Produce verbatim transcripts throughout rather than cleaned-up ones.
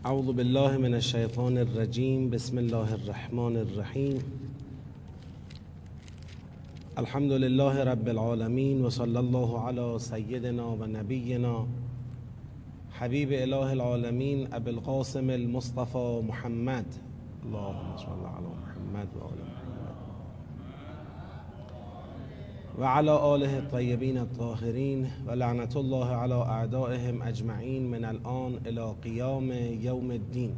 اعوذ بالله من الشیطان الرجیم. بسم الله الرحمن الرحیم. الحمد لله رب العالمین و صلی الله علی سیدنا و نبینا حبیب اله العالمین ابی القاسم المصطفى محمد. اللهم صل علی محمد و آل محمد و علی آله الطیبین الطاهرین و لعنت الله علی اعدائهم اجمعین من الان الی قیام یوم الدین.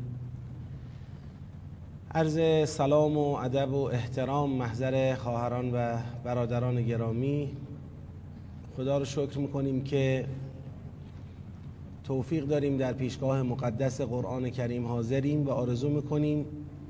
عرض سلام و ادب و احترام محضر خواهران و برادران گرامی. خدا رو شکر میکنیم که توفیق داریم در پیشگاه مقدس قرآن کریم حاضریم و آرزو میکنیم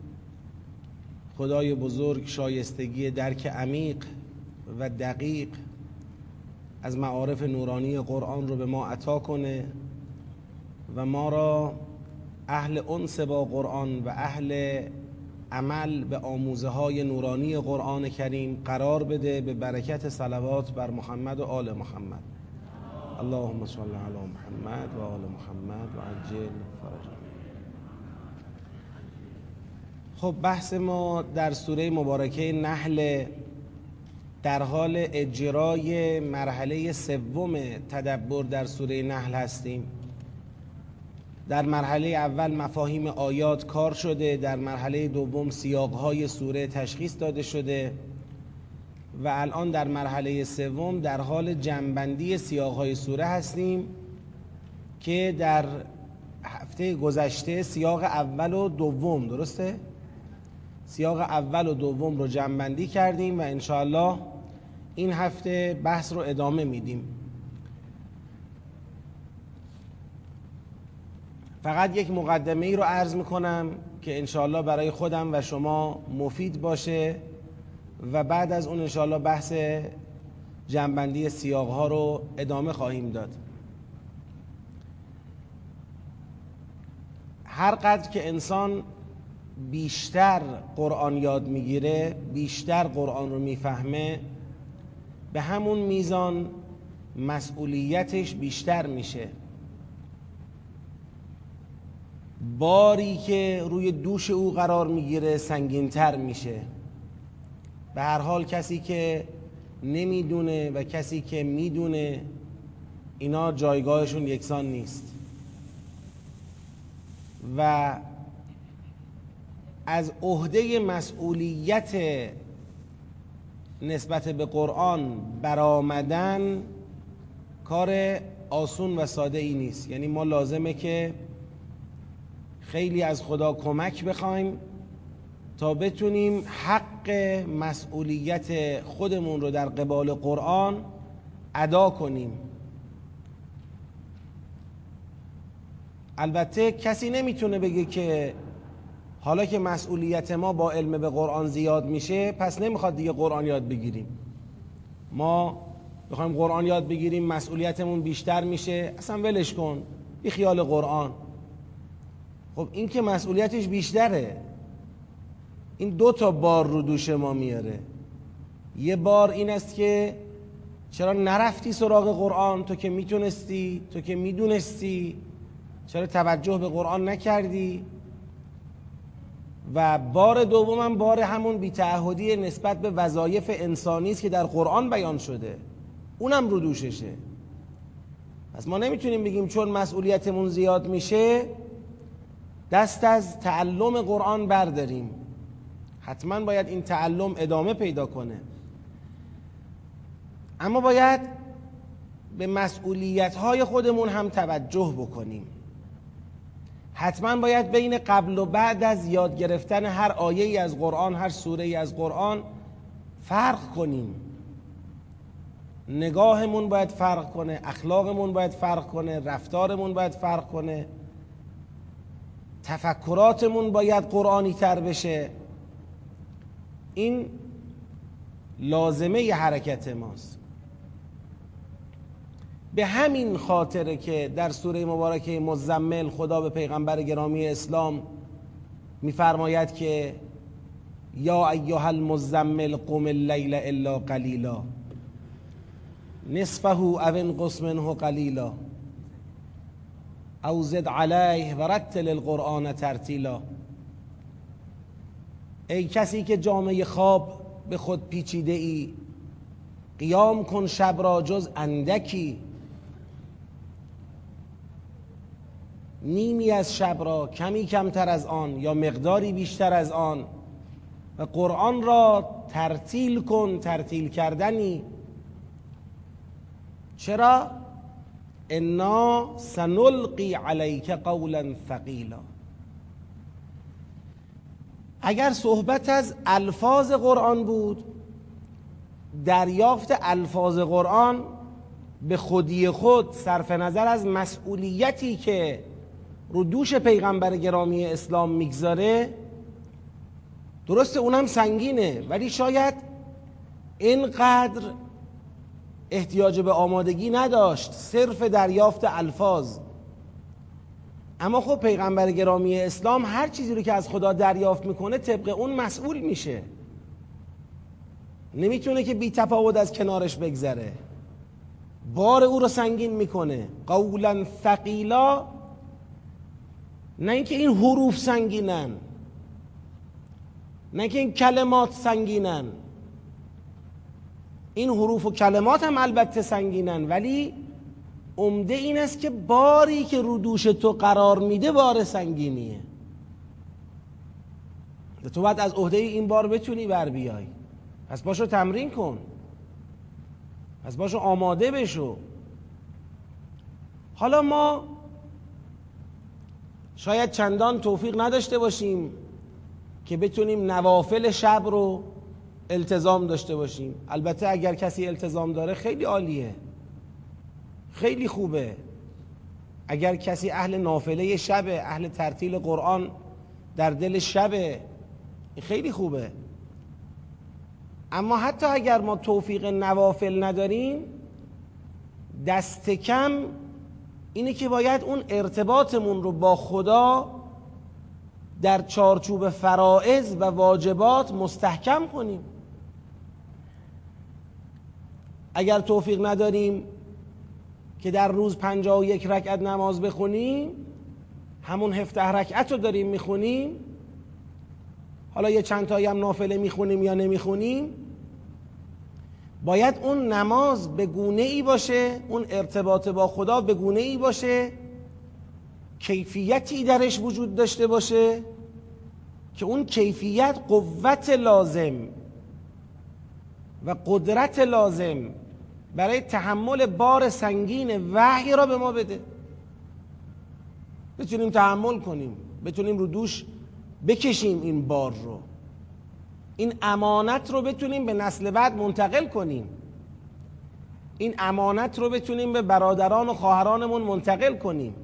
خدای بزرگ شایستگی درک عمیق و دقیق از معارف نورانی قرآن رو به ما عطا کنه و ما را اهل انس با قرآن و اهل عمل به آموزه های نورانی قرآن کریم قرار بده به برکت صلوات بر محمد و آل محمد. اللهم صل علی محمد و آل محمد و عجل فرجهم. خب بحث ما در سوره مبارکه نحل در حال اجرای مرحله سوم تدبر در سوره نحل هستیم. در مرحله اول مفاهیم آیات کار شده، در مرحله دوم سیاقهای سوره تشخیص داده شده و الان در مرحله سوم در حال جمع‌بندی سیاقهای سوره هستیم که در هفته گذشته سیاق اول و دوم، درسته؟ سیاق اول و دوم رو جمع‌بندی کردیم و انشاءالله این هفته بحث رو ادامه میدیم. فقط یک مقدمه ای رو عرض میکنم که انشاءالله برای خودم و شما مفید باشه و بعد از اون انشاءالله بحث جمع‌بندی سیاق ها رو ادامه خواهیم داد. هر قدر که انسان بیشتر قرآن یاد میگیره، بیشتر قرآن رو میفهمه، به همون میزان مسئولیتش بیشتر میشه. باری که روی دوش او قرار میگیره سنگینتر میشه. به هر حال کسی که نمیدونه و کسی که میدونه اینا جایگاهشون یکسان نیست و از عهده مسئولیت نسبت به قرآن برآمدن کار آسون و ساده ای نیست. یعنی ما لازمه که خیلی از خدا کمک بخوایم تا بتونیم حق مسئولیت خودمون رو در قبال قرآن ادا کنیم. البته کسی نمیتونه بگه که حالا که مسئولیت ما با علم به قرآن زیاد میشه پس نمیخواد دیگه قرآن یاد بگیریم. ما بخوایم قرآن یاد بگیریم مسئولیتمون بیشتر میشه، اصلا ولش کن، بی خیال قرآن. خب این که مسئولیتش بیشتره، این دو تا بار رو دوش ما میاره. یه بار این است که چرا نرفتی سراغ قرآن؟ تو که میتونستی، تو که میدونستی، چرا توجه به قرآن نکردی؟ و بار دومم بار همون بی‌تعهدی نسبت به وظایف انسانی است که در قرآن بیان شده، اونم رو دوششه. پس ما نمیتونیم بگیم چون مسئولیتمون زیاد میشه دست از تعلم قرآن برداریم. حتما باید این تعلم ادامه پیدا کنه، اما باید به مسئولیت‌های خودمون هم توجه بکنیم. حتما باید بین قبل و بعد از یاد گرفتن هر آیه‌ای از قرآن، هر سوره‌ای از قرآن فرق کنیم. نگاهمون باید فرق کنه، اخلاقمون باید فرق کنه، رفتارمون باید فرق کنه، تفکراتمون باید قرآنی تر بشه. این لازمه ی حرکت ماست. به همین خاطره که در سوره مبارکه مزمل خدا به پیغمبر گرامی اسلام میفرماید که یا ایها المزمل قم اللیل الا قلیلا نصفه او انقص منه قلیلا. او زد علیه و رتل القرآن ترتیلا. ای کسی که جامه خواب به خود پیچیده ای، قیام کن شب را جز اندکی. نیمی از شب را، کمی کمتر از آن یا مقداری بیشتر از آن، و قرآن را ترتیل کن، ترتیل کردنی. چرا؟ انا سنلقی علیک قولا ثقیلا. اگر صحبت از الفاظ قرآن بود، دریافت الفاظ قرآن به خودی خود صرف نظر از مسئولیتی که رو دوش پیغمبر گرامی اسلام میگذاره، درسته اونم سنگینه، ولی شاید اینقدر احتیاج به آمادگی نداشت صرف دریافت الفاظ. اما خب پیغمبر گرامی اسلام هر چیزی رو که از خدا دریافت میکنه طبق اون مسئول میشه، نمیتونه که بی تفاوت از کنارش بگذره، بار او رو سنگین میکنه. قولا ثقیلا، نه اینکه این حروف سنگینن، نه که این کلمات سنگینن، این حروف و کلمات هم البته سنگینن، ولی عمده این است که باری که رو دوش تو قرار میده بار سنگینیه. تو باید از عهده این بار بتونی بر بیای، پس باشو تمرین کن، پس باشو آماده بشو. حالا ما شاید چندان توفیق نداشته باشیم که بتونیم نوافل شب رو التزام داشته باشیم. البته اگر کسی التزام داره خیلی عالیه، خیلی خوبه. اگر کسی اهل نافله شبه، اهل ترتیل قرآن در دل شبه، خیلی خوبه. اما حتی اگر ما توفیق نوافل نداریم، دست کم اینه که باید اون ارتباطمون رو با خدا در چارچوب فرائض و واجبات مستحکم کنیم. اگر توفیق نداریم که در روز پنجاه و یک رکعت نماز بخونیم، همون هفده رکعت رو داریم میخونیم، حالا یه چند تایی هم نافله میخونیم یا نمیخونیم، باید اون نماز به گونه ای باشه، اون ارتباط با خدا به گونه ای باشه، کیفیتی درش وجود داشته باشه که اون کیفیت قوت لازم و قدرت لازم برای تحمل بار سنگین وحی را به ما بده، بتونیم تحمل کنیم، بتونیم رو دوش بکشیم این بار رو، این امانت رو بتونیم به نسل بعد منتقل کنیم، این امانت رو بتونیم به برادران و خواهرانمون منتقل کنیم.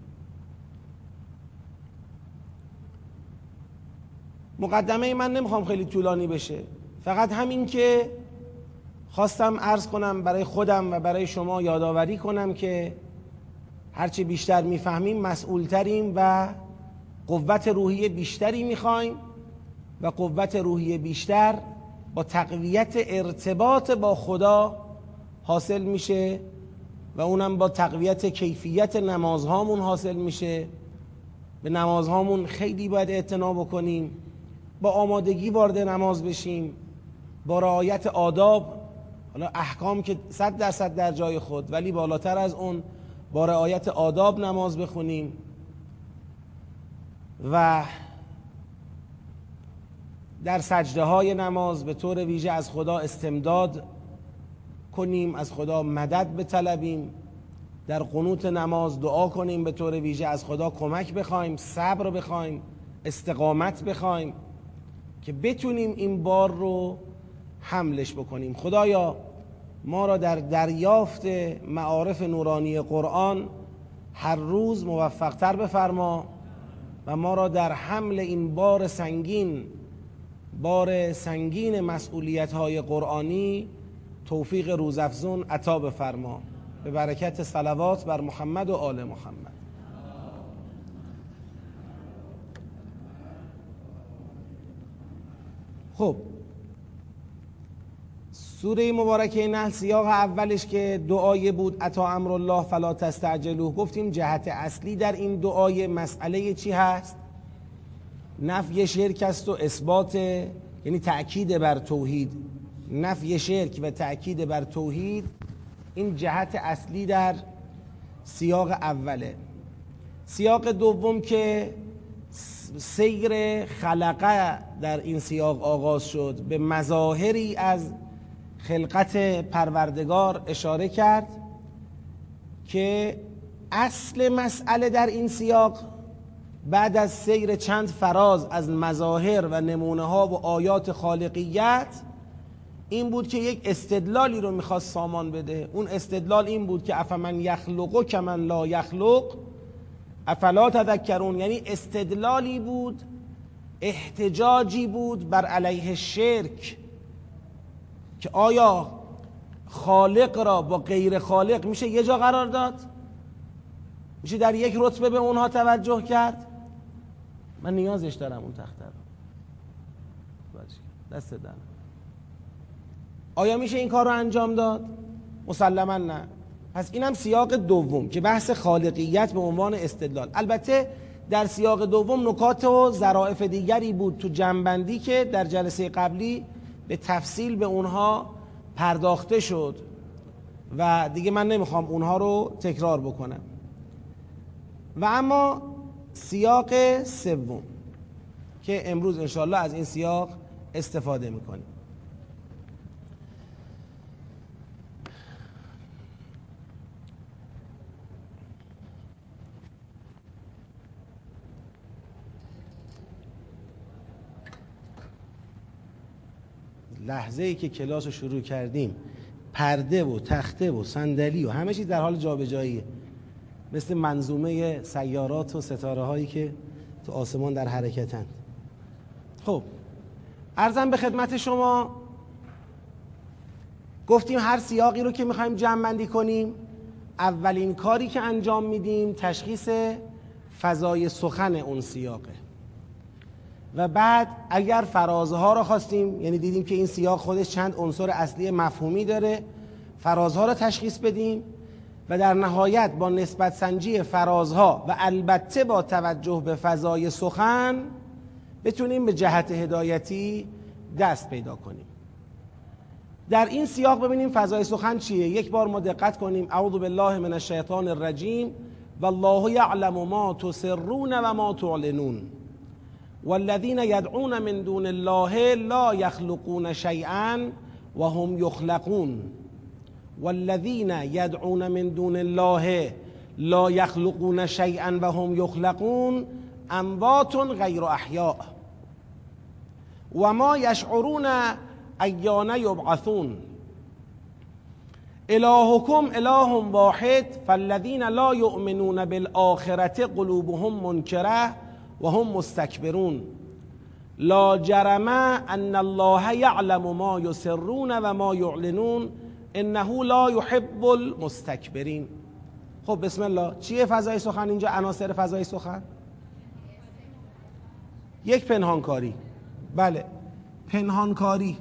مقدمه من نمیخوام خیلی طولانی بشه، فقط همین که خواستم عرض کنم برای خودم و برای شما یادآوری کنم که هرچی بیشتر میفهمیم مسئولتریم و قوت روحی بیشتری میخوایم و قوت روحی بیشتر با تقویت ارتباط با خدا حاصل میشه و اونم با تقویت کیفیت نمازهامون حاصل میشه. به نمازهامون خیلی باید اعتنا بکنیم، با آمادگی وارد نماز بشیم، با رعایت آداب، حالا احکام که صد درصد در جای خود، ولی بالاتر از اون با رعایت آداب نماز بخونیم و در سجده های نماز به طور ویژه از خدا استمداد کنیم، از خدا مدد بطلبیم، در قنوت نماز دعا کنیم، به طور ویژه از خدا کمک بخوایم، صبر بخوایم، استقامت بخوایم که بتونیم این بار رو حملش بکنیم. خدایا ما را در دریافت معارف نورانی قرآن هر روز موفقتر بفرما و ما را در حمل این بار سنگین، بار سنگین مسئولیت‌های قرآنی توفیق روزافزون عطا بفرما، به برکت صلوات بر محمد و آل محمد. خب سوره مبارکه نحل سیاق اولش که دعای بود اتی امر الله فلا تستعجلوه، گفتیم جهت اصلی در این دعای مسئله چی هست؟ نفی شرک است و اثبات، یعنی تأکید بر توحید. نفی شرک و تأکید بر توحید این جهت اصلی در سیاق اوله. سیاق دوم که سیر خلقه در این سیاق آغاز شد، به مظاهری از خلقت پروردگار اشاره کرد که اصل مسئله در این سیاق بعد از سیر چند فراز از مظاهر و نمونه ها و آیات خالقیت این بود که یک استدلالی رو میخواست سامان بده. اون استدلال این بود که افمن یخلق کمن لا یخلق افلا تذکرون، یعنی استدلالی بود، احتجاجی بود بر علیه شرک که آیا خالق را با غیر خالق میشه یه جا قرار داد؟ میشه در یک رتبه به اونها توجه کرد؟ من نیازش دارم اون تخته رو، دست دارم. آیا میشه این کار رو انجام داد؟ مسلما نه. پس اینم سیاق دوم که بحث خالقیت به عنوان استدلال. البته در سیاق دوم نکات و ظرافت دیگری بود تو جنبندی که در جلسه قبلی به تفصیل به اونها پرداخته شد و دیگه من نمیخوام اونها رو تکرار بکنم. و اما سیاق سوم که امروز انشاءالله از این سیاق استفاده میکنیم. لحظه ای که کلاس رو شروع کردیم پرده و تخته و صندلی و همه چیز در حال جابجاییه، مثل منظومه سیارات و ستاره هایی که تو آسمان در حرکتند. خب عرضم به خدمت شما، گفتیم هر سیاقی رو که میخوایم جمع بندی کنیم اولین کاری که انجام میدیم تشخیص فضای سخن اون سیاقه و بعد اگر فرازها رو خواستیم، یعنی دیدیم که این سیاق خودش چند عنصر اصلی مفهومی داره، فرازها رو تشخیص بدیم و در نهایت با نسبت سنجی فرازها و البته با توجه به فضای سخن بتونیم به جهت هدایتی دست پیدا کنیم. در این سیاق ببینیم فضای سخن چیه. یک بار ما دقت کنیم. اعوذ بالله من الشیطان الرجیم والله یعلم ما تسرون و ما تعلنون والذین یدعون من دون الله لا یخلقون شیئا و هم یخلقون والذین یدعون من دون الله لا یخلقون شیئا و هم یخلقون اموات غیر احیاء و ما یشعرون ایان یبعثون الهکم اله واحد فالذین لا یؤمنون بالآخرة قلوبهم منکره و هم مستکبرون لا جرم ان الله یعلم ما یسرون و ما یعلنون انه لا یحب المستکبرین. خب بسم الله. چیه فضای سخن اینجا؟ عناصر فضای سخن. یک، پنهانکاری. بله، پنهانکاری.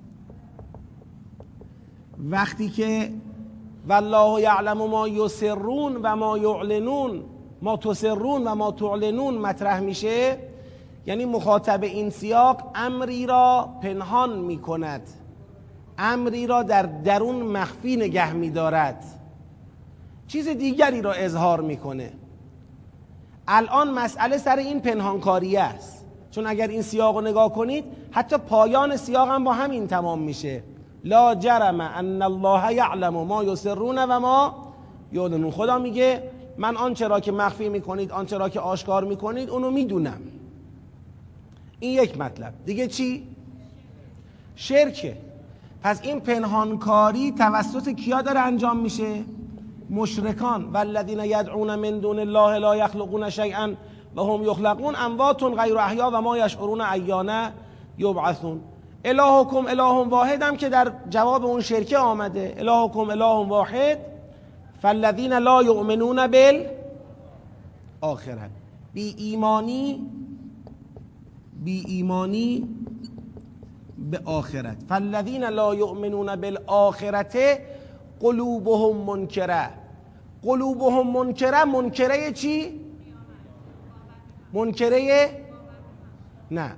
وقتی که والله یعلم ما یسرون و ما یعلنون، ما تسرون و ما تعلنون مطرح میشه، یعنی مخاطب این سیاق امری را پنهان میکند، امری را در درون مخفی نگه میدارد، چیز دیگری را اظهار میکنه. الان مسئله سر این پنهانکاری است، چون اگر این سیاق رو نگاه کنید حتی پایان سیاق هم با همین تمام میشه. لا جرم ان الله یعلم ما یسرون و ما یعلنون. خدا میگه من آنچه را که مخفی میکنید، آنچه را که آشکار میکنید اونو میدونم. این یک مطلب. دیگه چی؟ شرکه. پس این پنهانکاری توسط کیا داره انجام میشه؟ مشرکان. والذین یدعون من دون الله لا یخلقون شیئا و هم یخلقون اموات غیر احیا و ما یشعرون ایان یبعثون. الهکم اله واحد هم که در جواب اون شرکه آمده. الهکم اله واحد فالذین لا یؤمنون بالآخرة. بی ایمانی بی ایمانی به آخرت. فالذین لا یؤمنون بالآخرة قلوبهم منکره. قلوبهم منکره، منکره چی؟ منکره نه،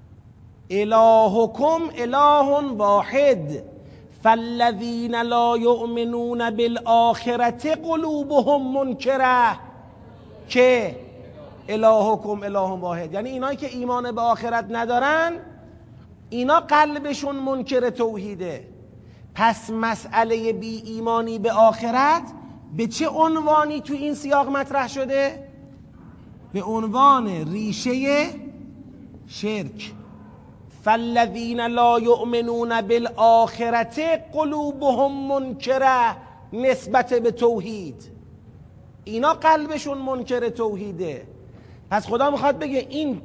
الهکم اله واحد فالذین لا یؤمنون بالآخرة قلوبهم منکره که الهکم اله واحد. یعنی اینایی که ایمان به آخرت ندارن اینا قلبشون منکر توحیده. پس مسئله بی ایمانی به آخرت به چه عنوانی تو این سیاق مطرح شده؟ به عنوان ریشه شرک. فالذین لا یؤمنون بالآخرة قلوبهم منکره، نسبت به توحید اینا قلبشون منکر توحیده. پس خدا میخواد بگه این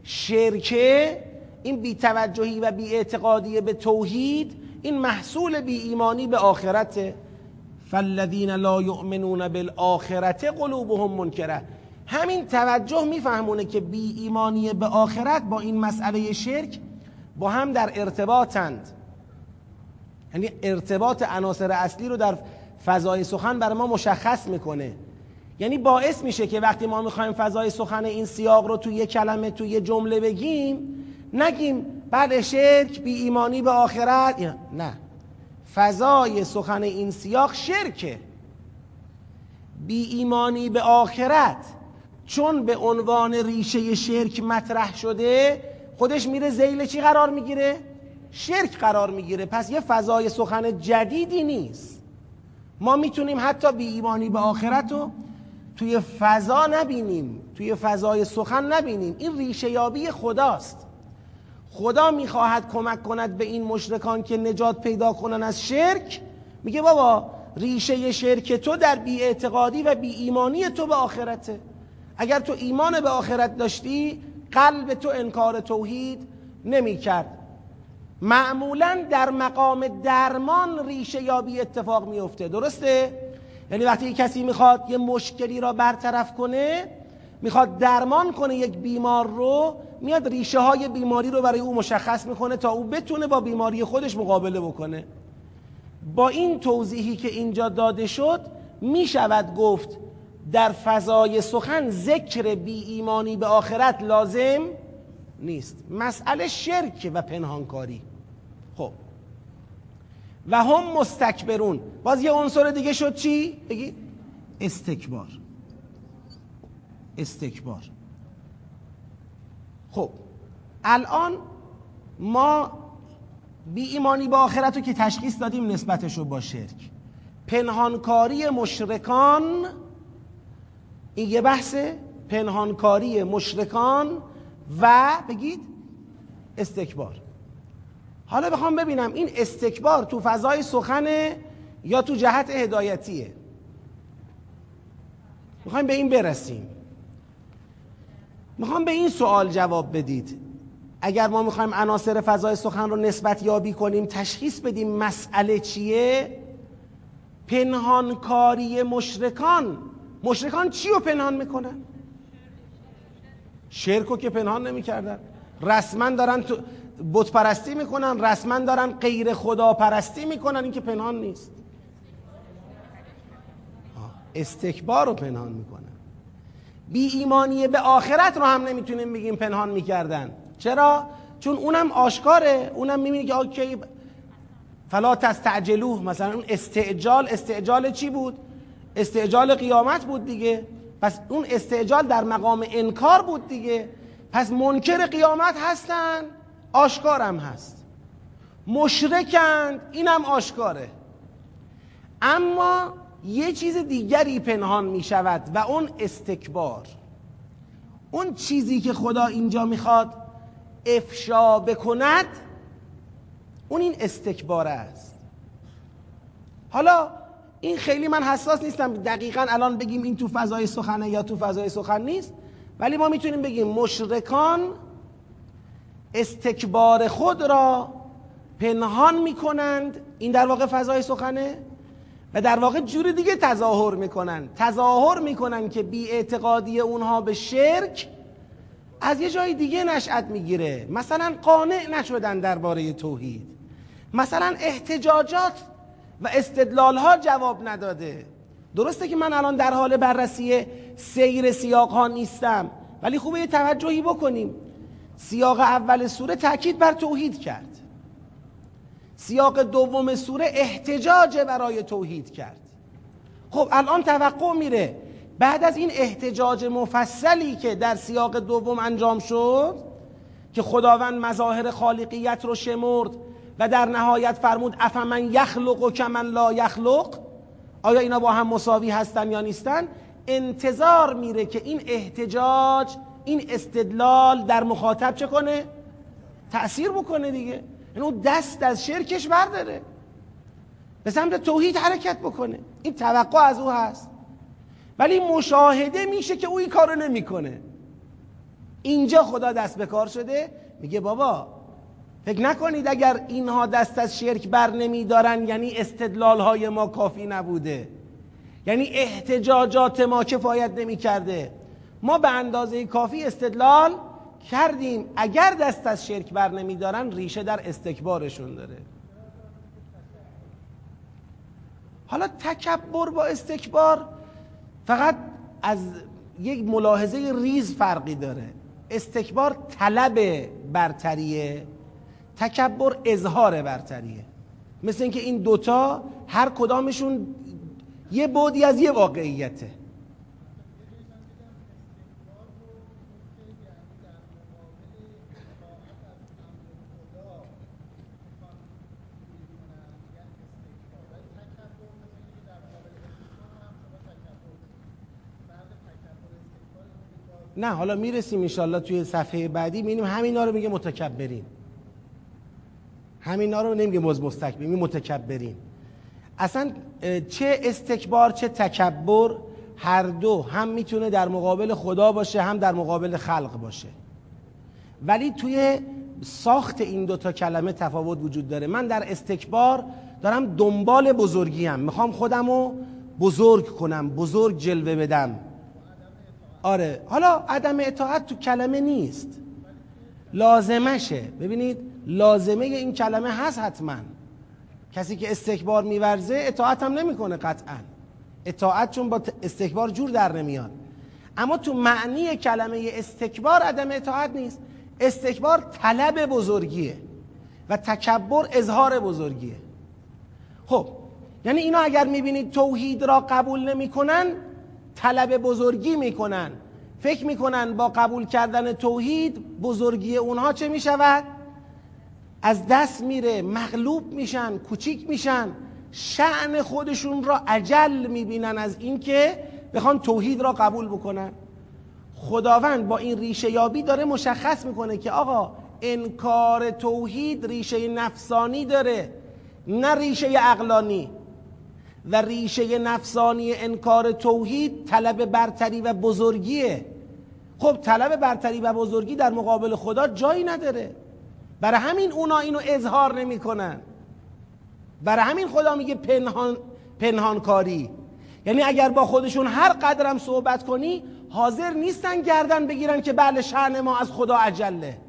شرکه، این بی‌توجهی و بی‌اعتقادی به توحید، این محصول بی ایمانی به آخرته. فالذین لا یؤمنون بالآخرة قلوبهم منکره. همین توجه میفهمونه که بی ایمانی به آخرت با این مسئله شرک با هم در ارتباطند. یعنی ارتباط عناصر اصلی رو در فضای سخن برای ما مشخص میکنه. یعنی باعث میشه که وقتی ما میخوایم فضای سخن این سیاق رو توی یه کلمه، توی یه جمله بگیم، نگیم بعد شرک، بی ایمانی به آخرت. نه، فضای سخن این سیاق شرکه. بی ایمانی به آخرت چون به عنوان ریشه شرک مطرح شده، خودش میره ذیل چی قرار میگیره؟ شرک قرار میگیره. پس یه فضای سخن جدیدی نیست. ما میتونیم حتی بی ایمانی به آخرت رو توی فضا نبینیم، توی فضای سخن نبینیم. این ریشه یابی خداست. خدا میخواهد کمک کند به این مشرکان که نجات پیدا کنن از شرک. میگه بابا ریشه شرک تو در بی اعتقادی و بی ایمانی تو به آخرته. اگر تو ایمان به آخرت داشتی قلب تو انکار توحید نمی کرد. معمولا در مقام درمان ریشه یابی اتفاق میفته. درسته؟ یعنی وقتی کسی میخواد یه مشکلی را برطرف کنه، میخواد درمان کنه یک بیمار رو، میاد ریشه های بیماری رو برای او مشخص میکنه تا او بتونه با بیماری خودش مقابله بکنه. با این توضیحی که اینجا داده شد میشود گفت در فضای سخن ذکر بی ایمانی به آخرت لازم نیست. مسئله شرک و پنهانکاری. خب و هم مستکبرون، باز یه عنصر دیگه شد چی؟ بگید استکبار. استکبار. خب الان ما بی ایمانی به آخرت رو که تشخیص دادیم نسبتش رو با شرک. پنهانکاری مشرکان، این یه بحثه. پنهانکاری مشرکان و بگید استکبار. حالا بخوام ببینم این استکبار تو فضای سخنه یا تو جهت هدایتیه. میخوایم به این برسیم. میخوام به این سوال جواب بدید. اگر ما میخوایم عناصر فضای سخن رو نسبت یابی کنیم، تشخیص بدیم مسئله چیه، پنهانکاری مشرکان، مشرکان چی رو پنهان میکنن؟ شرکو که پنهان نمیکردن. رسما دارن تو بت پرستی میکنن، رسما دارن غیر خدا پرستی میکنن، این که پنهان نیست. استکبار رو پنهان میکنن. بی ایمانی به آخرت رو هم نمیتونیم بگیم پنهان میکردن. چرا؟ چون اونم آشکاره. اونم میبینی که اوکی فلا تستعجلوه، مثلا اون استعجال، استعجال چی بود؟ استعجال قیامت بود دیگه. پس اون استعجال در مقام انکار بود دیگه. پس منکر قیامت هستن، آشکارم هست. مشرکند، اینم آشکاره. اما یه چیز دیگری پنهان می شود و اون استکبار. اون چیزی که خدا اینجا میخواد افشا بکند، اون این استکبار است. حالا این خیلی من حساس نیستم دقیقاً الان بگیم این تو فضای سخنه یا تو فضای سخن نیست، ولی ما میتونیم بگیم مشرکان استکبار خود را پنهان میکنند، این در واقع فضای سخنه، و در واقع جور دیگه تظاهر میکنن. تظاهر میکنن که بی اعتقادی اونها به شرک از یه جای دیگه نشأت میگیره. مثلا قانع نشدن درباره توحید، مثلا احتجاجات و استدلالها جواب نداده. درسته که من الان در حال بررسی سیر سیاق ها نیستم، ولی خوبه یه توجهی بکنیم. سیاق اول سوره تأکید بر توحید کرد، سیاق دوم سوره احتجاج برای توحید کرد. خب الان توقع میره بعد از این احتجاج مفصلی که در سیاق دوم انجام شد که خداوند مظاهر خالقیت رو شمرد و در نهایت فرمود افمن یخلق کمن لا یخلق، آیا اینا با هم مساوی هستن یا نیستن؟ انتظار میره که این احتجاج، این استدلال در مخاطب چه کنه؟ تأثیر بکنه دیگه. اینو دست از شرکش برداره، به سمت توحید حرکت بکنه. این توقع از او هست، ولی مشاهده میشه که او این کارو نمیکنه. اینجا خدا دست به کار شده، میگه بابا فکر نکنید اگر اینها دست از شرک بر نمیدارن یعنی استدلال های ما کافی نبوده، یعنی احتجاجات ما کفایت نمیکرده. ما به اندازه کافی استدلال کردیم. اگر دست از شرک بر نمیدارن ریشه در استکبارشون داره. حالا تکبر با استکبار فقط از یک ملاحظه ریز فرقی داره. استکبار طلب برتریه، تکبر اظهار برتریه. مثل اینکه این دوتا هر کدامشون یه بعدی از یه واقعیته. نه حالا میرسیم انشالله توی صفحه بعدی میبینیم همینا رو میگه متکبرین، همینا رو نمیگه مستکبرین، میگه متکبرین. اصلا چه استکبار چه تکبر هر دو هم میتونه در مقابل خدا باشه هم در مقابل خلق باشه، ولی توی ساخت این دوتا کلمه تفاوت وجود داره. من در استکبار دارم دنبال بزرگیم، میخوام خودمو بزرگ کنم، بزرگ جلوه بدم. آره، حالا عدم اطاعت تو کلمه نیست، لازمشه. ببینید لازمه این کلمه هست حتما. کسی که استکبار میورزه اطاعت هم نمیکنه قطعا، اطاعت چون با استکبار جور در نمیاد. اما تو معنی کلمه استکبار عدم اطاعت نیست. استکبار طلب بزرگیه و تکبر اظهار بزرگیه. خب یعنی اینا اگر میبینید توحید را قبول نمیکنن، طلب بزرگی میکنن، فکر میکنن با قبول کردن توحید بزرگی اونها چه میشود؟ از دست میره، مغلوب میشن، کوچیک میشن، شأن خودشون را اجل میبینن از اینکه بخوان توحید را قبول بکنن. خداوند با این ریشه یابی داره مشخص میکنه که آقا انکار توحید ریشه نفسانی داره، نه ریشه عقلانی. و ریشه نفسانی انکار توحید طلب برتری و بزرگیه. خب طلب برتری و بزرگی در مقابل خدا جایی نداره، برای همین اونا اینو اظهار نمی کنن. برای همین خدا میگه پنهان پنهانکاری. یعنی اگر با خودشون هر قدرم صحبت کنی حاضر نیستن گردن بگیرن که بله شأن ما از خدا اجله،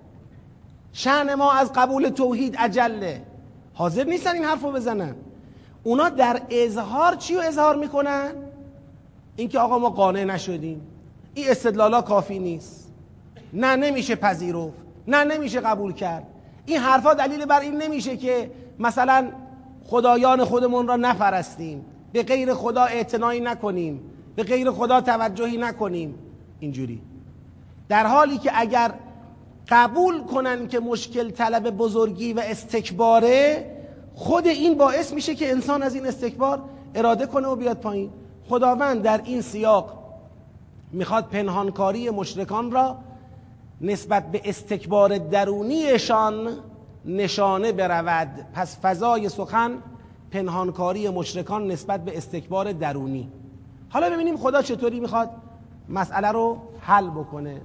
شأن ما از قبول توحید اجله. حاضر نیستن این حرفو بزنن. اونا در اظهار چی رو اظهار میکنن؟ اینکه آقا ما قانع نشدیم، این استدلالا کافی نیست، نه نمیشه پذیرفت، نه نمیشه قبول کرد. این حرفا دلیل بر این نمیشه که مثلا خدایان خودمون را نپرستیم، به غیر خدا اعتنایی نکنیم، به غیر خدا توجهی نکنیم. اینجوری در حالی که اگر قبول کنن که مشکل طلب بزرگی و استکباره، خود این باعث میشه که انسان از این استکبار اراده کنه و بیاد پایین. خداوند در این سیاق میخواد پنهانکاری مشرکان را نسبت به استکبار درونیشان نشانه برود. پس فضای سخن پنهانکاری مشرکان نسبت به استکبار درونی. حالا ببینیم خدا چطوری میخواد مسئله رو حل بکنه.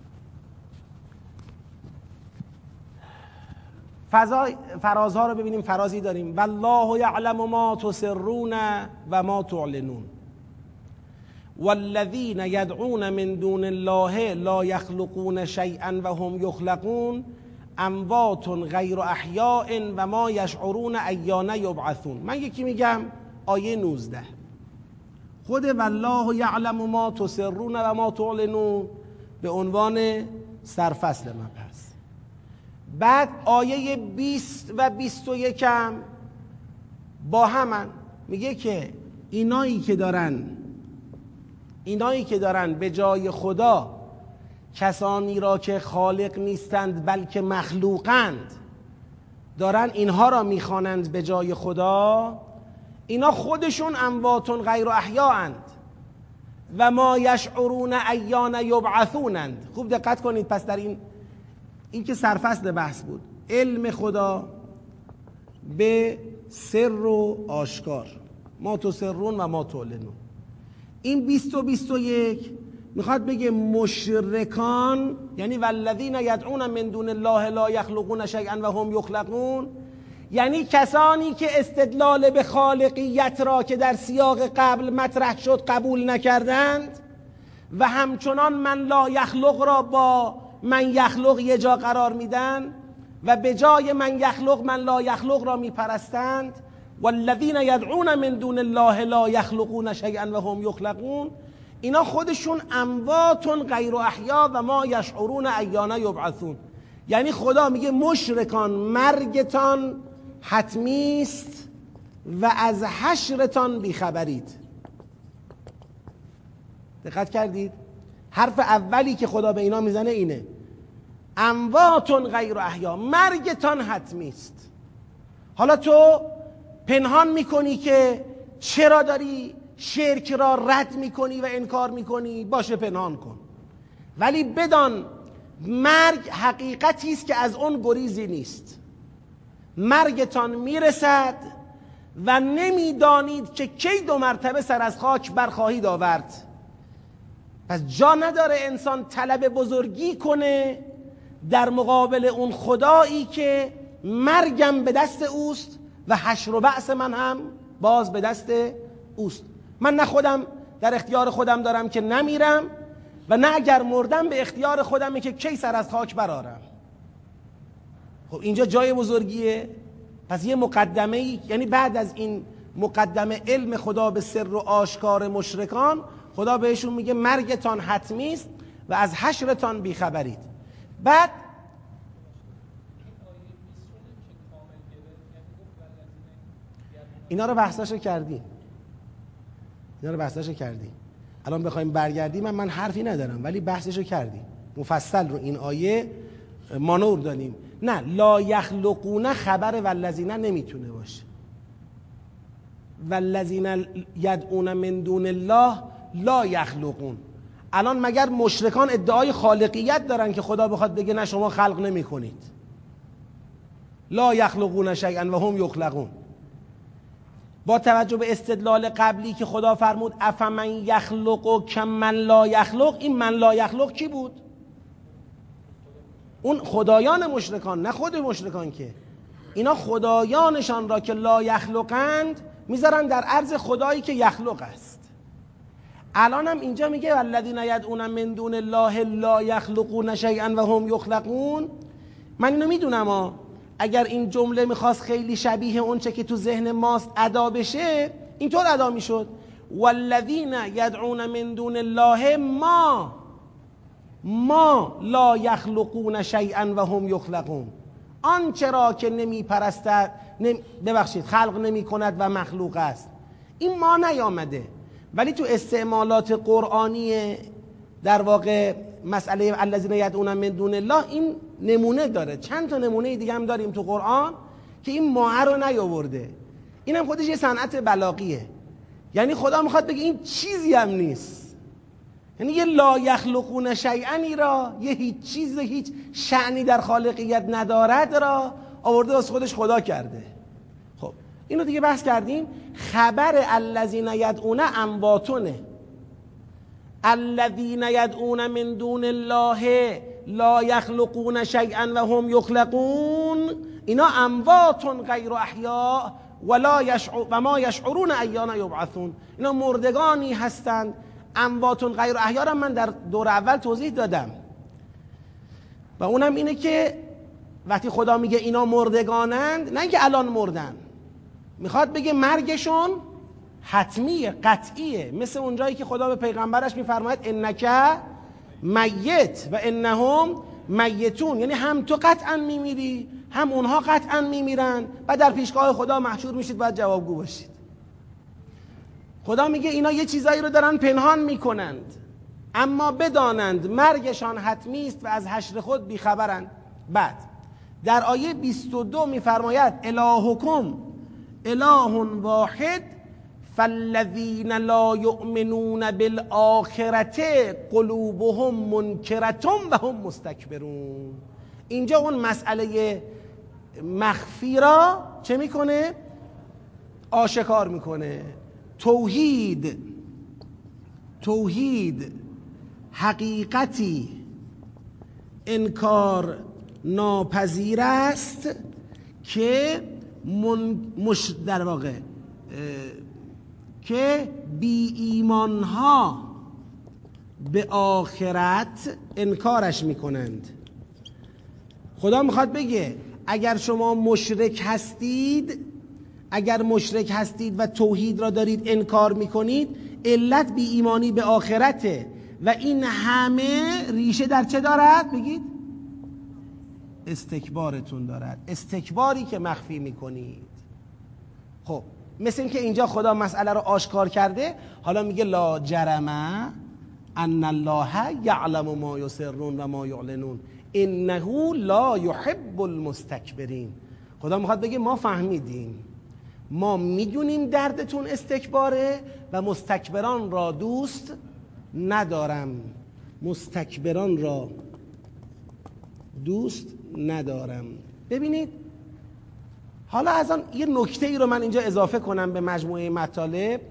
فضای فرازها رو ببینیم. فرازی داریم والله یعلم ما تسرون و ما تعلنون والذین یدعون من دون الله لا یخلقون شیئا و هم یخلقون اموات غیر احیاء و ما یشعرون ایان یبعثون. من یکی میگم آیه نوزده، خود والله یعلم ما تسرون و ما تعلنون به عنوان سرفصل مبحث. بعد آیه بیست و بیست و یکم با همن میگه که اینایی که دارن اینایی که دارن به جای خدا کسانی را که خالق نیستند بلکه مخلوقند دارن اینها را میخوانند به جای خدا، اینا خودشون اموات غیر احیاءند و ما یشعرون ایان یبعثونند. خوب دقت کنید. پس در این این که سرفصل بحث بود، علم خدا به سر و آشکار، ما تسرون و ما تعلنون. این بیست و بیست و یک میخواد بگه مشرکان، یعنی والذین یدعون من دون الله لا یخلقون شیئا و هم یخلقون، یعنی کسانی که استدلال به خالقیت را که در سیاق قبل مطرح شد قبول نکردند و همچنان من لا یخلق را با من یخلق یه جا قرار میدن و به جای من یخلق من لا یخلق را میپرستند. والذین یدعون من دون الله لا یخلقون شیئا و هم یخلقون، اینا خودشون اموات غیر احیا و ما یشعرون ایان یبعثون. یعنی خدا میگه مشرکان مرگتان حتمی است و از حشرتان بیخبرید. دقت کردید؟ حرف اولی که خدا به اینا میزنه اینه، اموات غیر احیا، مرگتان حتمی است. حالا تو پنهان میکنی که چرا داری شرک را رد میکنی و انکار میکنی، باشه پنهان کن، ولی بدان مرگ حقیقتی است که از اون گریزی نیست. مرگتان میرسد و نمیدانید که کی دو مرتبه سر از خاک برخواهید آورد. پس جا نداره انسان طلب بزرگی کنه در مقابل اون خدایی که مرگم به دست اوست و حشر و بعث من هم باز به دست اوست. من نه خودم در اختیار خودم دارم که نمیرم و نه اگر مردم به اختیار خودمه که کی سر از خاک برارم. خب اینجا جای بزرگیه. پس یه مقدمه ای، یعنی بعد از این مقدمه علم خدا به سر و آشکار مشرکان، خدا بهشون میگه مرگتان حتمی است و از حشرتان بیخبرید. بعد اینا رو بحثاشو کردیم اینا رو بحثاشو کردیم الان بخوایم برگردیم من, من حرفی ندارم، ولی بحثشو کردیم مفصل رو این آیه مانور دادیم. نه، لا یخلقون خبر والذین نمیتونه باشه. والذین یدعون من دون الله لا یخلقون. الان مگر مشرکان ادعای خالقیت دارن که خدا بخواد بگه نه شما خلق نمی کنید؟ لا یخلقون شیئا و هم یخلقون. با توجه به استدلال قبلی که خدا فرمود افمن یخلق کم من لا یخلق، این من لا یخلق کی بود؟ اون خدایان مشرکان، نه خود مشرکان. که اینا خدایانشان را که لا یخلقند میذارن در عرض خدایی که یخلق است. الان هم اینجا میگه والذین یدعون من دون الله لا یخلقون شیئا و هم یخلقون. من اینو میدونم ها، اگر این جمله میخواست خیلی شبیه اون چه که تو ذهن ماست ادا بشه اینطور ادا میشد والذین یدعون من دون الله ما ما لا یخلقون شیئا و هم یخلقون. آن چرا که نمی پرستد نمی ببخشید خلق نمی کند و مخلوق است. این ما نیامده، ولی تو استعمالات قرآنی در واقع مسئله الذین یدعون من دون الله این نمونه داره. چند تا نمونه دیگه هم داریم تو قرآن که این ما رو نیاورده. اینم خودش یه صنعت بلاغیه. یعنی خدا میخواد بگه این چیزی هم نیست، یعنی یه لا یخلقون شیئنی را، یه هیچ چیز هیچ شأنی در خالقیت ندارد را آورده از خودش خدا کرده. خب اینو دیگه بحث کردیم. خبر الذین یدعون امواتونه. الذین یدعون من دون الله لا یخلقون شیئا و هم یخلقون، اینا اموات غیر احیا و لا یشعر و ما یشعرون ایان یبعثون. اینا مردگانی هستند امواتون غیر احیارم من در دور اول توضیح دادم و اونم اینه که وقتی خدا میگه اینا مردگانند، نه اینکه الان مردن، میخواد بگه مرگشون حتمیه، قطعیه، مثل اونجایی که خدا به پیغمبرش میفرماید انک میت و انهم میتون، یعنی هم تو قطعا میمیری هم اونها قطعا میمیرن و در پیشگاه خدا محشور میشید، باید جوابگو باشید. خدا میگه اینا یه چیزایی رو دارن پنهان میکنند، اما بدانند مرگشان حتمی است و از حشر خود بیخبرند. بعد در آیه بیست و دو میفرماید الهکم اله واحد فالذین لا یؤمنون بالآخرة قلوبهم منکرة و هم مستکبرون. اینجا اون مسئله مخفی را چه میکنه؟ آشکار میکنه. توحید توحید حقیقتی انکار ناپذیر است که من مش در واقع که بی ایمان ها به آخرت انکارش میکنند. خدا میخواد بگه اگر شما مشرک هستید، اگر مشرک هستید و توحید را دارید انکار میکنید، علت بی ایمانی به آخرته و این همه ریشه در چه دارد؟ بگید استکبارتون دارد، استکباری که مخفی میکنید. خب مثل این که اینجا خدا مسئله رو آشکار کرده، حالا میگه لا جرم ان الله یعلم ما یسرون و ما یعلنون انه لا یحب المستکبرین. خدا میخواد بگه ما فهمیدیم، ما میدونیم دردتون استکباره و مستکبران را دوست ندارم، مستکبران را دوست ندارم. ببینید حالا از آن یه نکته ای رو من اینجا اضافه کنم به مجموعه مطالب.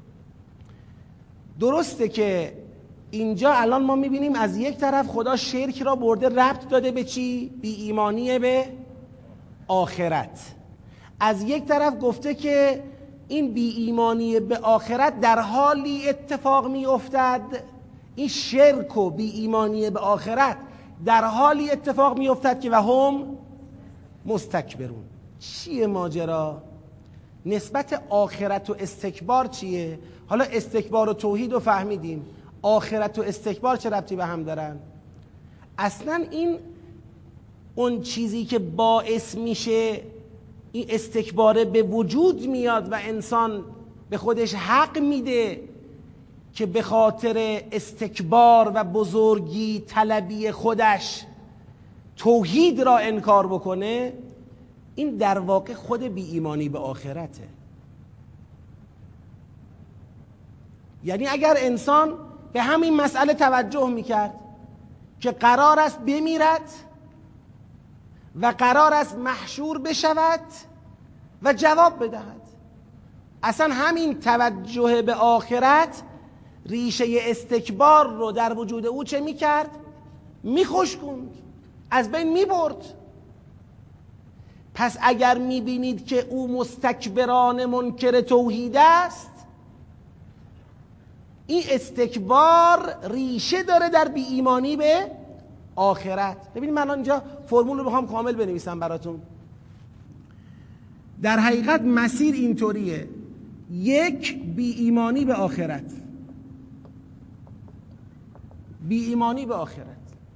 درسته که اینجا الان ما میبینیم از یک طرف خدا شرک را برده ربط داده به چی؟ بی ایمانی به آخرت. از یک طرف گفته که این بی ایمانی به آخرت در حالی اتفاق می افتد، این شرک و بی ایمانی به آخرت در حالی اتفاق می افتد که و هم مستکبرون. چیه ماجرا؟ نسبت آخرت و استکبار چیه؟ حالا استکبار و توحید رو فهمیدیم، آخرت و استکبار چه ربطی به هم دارن؟ اصلا این اون چیزی که باعث میشه این استکباره به وجود میاد و انسان به خودش حق میده که به خاطر استکبار و بزرگی طلبی خودش توحید را انکار بکنه، این در واقع خود بی ایمانی به آخرته. یعنی اگر انسان به همین مسئله توجه میکرد که قرار است بمیرد و قرار است محشور بشود و جواب بدهد، اصلا همین توجه به آخرت ریشه استکبار رو در وجود او چه میکرد؟ میخشکوند، از بین میبرد. پس اگر میبینید که او مستکبران منکر توحید است، این استکبار ریشه داره در بی ایمانی به آخرت. ببینید من اینجا فرمول رو بخوام کامل بنویسم براتون. در حقیقت مسیر اینطوریه: یک، بی ایمانی به آخرت، بی ایمانی به آخرت.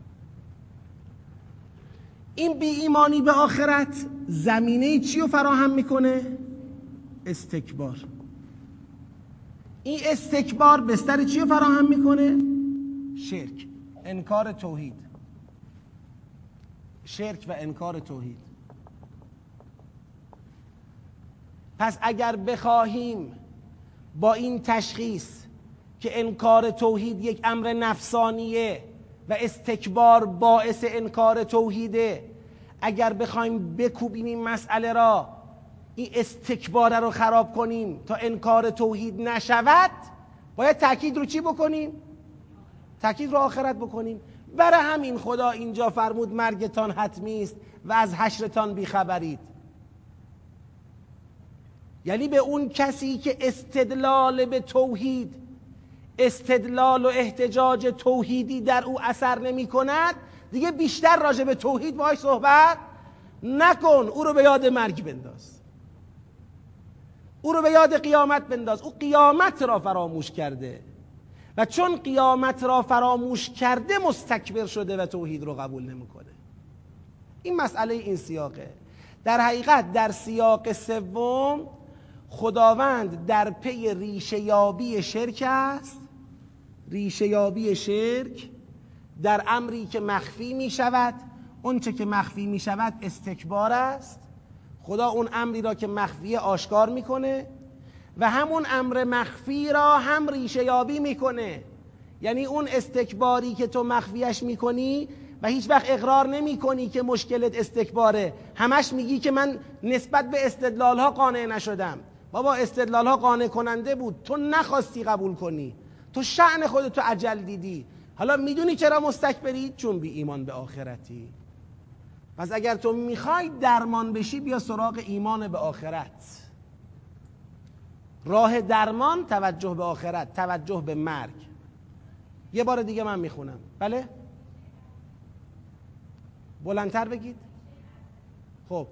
این بی ایمانی به آخرت زمینه چی رو فراهم میکنه؟ استکبار. این استکبار بستر چی رو فراهم میکنه؟ شرک، انکار توحید. شرک و انکار توحید. پس اگر بخواهیم با این تشخیص که انکار توحید یک امر نفسانیه و استکبار باعث انکار توحیده، اگر بخوایم بکوبیم این مسئله را، این استکبار رو خراب کنیم تا انکار توحید نشود، باید تأکید رو چی بکنیم؟ تأکید رو آخرت بکنیم. برای همین خدا اینجا فرمود مرگتان حتمی است و از حشرتان بیخبرید. یعنی به اون کسی که استدلال به توحید، استدلال و احتجاج توحیدی در او اثر نمی کند، دیگه بیشتر راجع به توحید باهاش صحبت نکن. او رو به یاد مرگ بنداز، او رو به یاد قیامت بنداز. او قیامت را فراموش کرده و چون قیامت را فراموش کرده مستکبر شده و توحید رو قبول نمیکنه. این مسئله این سیاقه. در حقیقت در سیاق سوم خداوند در پی ریشه یابی شرک است، ریشه یابی شرک در امری که مخفی می شود. اون چه که مخفی می شود استکبار است. خدا اون امری را که مخفی آشکار میکنه و همون امر مخفی را هم ریشه یابی میکنه. یعنی اون استکباری که تو مخفیش میکنی و هیچ وقت اقرار نمی کنی که مشکلت استکباره، همش میگی که من نسبت به استدلال ها قانع نشدم. بابا استدلال ها قانع کننده بود، تو نخواستی قبول کنی، تو شأن خودتو عجل دیدی. حالا میدونی چرا مستکبری؟ چون بی ایمان به آخرتی. پس اگر تو میخوای درمان بشی بیا سراغ ایمان به آخرت. راه درمان توجه به آخرت، توجه به مرگ. یه بار دیگه من میخونم. بله؟ بلندتر بگید. خب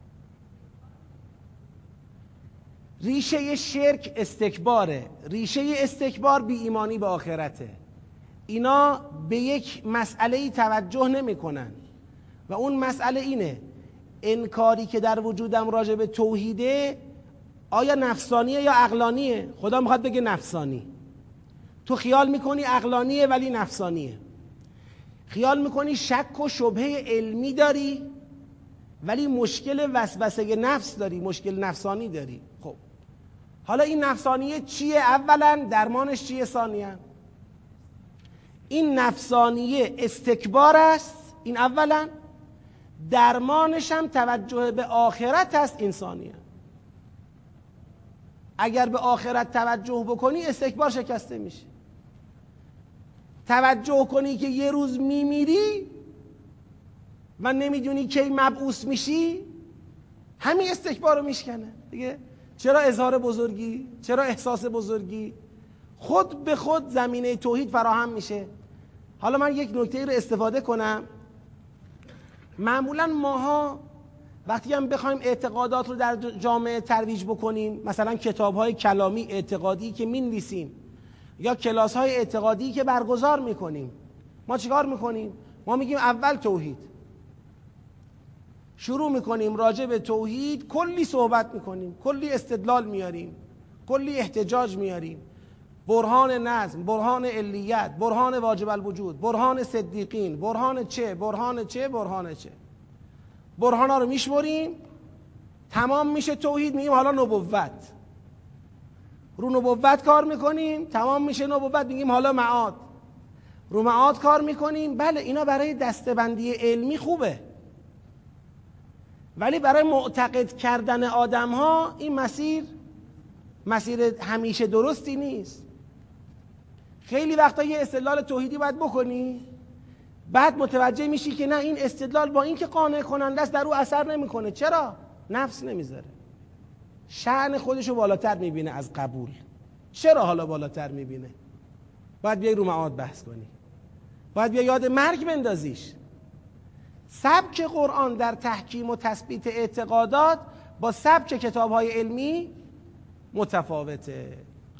ریشه شرک استکباره، ریشه استکبار بی ایمانی به آخرته. اینا به یک مسئله توجه نمی کنن و اون مسئله اینه: انکاری که در وجودم راجع به توحیده آیا نفسانیه یا عقلانیه؟ خدا میخواد بگه نفسانی. تو خیال میکنی عقلانیه ولی نفسانیه. خیال میکنی شک و شبهه علمی داری ولی مشکل وسوسه نفس داری، مشکل نفسانی داری. خب حالا این نفسانیه چیه؟ اولا درمانش چیه؟ ثانیا این نفسانیه استکبار است، این اولا. درمانش هم توجه به آخرت است، این ثانیا. اگر به آخرت توجه بکنی استکبار شکسته میشه. توجه کنی که یه روز میمیری و نمیدونی کی مبعوث میشی، همین استکبار رو میشکنه دیگه. چرا اظهار بزرگی؟ چرا احساس بزرگی؟ خود به خود زمینه توحید فراهم میشه. حالا من یک نکته رو استفاده کنم. معمولا ماها وقتی هم بخوایم اعتقادات رو در جامعه ترویج بکنیم، مثلا کتاب‌های کلامی اعتقادی که می‌نویسیم یا کلاس‌های اعتقادی که برگزار می‌کنیم، ما چیکار می‌کنیم؟ ما میگیم اول توحید. شروع می‌کنیم راجع به توحید کلی صحبت می‌کنیم، کلی استدلال میاریم، کلی احتجاج میاریم، برهان نظم، برهان علیت، برهان واجب الوجود، برهان صدیقین، برهان چه، برهان چه، برهان چه. برهانا رو میشمریم، تمام میشه توحید، میگیم حالا نبوت. رو نبوت کار میکنیم، تمام میشه نبوت، میگیم حالا معاد. رو معاد کار میکنیم. بله اینا برای دستبندی علمی خوبه، ولی برای معتقد کردن آدم ها این مسیر مسیر همیشه درستی نیست. خیلی وقتا یه استدلال توحیدی باید بکنی، بعد متوجه میشی که نه، این استدلال با این که قانع کننده است در او اثر نمیکنه. چرا؟ نفس نمیذاره، شأن خودشو بالاتر میبینه از قبول. چرا حالا بالاتر میبینه؟ باید بیای رو معاد بحث کنی، باید بیای یاد مرگ بندازیش. سبک قرآن در تحکیم و تثبیت اعتقادات با سبک کتاب‌های علمی متفاوته.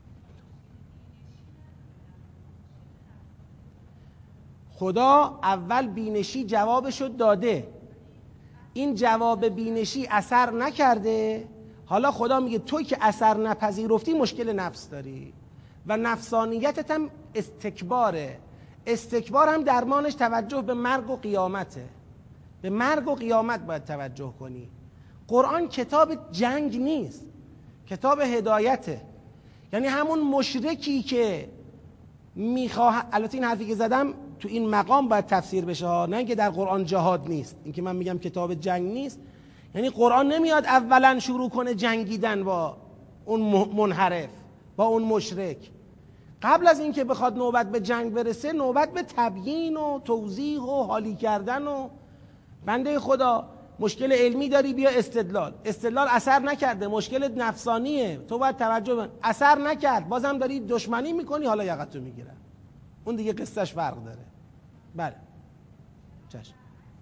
خدا اول بینشی جوابشو داده، این جواب بینشی اثر نکرده. حالا خدا میگه توی که اثر نپذیرفتی مشکل نفس داری و نفسانیتت هم استکباره. استکبار هم درمانش توجه به مرگ و قیامته. به مرگ و قیامت باید توجه کنی. قرآن کتاب جنگ نیست، کتاب هدایته. یعنی همون مشرکی که میخواه، البته این حرفی که زدم تو این مقام باید تفسیر بشه ها، نه اینکه در قرآن جهاد نیست. این که من میگم کتاب جنگ نیست یعنی قرآن نمیاد اولا شروع کنه جنگیدن با اون منحرف، با اون مشرک. قبل از اینکه بخواد نوبت به جنگ برسه، نوبت به تبیین و توضیح و حالی کردن. و بنده خدا مشکل علمی داری بیا استدلال، استدلال اثر نکرده مشکل نفسانیه تو باید توجه بکن، اثر نکرد بازم داری دشمنی میکنی حالا یقتو میگیرن، اون دیگه قصهش فرق داره. بله چشم.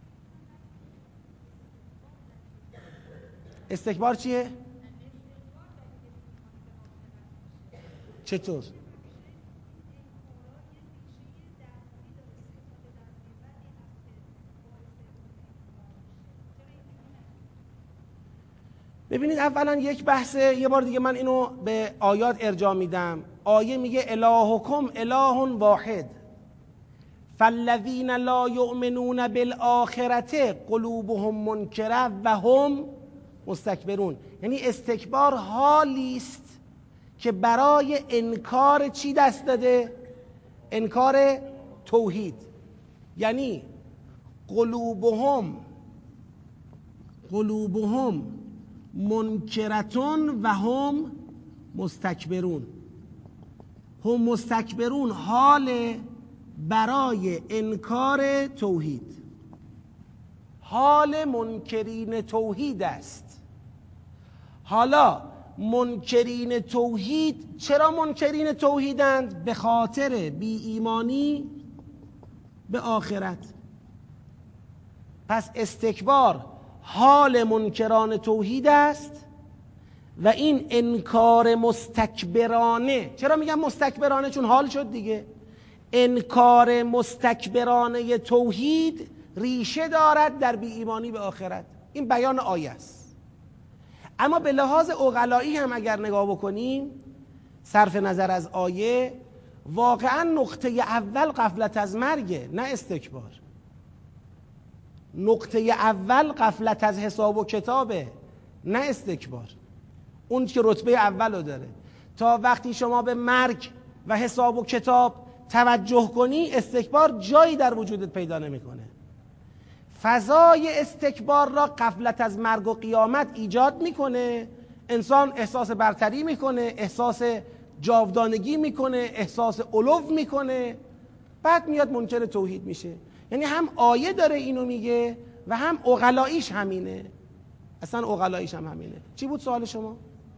استکبار چیه؟ چطور؟ ببینید اولا یک بحثه، یه بار دیگه من اینو به آیات ارجاع میدم. آیه میگه الهکم اله واحد فالذین لا یؤمنون بالآخرة قلوبهم منکره و هم مستکبرون. یعنی استکبار حالی است که برای انکار چی دست داده؟ انکار توحید. یعنی قلوبهم قلوبهم منکرتون و هم مستکبرون. هم مستکبرون حال برای انکار توحید، حال منکرین توحید است. حالا منکرین توحید چرا منکرین توحیدند؟ به خاطر بی ایمانی به آخرت. پس استکبار حال منکران توحید است و این انکار مستکبرانه. چرا میگم مستکبرانه؟ چون حال شد دیگه. انکار مستکبرانه توحید ریشه دارد در بی ایمانی به آخرت. این بیان آیه است. اما به لحاظ عقلایی هم اگر نگاه بکنیم صرف نظر از آیه، واقعا نقطه اول غفلت از مرگه نه استکبار. نقطه اول غفلت از حساب و کتابه نه استکبار. اون که رتبه اول رو داره. تا وقتی شما به مرگ و حساب و کتاب توجه کنی استکبار جایی در وجودت پیدا نمیکنه. فضای استکبار را غفلت از مرگ و قیامت ایجاد میکنه. انسان احساس برتری میکنه، احساس جاودانگی میکنه، احساس علو میکنه، بعد میاد منکر توحید میشه. یعنی هم آیه داره اینو میگه و هم عقلاییش همینه. اصلا عقلاییش هم همینه. چی بود سوال شما؟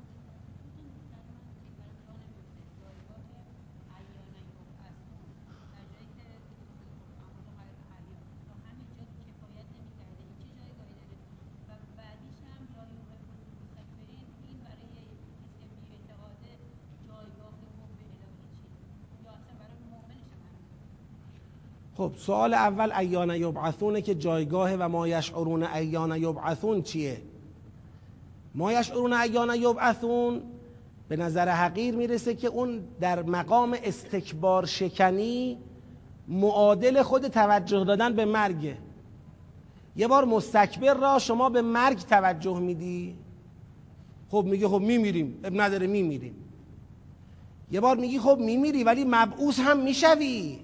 خب سوال اول ایان یبعثونه که جایگاه و ما یشعرون ایان یبعثون چیه؟ ما یشعرون ایان یبعثون به نظر حقیر میرسه که اون در مقام استکبار شکنی معادل خود توجه دادن به مرگه. یه بار مستکبر را شما به مرگ توجه میدی، خب میگه خب میمیریم، اب نداره میمیریم. یه بار میگی خب میمیری ولی مبعوث هم میشوی،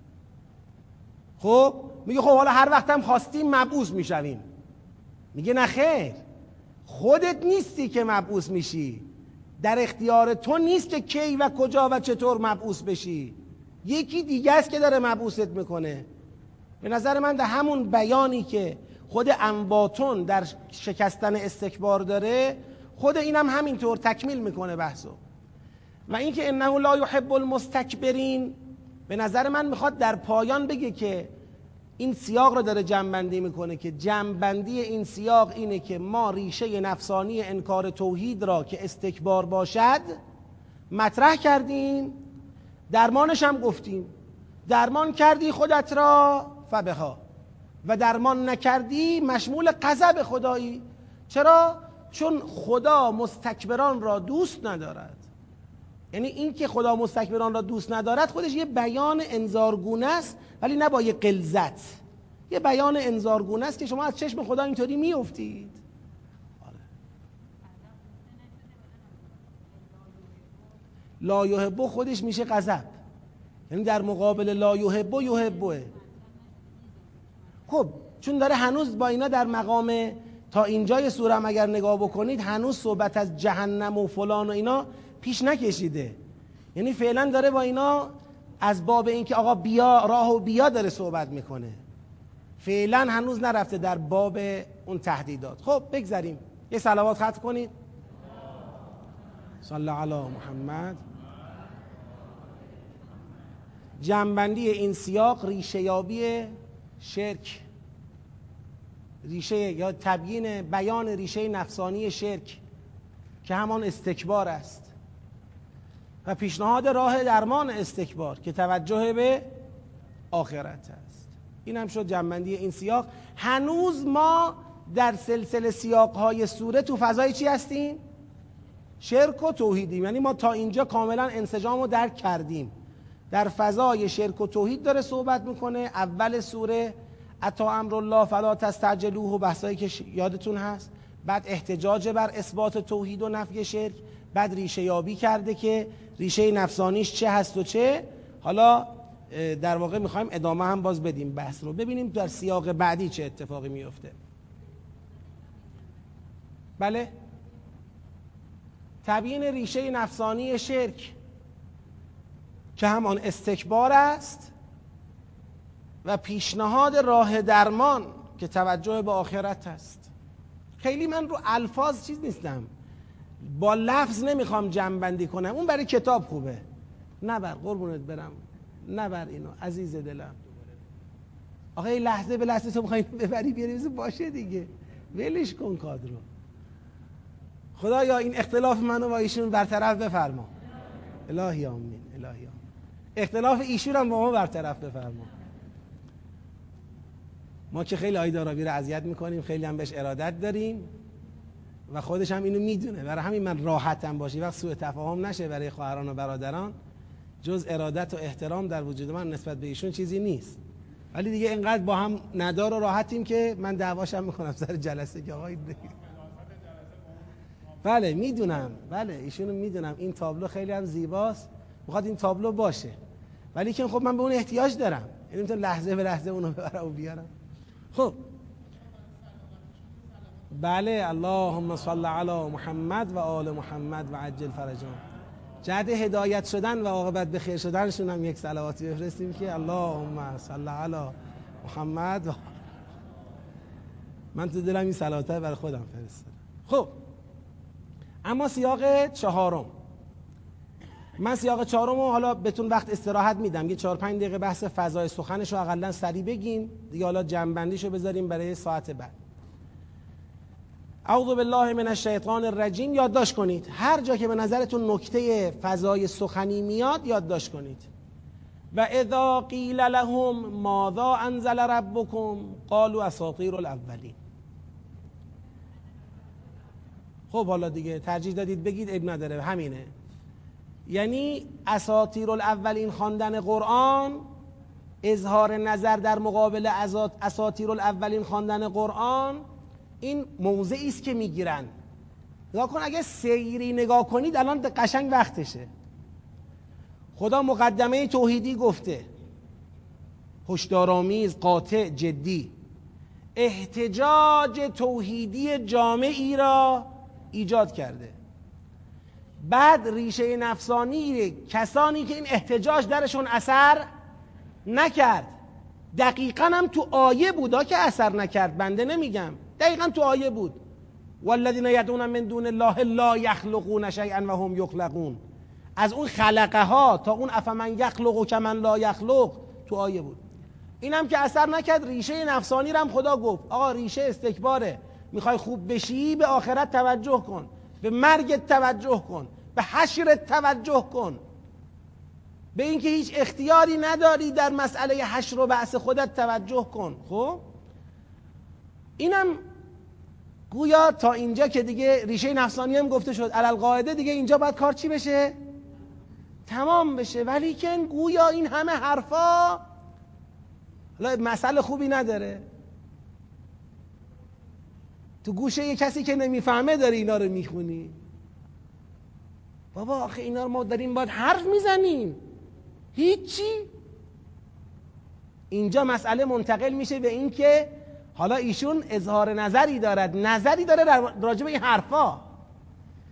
خب میگه خب حالا هر وقت هم خواستیم مبعوث میشویم. میگه نه خیر، خودت نیستی که مبعوث میشی، در اختیار تو نیست که کی و کجا و چطور مبعوث بشی، یکی دیگه است که داره مبعوثت میکنه. به نظر من در همون بیانی که خود انباتون در شکستن استکبار داره، خود اینم هم همینطور تکمیل میکنه بحثو. و اینکه انه لا یحب المستکبرین، به نظر من میخواد در پایان بگه که این سیاق رو داره جمع‌بندی میکنه که جمع‌بندی این سیاق اینه که ما ریشه نفسانی انکار توحید را که استکبار باشد مطرح کردیم، درمانش هم گفتیم. درمان کردی خودت را فبها، و درمان نکردی مشمول غضب خدایی. چرا؟ چون خدا مستکبران را دوست ندارد. یعنی این که خدا مستکبران را دوست ندارد خودش یه بیان انذارگونه است، ولی نه با یه غلظت. یه بیان انذارگونه است که شما از چشم خدا اینطوری میافتید. لا یحب خودش میشه غضب، یعنی در مقابل لا یحب یحبه. خب چون داره هنوز با اینا در مقام، تا اینجای سوره هم اگر نگاه بکنید هنوز صحبت از جهنم و فلان و اینا پیش نکشیده. یعنی فعلا داره با اینا از باب اینکه آقا بیا راه و بیا داره صحبت میکنه. فعلا هنوز نرفته در باب اون تهدیدات. خب بگذاریم، یه صلوات ختم کنید. صلی علی محمد. جنبندی این سیاق ریشه یابی شرک، ریشه یا تبیین بیان ریشه نفسانی شرک که همان استکبار است و پیشنهاد راه درمان استکبار که توجه به آخرت است. این هم شد جنبندی این سیاق. هنوز ما در سلسله سیاقهای سوره تو فضای چی هستیم؟ شرک و توحیدیم. یعنی ما تا اینجا کاملا انسجام رو درک کردیم. در فضای شرک و توحید داره صحبت میکنه. اول سوره اتا امر الله فلا تستعجلوه و بحثایی که یادتون هست، بعد احتجاج بر اثبات توحید و نفی شرک، بعد ریشه یابی کرده که ریشه نفسانیش چه هست و چه. حالا در واقع میخوایم ادامه هم باز بدیم بحث رو، ببینیم در سیاق بعدی چه اتفاقی میفته. بله، تبیین ریشه نفسانی شرک که همان استکبار است و پیشنهاد راه درمان که توجه به آخرت است. خیلی من رو الفاظ چیز نیستم، با لفظ نمیخوام جمع بندی کنم، اون برای کتاب خوبه. نبر قربونت برم، نبر اینو عزیز دلم. آخه این لحظه به لحظه تو میخوایی ببری بیاری باشه دیگه، ولش کن کادرو. خدایا این اختلاف منو با ایشون برطرف بفرما. الهی آمین، الهی آمین. اختلاف ایشون هم با ما برطرف بفرما. ما که خیلی آقای دارابی رو اذیت میکنیم، خیلی هم بهش ارادت داریم و خودش هم اینو میدونه. برای همین من راحتم باشی وقت سوء تفاهم نشه برای خواهران و برادران، جز ارادت و احترام در وجود من نسبت به ایشون چیزی نیست. ولی دیگه اینقدر با هم ندار و راحتیم که من دعواشم میکنم سر جلسه که آقای بله میدونم، بله ایشونو میدونم، این تابلو خیلی هم زیباست، میخواد این تابلو باشه، ولی که خب من به اون احتیاج دارم، یعنی میتونم لحظه به لحظه اونو ببرم و بیارم. خب بله، اللهم صل علی محمد و آل محمد و عجل فرجهم. جهت هدایت شدن و عاقبت به خیر شدنشون هم یک صلواتی بفرستیم که اللهم صل علی محمد و... من تو دلم این صلواته برای خودم فرستادم. خب اما سیاق چهارم، من سیاق چهارم رو حالا بهتون وقت استراحت میدم، یه چهار پنج دقیقه بحث فضای سخنش رو اقلا سریع بگیم دیگه، حالا جنبندیشو بذاریم برای ساعت بعد. اعوذ بالله من الشیطان الرجیم. یادداشت کنید، هر جا که به نظرتون نکته فضای سخنی میاد یادداشت کنید. و اذا قیل لهم ماذا انزل ربکم قالوا اساطیر الاولین. خب حالا دیگه ترجیح دادید بگید، اب نداره، همینه. یعنی اساطیر الاولین خواندن قرآن، اظهار نظر در مقابل اساطیر الاولین خواندن قرآن، این موضعی است که میگیرن. نگاه کن، اگه سیری نگاه کنید الان قشنگ وقتشه. خدا مقدمه توحیدی گفته، هشدارآمیز، قاطع، جدی. احتجاج توحیدی جامعی را ایجاد کرده. بعد ریشه نفسانی کسانی که این احتجاج درشون اثر نکرد، دقیقاً هم تو آیه بودا که اثر نکرد، بنده نمیگم، دقیقاً تو آیه بود. والذین یدعون من دون الله لا یخلقون شیئا و هم یخلقون. از اون خلقه ها تا اون افمن یخلق کمن لا یخلق تو آیه بود. اینم که اثر نکرد، ریشه نفسانی رو هم خدا گفت آقا ریشه استکباره، میخوای خوب بشی به آخرت توجه کن، به مرگت توجه کن، به حشرت توجه کن، به اینکه هیچ اختیاری نداری در مسئله حشر و بعث خودت توجه کن. خب اینم گویا تا اینجا که دیگه ریشه نفسانی هم گفته شد، علالقاعده دیگه اینجا باید کار چی بشه؟ تمام بشه. ولی که گویا این همه حرفا مسئله خوبی نداره، تو گوشه یه کسی که نمیفهمه داری اینا رو میخونی. بابا آخه اینا رو ما داریم باید حرف میزنیم، هیچی. اینجا مسئله منتقل میشه به این که حالا ایشون اظهار نظری دارد، نظری داره راجع به این حرفا،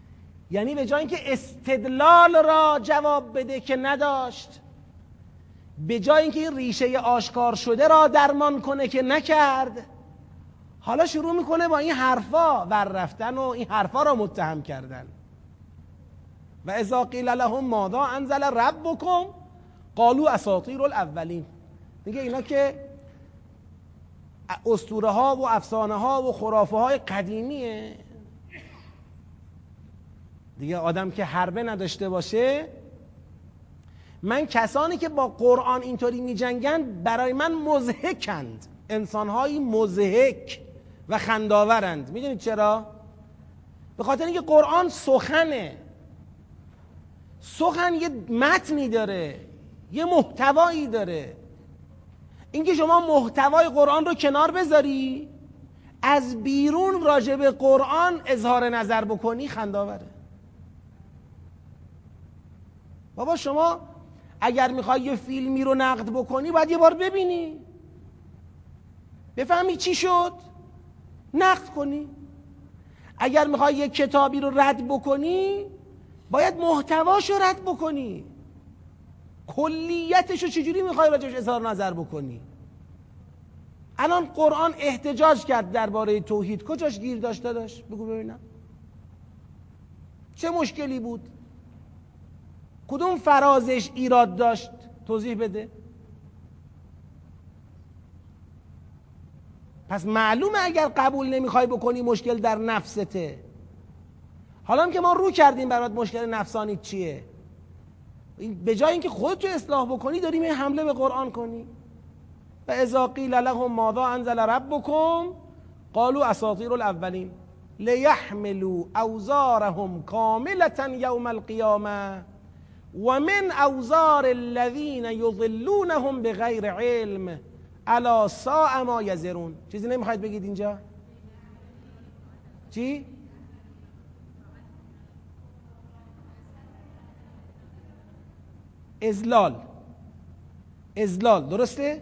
یعنی به جای اینکه استدلال را جواب بده که نداشت، به جای اینکه این ریشه آشکار شده را درمان کنه که نکرد، حالا شروع میکنه با این حرفا ور رفتن و این حرفا را متهم کردن. و اذا قیل لهم ماذا انزل ربکم قالوا اساطیر الاولین. میگه اینا که اسطوره ها و افسانه ها و خرافه های قدیمیه دیگه. آدم که حربه نداشته باشه، من کسانی که با قرآن اینطوری میجنگن برای من مضحکند، انسانهایی مضحک و خنداورند. میدونید چرا؟ به خاطر اینکه قرآن سخنه، سخن یه متنی داره، یه محتوایی داره. اینکه شما محتوای قرآن رو کنار بذاری، از بیرون راجع به قرآن اظهار نظر بکنی، خنداوره. بابا شما اگر میخوای یه فیلمی رو نقد بکنی باید یه بار ببینی، بفهمی چی شد، نقد کنی. اگر میخوای یه کتابی رو رد بکنی باید محتواش رو رد بکنی، کلیتش رو چجوری میخوای راجعش اظهار نظر بکنی. الان قرآن احتجاج کرد درباره توحید، کجاش گیر داشته داشت؟ بگو ببینم چه مشکلی بود؟ کدوم فرازش ایراد داشت؟ توضیح بده. پس معلومه اگر قبول نمیخوای بکنی مشکل در نفسته. حالا هم که ما رو کردیم برات مشکل نفسانی چیه، به جای اینکه خودت رو اصلاح بکنی داریم این حمله به قرآن کنی. و اذا قیل لهم ماذا انزل ربکم قالوا اساطیر الاولین لیحملوا اوزارهم کاملة یوم القیامه و من اوزار الذین یضلونهم بغیر علم الا ساء ما یزرون. چیزی نمیخواید بگید اینجا؟ چی؟ ازلال. ازلال درسته؟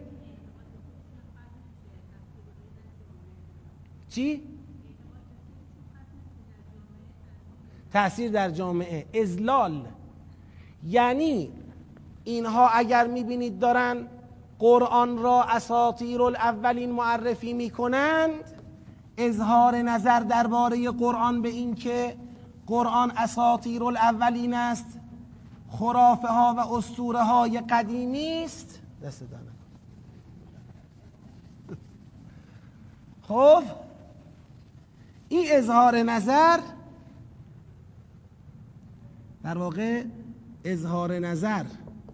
چی؟ تأثیر در جامعه. ازلال یعنی اینها اگر میبینید دارن قرآن را اساطیر الاولین معرفی میکنند، اظهار نظر درباره قرآن به این که قرآن اساطیر الاولین است، خرافه ها و اسطوره های قدیمی است. دست دانه. خب این اظهار نظر در واقع اظهار نظر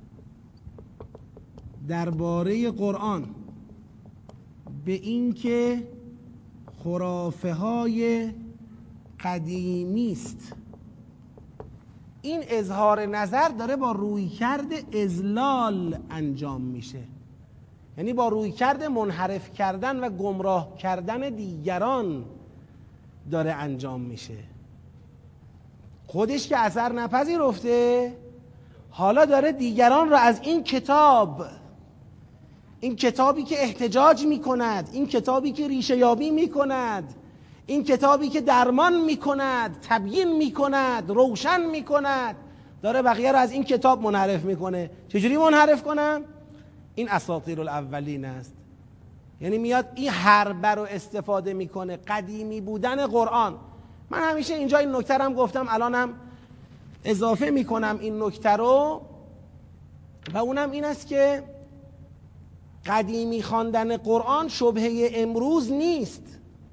درباره قرآن به این که خرافه های قدیمی است، این اظهار نظر داره با رویکرد اضلال انجام میشه، یعنی با رویکرد منحرف کردن و گمراه کردن دیگران داره انجام میشه. خودش که اثر نپذیرفته، حالا داره دیگران را از این کتاب، این کتابی که احتجاج میکند، این کتابی که ریشه یابی میکند، این کتابی که درمان میکند، تبیین میکند، روشن میکند، داره بقیه را از این کتاب منحرف میکنه. چجوری منحرف کنم؟ این اساطیر الاولین است. یعنی میاد این حربه رو استفاده میکنه، قدیمی بودن قرآن. من همیشه اینجا این نکته هم گفتم، الانم اضافه میکنم این نکته رو، و اونم این است که قدیمی خواندن قرآن شبهه امروز نیست.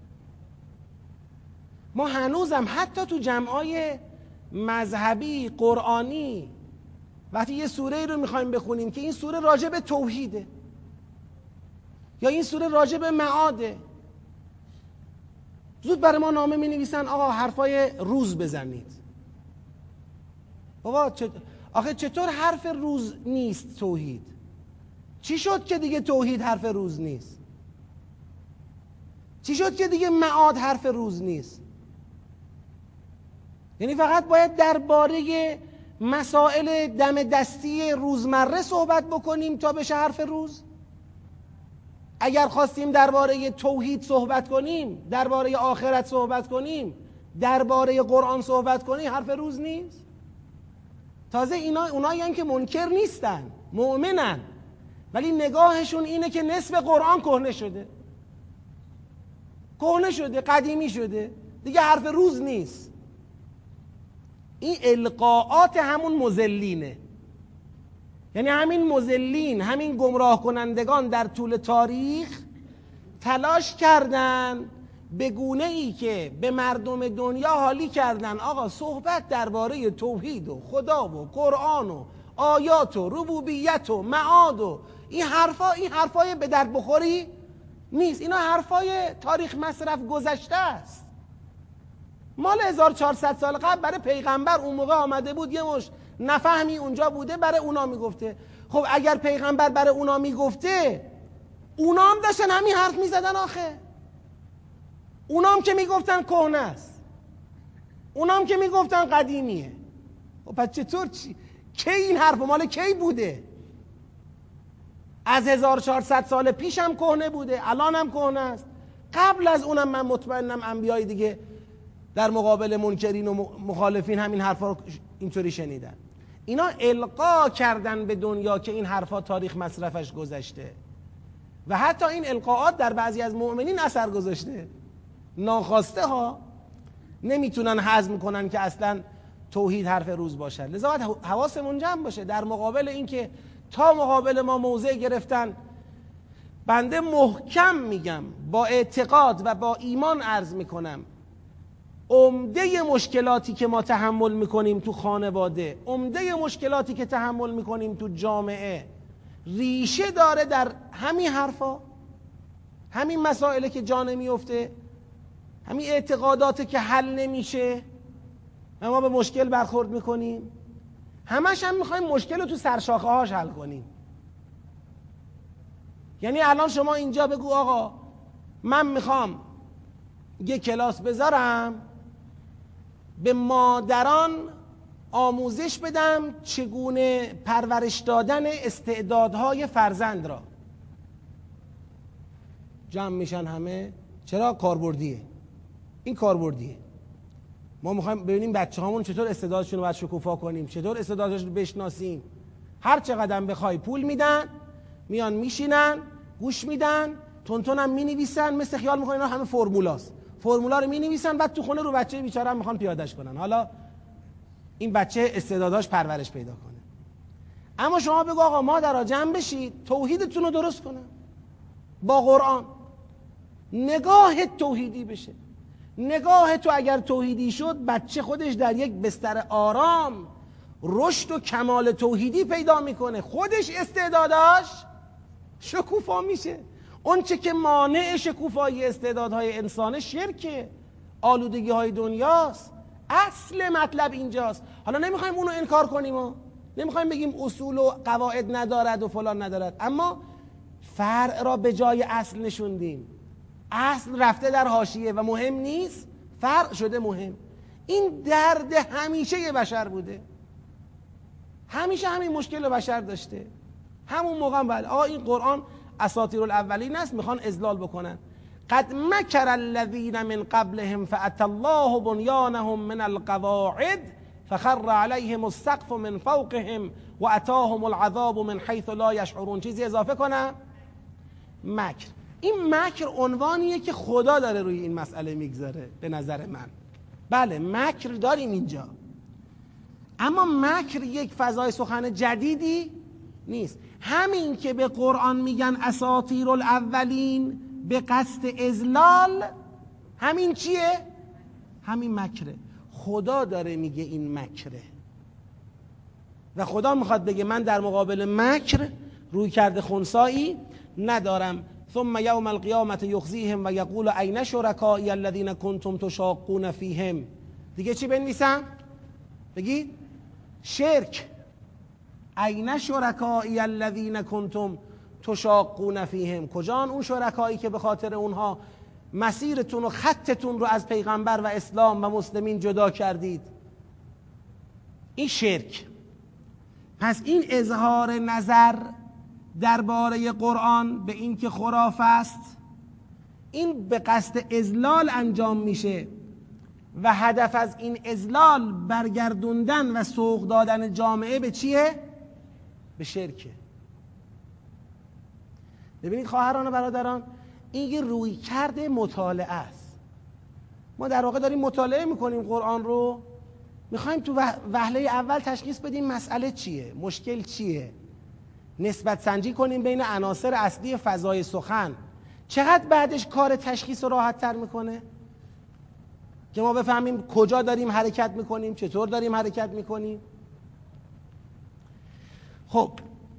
ما هنوزم حتی تو جمعای مذهبی قرآنی وقتی یه سوره رو میخوایم بخونیم که این سوره راجع به توحیده یا این سوره راجع به معاده، زود برای ما نامه می نویسن آقا حرفای روز بزنید. بابا چط... آخه چطور حرف روز نیست توحید؟ چی شد که دیگه توحید حرف روز نیست؟ چی شد که دیگه معاد حرف روز نیست؟ یعنی فقط باید درباره مسائل دم دستی روزمره صحبت بکنیم تا بشه حرف روز؟ اگر خواستیم درباره توحید صحبت کنیم، درباره آخرت صحبت کنیم، درباره قرآن صحبت کنیم، حرف روز نیست؟ تازه اینا اونایی هم که منکر نیستن، مؤمنن، ولی نگاهشون اینه که نصف قرآن کهنه شده، کهنه شده، قدیمی شده، دیگه حرف روز نیست. این القاءات همون مضلینه. یعنی همین مضلین، همین گمراه کنندگان در طول تاریخ تلاش کردن به گونه ای که به مردم دنیا حالی کردن آقا صحبت درباره توحید و خدا و قرآن و آیات و ربوبیت و معاد و این حرفا این حرفای به درد بخوری نیست، اینا حرفای تاریخ مصرف گذشته است. مال هزار و چهارصد سال قبل برای پیغمبر اون موقع آمده بود، یه مش نفهمی اونجا بوده برای اونا میگفته. خب اگر پیغمبر برای اونا میگفته، اونا هم داشتن همین حرف میزدن آخه. اونا هم که میگفتن کهنه است، اونا هم که میگفتن قدیمیه. خب پس چطور چی؟ کی این حرف مال کی بوده؟ از هزار و چهارصد سال پیش هم کهنه بوده، الان هم کهنه است. قبل از اونم من مطمئنم انبیای دیگه در مقابل منکرین و مخالفین همین حرفا رو اینطوری شنیدن. اینا القا کردن به دنیا که این حرفا تاریخ مصرفش گذشته و حتی این القاءات در بعضی از مؤمنین اثر گذاشته. ناخواسته ها نمیتونن هضم کنن که اصلا توحید حرف روز باشد. لذا باید حواسمون جمع باشه در مقابل این که تا مقابل ما موضع گرفتن. بنده محکم میگم، با اعتقاد و با ایمان عرض میکنم، عمده مشکلاتی که ما تحمل میکنیم تو خانواده، عمده مشکلاتی که تحمل میکنیم تو جامعه، ریشه داره در همین حرفا، همین مسائلی که جا نمیفته، همین اعتقاداتی که حل نمیشه و ما به مشکل برخورد میکنیم. همش هم میخوایم مشکل رو تو سرشاخه هاش حل کنیم. یعنی الان شما اینجا بگو آقا من میخوام یه کلاس بذارم به مادران آموزش بدم چگونه پرورش دادن استعدادهای فرزند را. جمع میشن همه، چرا؟ کاربردیه. این کاربردیه. ما میخوایم ببینیم بچه هامون چطور استعدادشون رو باید شکوفا کنیم، چطور استعدادشون رو بشناسیم. هر چقدر بخوای پول میدن، میان میشینن گوش میدن، تونتون هم مینویسن، مثل خیال میکنن اینا همه فرمولاست. فرمولا رو مینویسن، بعد تو خونه رو بچه بیچاره هم میخوان پیادهش کنن. حالا این بچه استعداداش پرورش پیدا کنه. اما شما بگو آقا مادرها جمع بشید توحیدتون رو درست کنن با قرآن، نگاه توحیدی بشه. نگاه تو اگر توحیدی شد، بچه خودش در یک بستر آرام رشد و کمال توحیدی پیدا میکنه، خودش استعداداش شکوفا میشه. اون چه که مانع شکوفایی استعدادهای انسان شرکه، آلودگی های دنیاست. اصل مطلب اینجاست. حالا نمیخوایم اونو انکار کنیم و نمیخوایم بگیم اصول و قواعد ندارد و فلان ندارد، اما فرع را به جای اصل نشوندیم. اصل رفته در حاشیه و مهم نیست، فرع شده مهم. این درد همیشه بشر بوده، همیشه همین مشکل بشر داشته. همون موقع هم بله آقا این قرآن اساطیر الاولین است، میخوان اذلال بکنن. قد مکر الذین من قبلهم فأتی الله بنیانهم من القواعد فخر علیهم السقف من فوقهم و اتاهم العذاب من حیث لا یشعرون. چیزی اضافه کنم؟ مکر. این مکر عنوانیه که خدا داره روی این مسئله میگذاره به نظر من. بله مکر داریم اینجا، اما مکر یک فضای سخن جدیدی نیست. همین که به قرآن میگن اساطیر الاولین به قصد اذلال، همین چیه؟ همین مکره. خدا داره میگه این مکره و خدا میخواد بگه من در مقابل مکر روی کرده خنثایی ندارم. ثم یوم القیامت یخزیهم و یقول این شرکایی الذین کنتم تشاقون فیهم. دیگه چی بنویسم؟ بگید شرک. این شرکایی الذین کنتم تشاقون فیهم. کجان اون شرکایی که به خاطر اونها مسیرتون و خطتون رو از پیغمبر و اسلام و مسلمین جدا کردید؟ این شرک. پس این اظهار نظر درباره قرآن به این که خرافه است، این به قصد اذلال انجام میشه و هدف از این اذلال برگردوندن و سوق دادن جامعه به چیه؟ به شرکه. ببینید خواهران و برادران، این یه روی کرده مطالعه است. ما در واقع داریم مطالعه میکنیم قرآن رو، میخوایم تو وهله اول تشخیص بدیم مسئله چیه، مشکل چیه، نسبت سنجی کنیم بین عناصر اصلی فضای سخن. چقدر بعدش کار تشخیص رو راحت تر میکنه که ما بفهمیم کجا داریم حرکت میکنیم، چطور داریم حرکت میکنیم. خب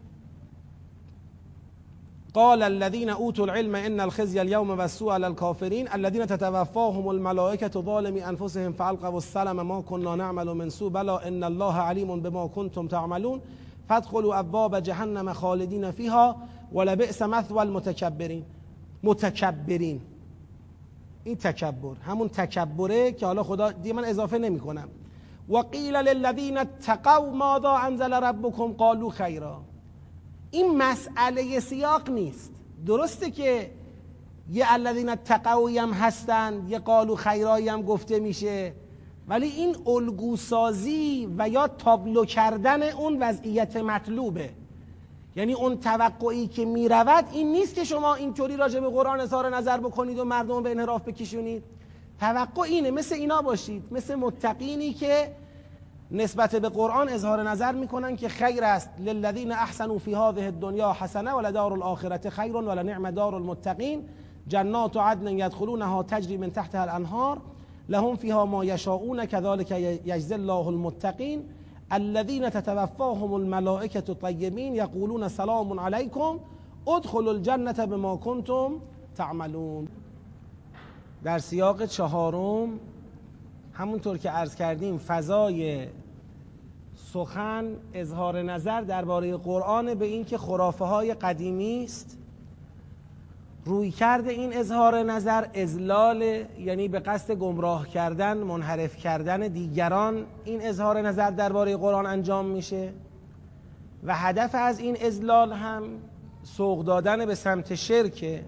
قال الذين اوتوا العلم ان الخزي اليوم والسوء على الكافرين الذين تتوفاهم الملائكه ظالمي انفسهم فالقوا السلم ما كنا نعمل من سوء بلى ان الله عليم بما كنتم تعملون فادخلوا ابواب جهنم خالدين فيها ولبئس مثوى المتكبرين. متکبرین، این تکبر همون تکبره که حالا خدا دیگه من اضافه نمی کنم. و قیل للذین اتقوا ماذا انزل ربکم قالوا خیرا. این مسئله سیاق نیست. درسته که یه الذین اتقوا هم هستن، یه قالوا خیرایی هم گفته میشه، ولی این الگوسازی و یا تابلو کردن اون وضعیت مطلوبه. یعنی اون توقعی که می رود این نیست که شما اینطوری راجع به قرآن اظهار نظر بکنید و مردم به انحراف بکشونید. توقع اینه مثل اینا باشید، مثل متقینی که نسبت به قرآن اظهار نظر میکنن که خیر است، للذین احسنوا فی هذه الدنیا حسنه ولدار الاخرة خیر ولنعم دار المتقین جنات عدن یدخلونها تجری من تحتها الانهار لهم فیها ما یشاءون كذلك یجزی الله المتقین الذين تتوفاهم الملائكة طیبین یقولون سلام علیکم ادخلوا الجنة بما کنتم تعملون. در سیاق چهارم همونطور که عرض کردیم فضای سخن اظهار نظر درباره قرآن به این که خرافه های قدیمی است، روی کرده این اظهار نظر اضلال، یعنی به قصد گمراه کردن، منحرف کردن دیگران این اظهار نظر درباره قرآن انجام میشه و هدف از این اضلال هم سوق دادن به سمت شرکه.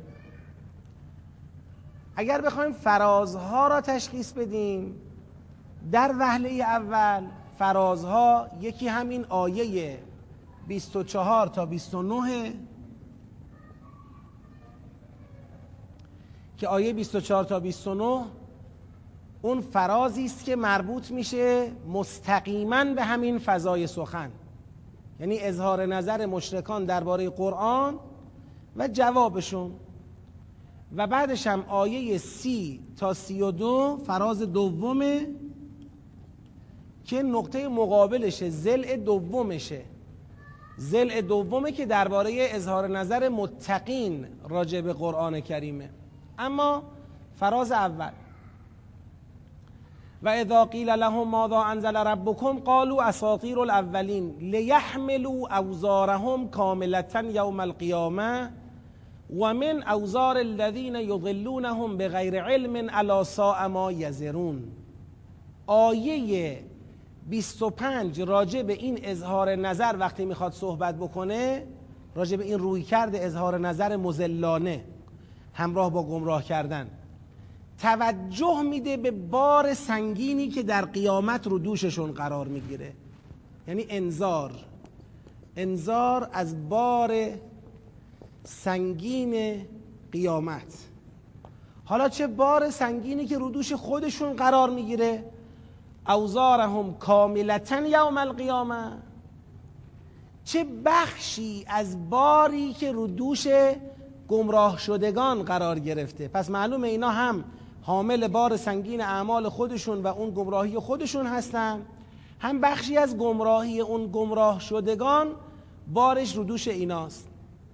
اگر بخوایم فرازها را تشخیص بدیم در وهله اول، فرازها یکی همین آیه بیست و چهار تا بیست و نه که آیه بیست و چهار تا بیست و نه اون فرازی است که مربوط میشه مستقیما به همین فضای سخن، یعنی اظهار نظر مشرکان درباره قرآن و جوابشون. و بعدش هم آیه سی تا سی و دو فراز دومه که نقطه مقابلشه، ضلع دومشه، ضلع دومه که درباره اظهار نظر متقین راجع به قرآن کریمه. اما فراز اول و اذا قیل لهم ماذا انزل ربکم قالوا اساطیر الاولین لیحملوا اوزارهم کاملة یوم القیامه و من اوزار الذین یضلونهم بغیر علم الا ساء ما یزرون. آیه بیست و پنج راجع به این اظهار نظر وقتی میخواد صحبت بکنه، راجع به این روی کرده اظهار نظر مضلانه همراه با گمراه کردن، توجه میده به بار سنگینی که در قیامت رو دوششون قرار میگیره. یعنی انذار، انذار از بار سنگین قیامت. حالا چه بار سنگینی که رو دوش خودشون قرار میگیره، اوزارهم کاملة یوم القیامه، چه بخشی از باری که رو دوش گمراه شدگان قرار گرفته. پس معلومه اینا هم حامل بار سنگین اعمال خودشون و اون گمراهی خودشون هستن، هم بخشی از گمراهی اون گمراه شدگان بارش رو دوش ایناست.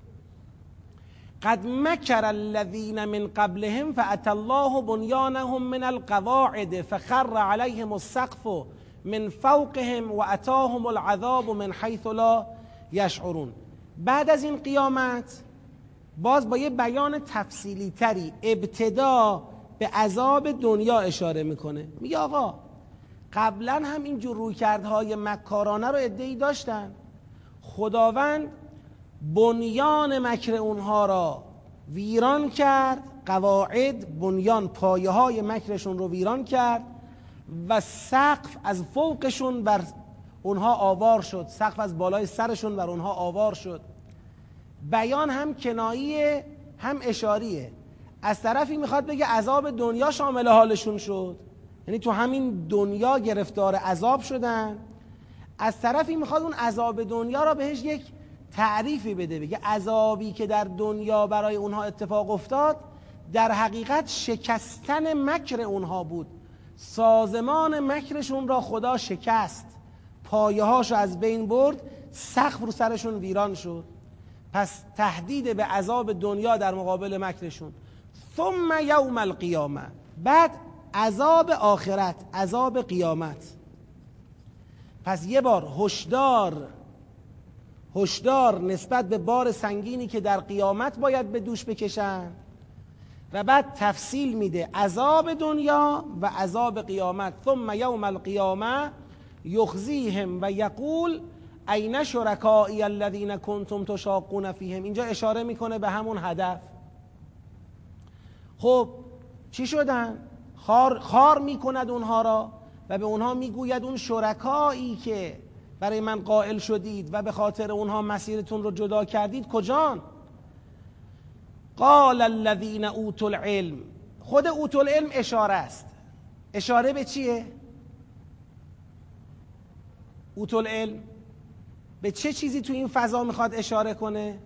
قد مکر الذین من قبلهم فأتی الله بنیانهم من القواعد فخر علیهم السقف من فوقهم و اتاهم العذاب من حیث لا یشعرون. بعد از این قیامت باز با یه بیان تفصیلی تری ابتدا به عذاب دنیا اشاره میکنه. میگه آقا قبلا هم این جور رویکردهای مکارانه رو عده‌ای داشتن، خداوند بنیان مکر اونها را ویران کرد، قواعد بنیان پایه های مکرشون رو ویران کرد و سقف از فوقشون بر اونها آوار شد، سقف از بالای سرشون بر اونها آوار شد. بیان هم کناییه هم اشاریه. از طرفی میخواد بگه عذاب دنیا شامل حالشون شد، یعنی تو همین دنیا گرفتار عذاب شدن. از طرفی میخواد اون عذاب دنیا را بهش یک تعریفی بده، بگه عذابی که در دنیا برای اونها اتفاق افتاد در حقیقت شکستن مکر اونها بود، سازمان مکرشون را خدا شکست، پایه هاشو از بین برد، سقف رو سرشون ویران شد. پس تهدید به عذاب دنیا در مقابل مکرشون. ثم یوم القیامه، بعد عذاب آخرت، عذاب قیامت. پس یه بار هشدار هشدار نسبت به بار سنگینی که در قیامت باید به دوش بکشن و بعد تفصیل میده عذاب دنیا و عذاب قیامت. ثم یوم القیامه یخزیهم و یقول این شرکایی الذین کنتم تشاقون فیهم. اینجا اشاره میکنه به همون هدف. خب چی شدن؟ خار, خار میکند اونها را و به اونها میگوید اون شرکایی که برای من قائل شدید و به خاطر اونها مسیرتون رو جدا کردید کجان؟ قال الذین اوتوا العلم. خود اوتوا العلم اشاره است. اشاره به چیه؟ اوتوا العلم به چه چیزی تو این فضا میخواد اشاره کنه؟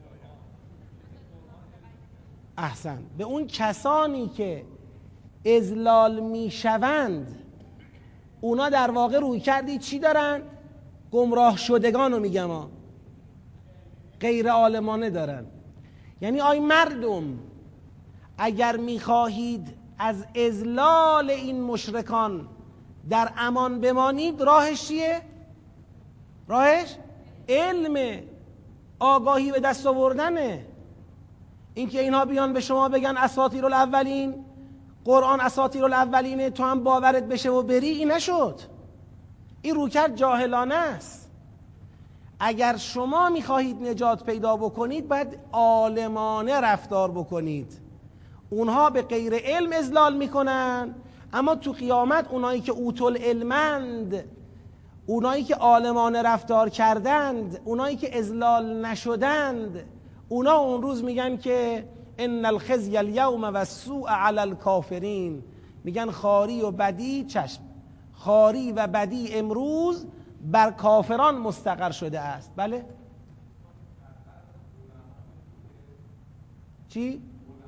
احسن، به اون کسانی که اذلال میشوند. اونا در واقع روی کردی چی دارن؟ گمراه شدگان رو میگم ها، غیر عالمانه دارن. یعنی آی مردم، اگر میخواهید از اذلال این مشرکان در امان بمانید، راهش چیه؟ راهش علم، آگاهی به دست آوردنه. اینکه اینها بیان به شما بگن اساطیر الاولین، قرآن اساطیر الاولینه، تو هم باورت بشه و بری، این نشد. این رویکرد جاهلانه است. اگر شما میخواهید نجات پیدا بکنید باید عالمانه رفتار بکنید. اونها به غیر علم اذلال میکنن، اما تو قیامت اونایی که اوتوا العلمند، اونایی که عالمانه رفتار کردند، اونایی که اذلال نشدند، اونا اون روز میگن که ان الخزي اليوم والسوء علی الکافرین. میگن خاری و بدی، چشم، خاری و بدی امروز بر کافران مستقر شده است. بله چی؟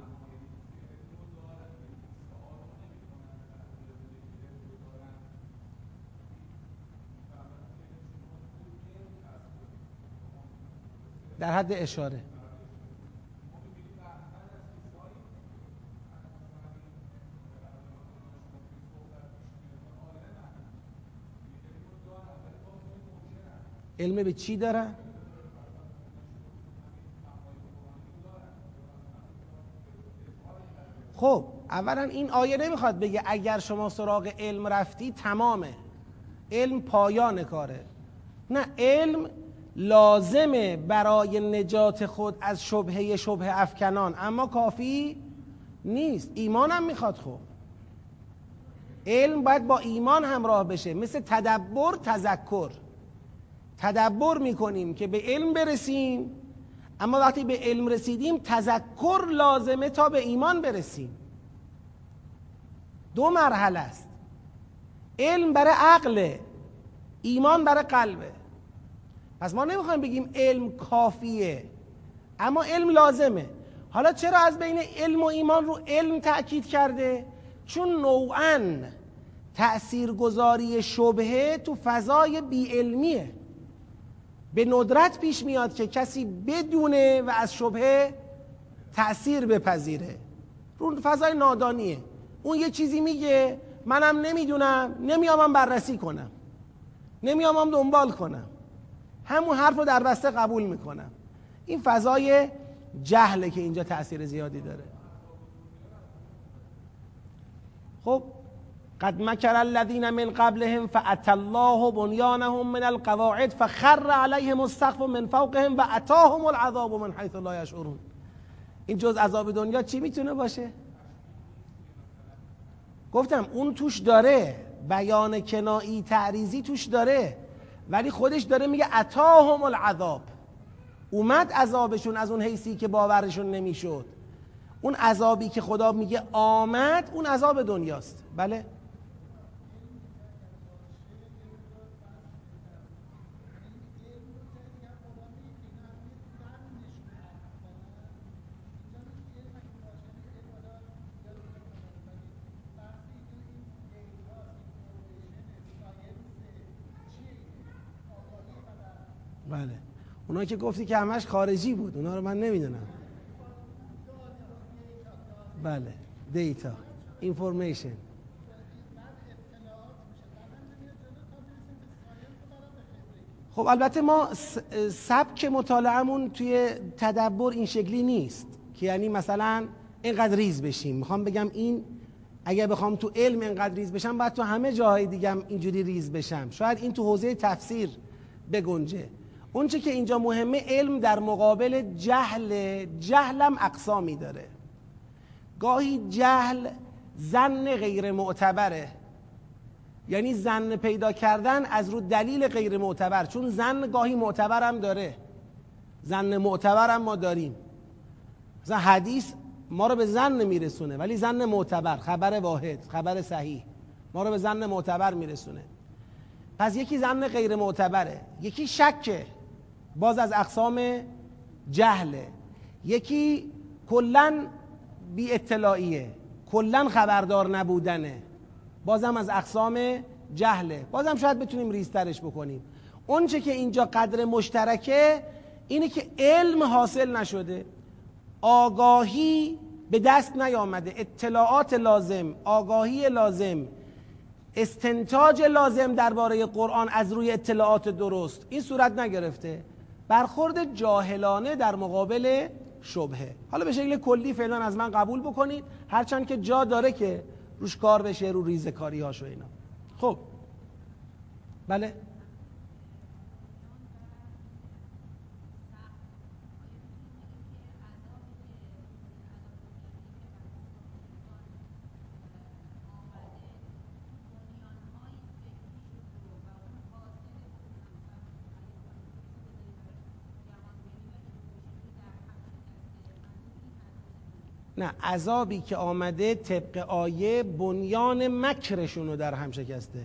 در حد اشاره. علم به چی دارن؟ خب اولا این آیه نمیخواد بگه اگر شما سراغ علم رفتی تمامه، علم پایان کاره. نه، علم لازمه برای نجات خود از شبهه شبهه افکنان، اما کافی نیست. ایمان هم میخواد. خب علم باید با ایمان همراه بشه، مثل تدبر، تذکر. تدبر میکنیم که به علم برسیم، اما وقتی به علم رسیدیم تذکر لازمه تا به ایمان برسیم. دو مرحله است. علم برای عقله، ایمان برای قلبه. پس ما نمیخوایم بگیم علم کافیه، اما علم لازمه. حالا چرا از بین علم و ایمان رو علم تأکید کرده؟ چون نوعاً تأثیرگذاری شبهه تو فضای بی علمیه. به ندرت پیش میاد که کسی بدونه و از شبهه تأثیر بپذیره. رو فضای نادانیه. اون یه چیزی میگه، منم نمیدونم، نمیامم بررسی کنم، نمیامم دنبال کنم، همون حرف رو در بسته قبول میکنم. این فضای جهله که اینجا تأثیر زیادی داره. خب قد مکر الذین من قبلهم فأتی الله بنیانهم من القواعد فخر علیهم السقف من فوقهم و اتاهم العذاب من حیث لا یشعرون. این جز عذاب دنیا چی میتونه باشه؟ گفتم اون توش داره بیان کنایی تعریضی توش داره، ولی خودش داره میگه اتاهم العذاب. اومد عذابشون از اون حیثی که باورشون نمیشد. اون عذابی که خدا میگه آمد اون عذاب دنیاست. بله بله اونا که گفتی که همش خارجی بود، اونا رو من نمیدونم. بله دیتا، اینفورمیشن. خب البته ما سبک مطالعهمون توی تدبر این شکلی نیست که یعنی مثلا اینقدر ریز بشیم. میخوام بگم این اگر بخوام تو علم اینقدر ریز بشم باید تو همه جاهای دیگه هم اینجوری ریز بشم. شاید این تو حوزه تفسیر بگنجه. اون چه که اینجا مهمه علم در مقابل جهل. جهلم اقسامی داره. گاهی جهل ظن غیر معتبره، یعنی ظن پیدا کردن از رو دلیل غیر معتبر، چون ظن گاهی معتبرم داره. ظن معتبرم ما داریم، مثلا حدیث ما رو به ظن میرسونه ولی ظن معتبر، خبر واحد، خبر صحیح ما رو به ظن معتبر میرسونه. پس یکی ظن غیر معتبره، یکی شکه، باز از اقسام جهله، یکی کلن بی اطلاعیه، کلن خبردار نبودنه، بازم از اقسام جهله. بازم شاید بتونیم ریزترش بکنیم. اون چه که اینجا قدر مشترکه اینه که علم حاصل نشده، آگاهی به دست نیامده، اطلاعات لازم، آگاهی لازم، استنتاج لازم درباره قرآن از روی اطلاعات درست این صورت نگرفته. برخورد جاهلانه در مقابل شبهه. حالا به شکل کلی فعلا از من قبول بکنید، هرچند که جا داره که روش کار بشه، رو ریزکاری هاش و اینا. خب بله نه، عذابی که آمده طبق آیه بنیان مکرشون رو در هم شکسته.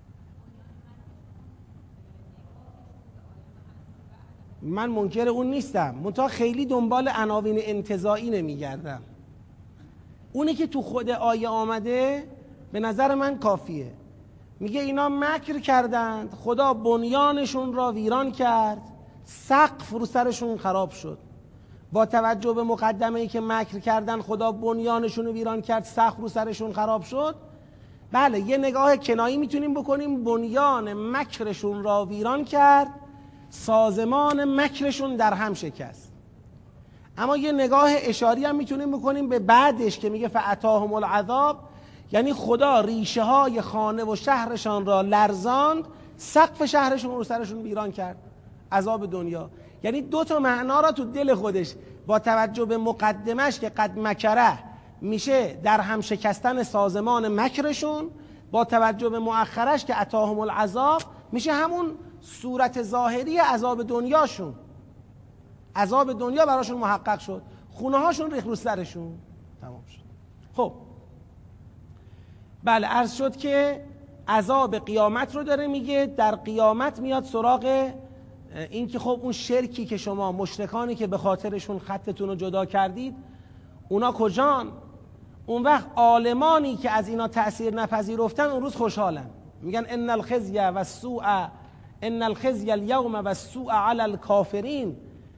من منکر اون نیستم، منتها خیلی دنبال عناوین انتزاعی نمیگردم. اونی که تو خود آیه آمده به نظر من کافیه. میگه اینا مکر کردند، خدا بنیانشون را ویران کرد، سقف رو سرشون خراب شد. با توجه به مقدمه‌ای که مکر کردن خدا بنیانشون رو ویران کرد، سقف رو سرشون خراب شد، بله یه نگاه کنایی میتونیم بکنیم، بنیان مکرشون را ویران کرد، سازمان مکرشون در هم شکست. اما یه نگاه اشاری هم میتونیم بکنیم به بعدش که میگه فاتاهم العذاب، یعنی خدا ریشه های خانه و شهرشان را لرزاند، سقف شهرشون رو سرشون ویران کرد، عذاب دنیا. یعنی دو تا معنا را تو دل خودش با توجه به مقدمش که قد مکره میشه در هم شکستن سازمان مکرشون، با توجه به مؤخرش که اتاهم العذاب میشه همون صورت ظاهری عذاب دنیاشون. عذاب دنیا براشون محقق شد، خونه هاشون ریخت رو سرشون، تمام شد. خب بله عرض شد که عذاب قیامت رو داره میگه. در قیامت میاد سراغ این که خب اون شرکی که شما مشرکانی که به خاطرشون خطتون رو جدا کردید اونا کجان؟ اون وقت عالمانی که از اینا تأثیر نپذیرفتن اون روز خوشحالن، میگن ان الخزي والسوء ان الخزي اليوم والسوء على الكافرين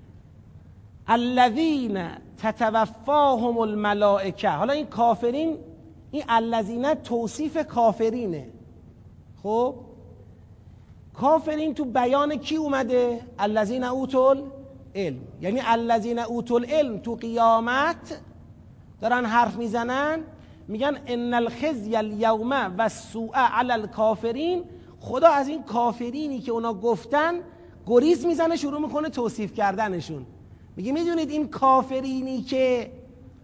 الذين تتوفاهم الملائکه. حالا این کافرین، این الذین توصیف کافرینه. خب کافرین تو بیان کی اومده؟ الذین اوتوا العلم. یعنی الذین اوتوا العلم تو قیامت دارن حرف میزنن، میگن ان الخزي اليوم والسوء علی الکافرین. خدا از این کافرینی که اونا گفتن گریز میزنه، شروع میکنه توصیف کردنشون. میگه میدونید این کافرینی که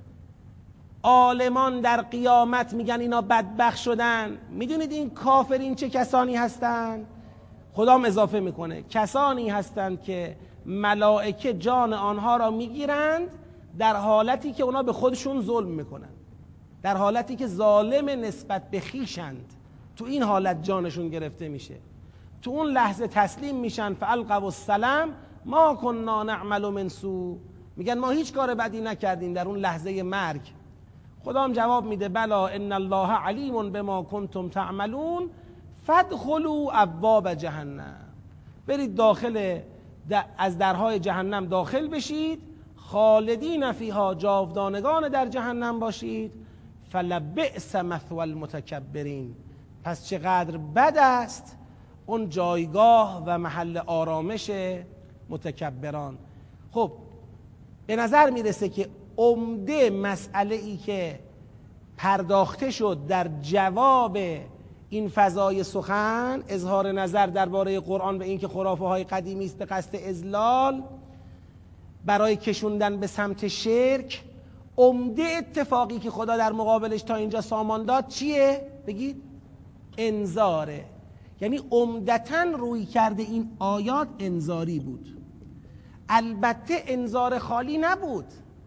عالمان در قیامت میگن اینا بدبخت شدن، میدونید این کافرین چه کسانی هستن؟ خدام اضافه میکنه کسانی هستند که ملائکه جان آنها را میگیرند در حالتی که اونا به خودشون ظلم میکنن، در حالتی که ظالم نسبت به خویشند، تو این حالت جانشون گرفته میشه. تو اون لحظه تسلیم میشن، فالقوا السلام ما کنا نعمل من سوء، میگن ما هیچ کار بدی نکردیم در اون لحظه مرگ. خدا هم جواب میده بلا ان الله علیم بما کنتم تعملون فادخلوا ابواب جهنم، برید داخل از درهای جهنم داخل بشید، خالدین فیها، جاودانگان در جهنم باشید، فلبئس مثوى المتکبرین، پس چقدر بد است اون جایگاه و محل آرامش متکبران. خب به نظر میرسه که عمده مسئله ای که پرداخته شد در جواب این فضای سخن، اظهار نظر درباره قرآن و اینکه خرافه های قدیمی است به قصد اضلال برای کشوندن به سمت شرک، عمده اتفاقی که خدا در مقابلش تا اینجا سامان داد چیه؟ بگید انذاره. یعنی عمدتاً روی کرده این آیات انذاری بود. البته انذار خالی نبود،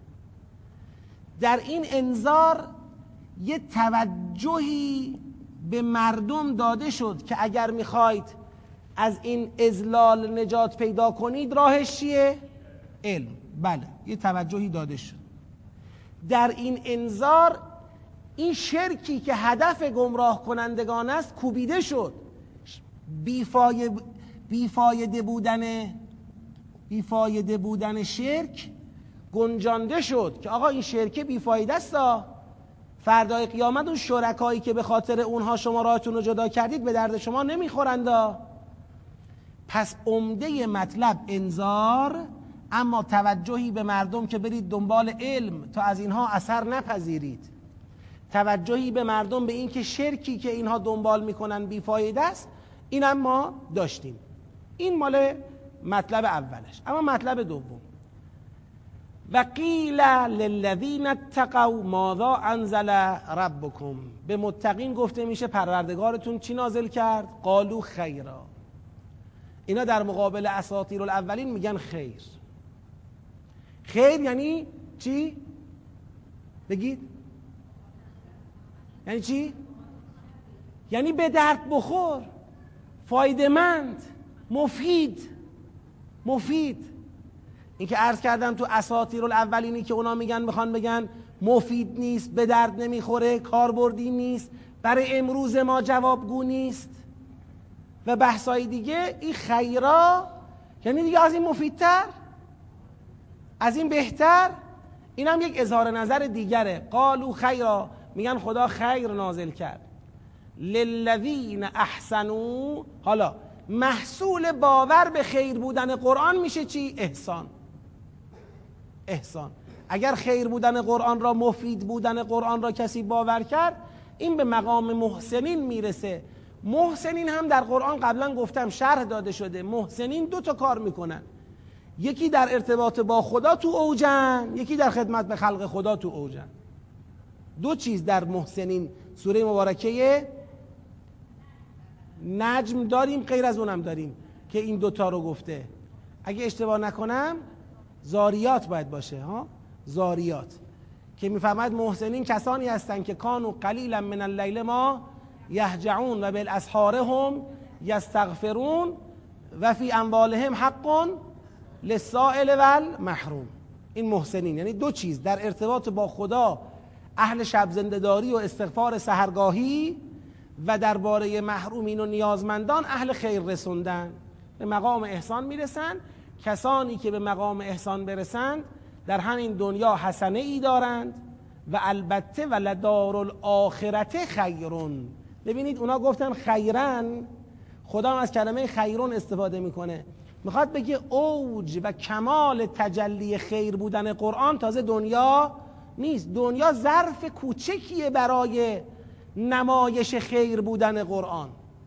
در این انذار یه توجهی به مردم داده شد که اگر میخواید از این اضلال نجات پیدا کنید راهش چیه؟ علم. بله، یه توجهی داده شد. در این انذار این شرکی که هدف گمراه کنندگان است کوبیده شد. بیفایده بیفایده بودن بیفایده بودن شرک گنجانده شد که آقا این شرک بیفایده است، فردای قیامت اون شرکایی که به خاطر اونها شما راهتون رو جدا کردید به درد شما نمیخورند. پس عمده مطلب انذار، اما توجهی به مردم که برید دنبال علم تا از اینها اثر نپذیرید، توجهی به مردم به این که شرکی که اینها دنبال میکنن بیفایده است، اینم ما داشتیم. این مال مطلب اولش. اما مطلب دوم، و قیل للذین اتقوا ماذا انزل ربکم، به متقین گفته میشه پروردگارتون چی نازل کرد؟ قالوا خیرا. اینا در مقابل اساطیر الاولین میگن خیر. خیر یعنی چی؟ بگید. یعنی چی؟ یعنی به درد بخور، فایده مند، مفید. مفید این که عرض کردم تو اساطیر الاولینی که اونا میگن میخوان بگن مفید نیست، به درد نمیخوره، کاربردی نیست، برای امروز ما جوابگو نیست و بحثای دیگه، این خیرا یعنی دیگه از این مفیدتر، از این بهتر. این هم یک اظهار نظر دیگره. قالوا خیرا، میگن خدا خیر نازل کرد. للذین احسنوا، حالا محصول باور به خیر بودن قرآن میشه چی؟ احسان. احسان. اگر خیر بودن قرآن را، مفید بودن قرآن را کسی باور کرد، این به مقام محسنین میرسه. محسنین هم در قرآن قبلا گفتم شرح داده شده. محسنین دو تا کار میکنن، یکی در ارتباط با خدا تو اوجن، یکی در خدمت به خلق خدا تو اوجن. دو چیز در محسنین سوره مبارکه نجم داریم، غیر از اونم داریم که این دوتا رو گفته. اگه اشتباه نکنم زاریات باید باشه، ها، زاریات، که میفهمد محسنین کسانی هستند که کانوا قلیلا من اللیل ما یهجعون و بالاسحار هم یستغفرون و فی اموالهم حق للسائل والمحروم. این محسنین یعنی دو چیز، در ارتباط با خدا اهل شب زنده‌داری و استغفار سحرگاهی، و درباره محرومین و نیازمندان اهل خیر رسوندن. به مقام احسان میرسن. کسانی که به مقام احسان برسند در همین دنیا حسنه ای دارند و البته ولدار الاخرت خیرون. ببینید اونا گفتن خیرن، خدا هم از کلمه خیرون استفاده میکنه، میخواد بگه اوج و کمال تجلی خیر بودن قرآن تازه دنیا نیست. دنیا ظرف کوچکیه برای نمایش خیر بودن قرآن.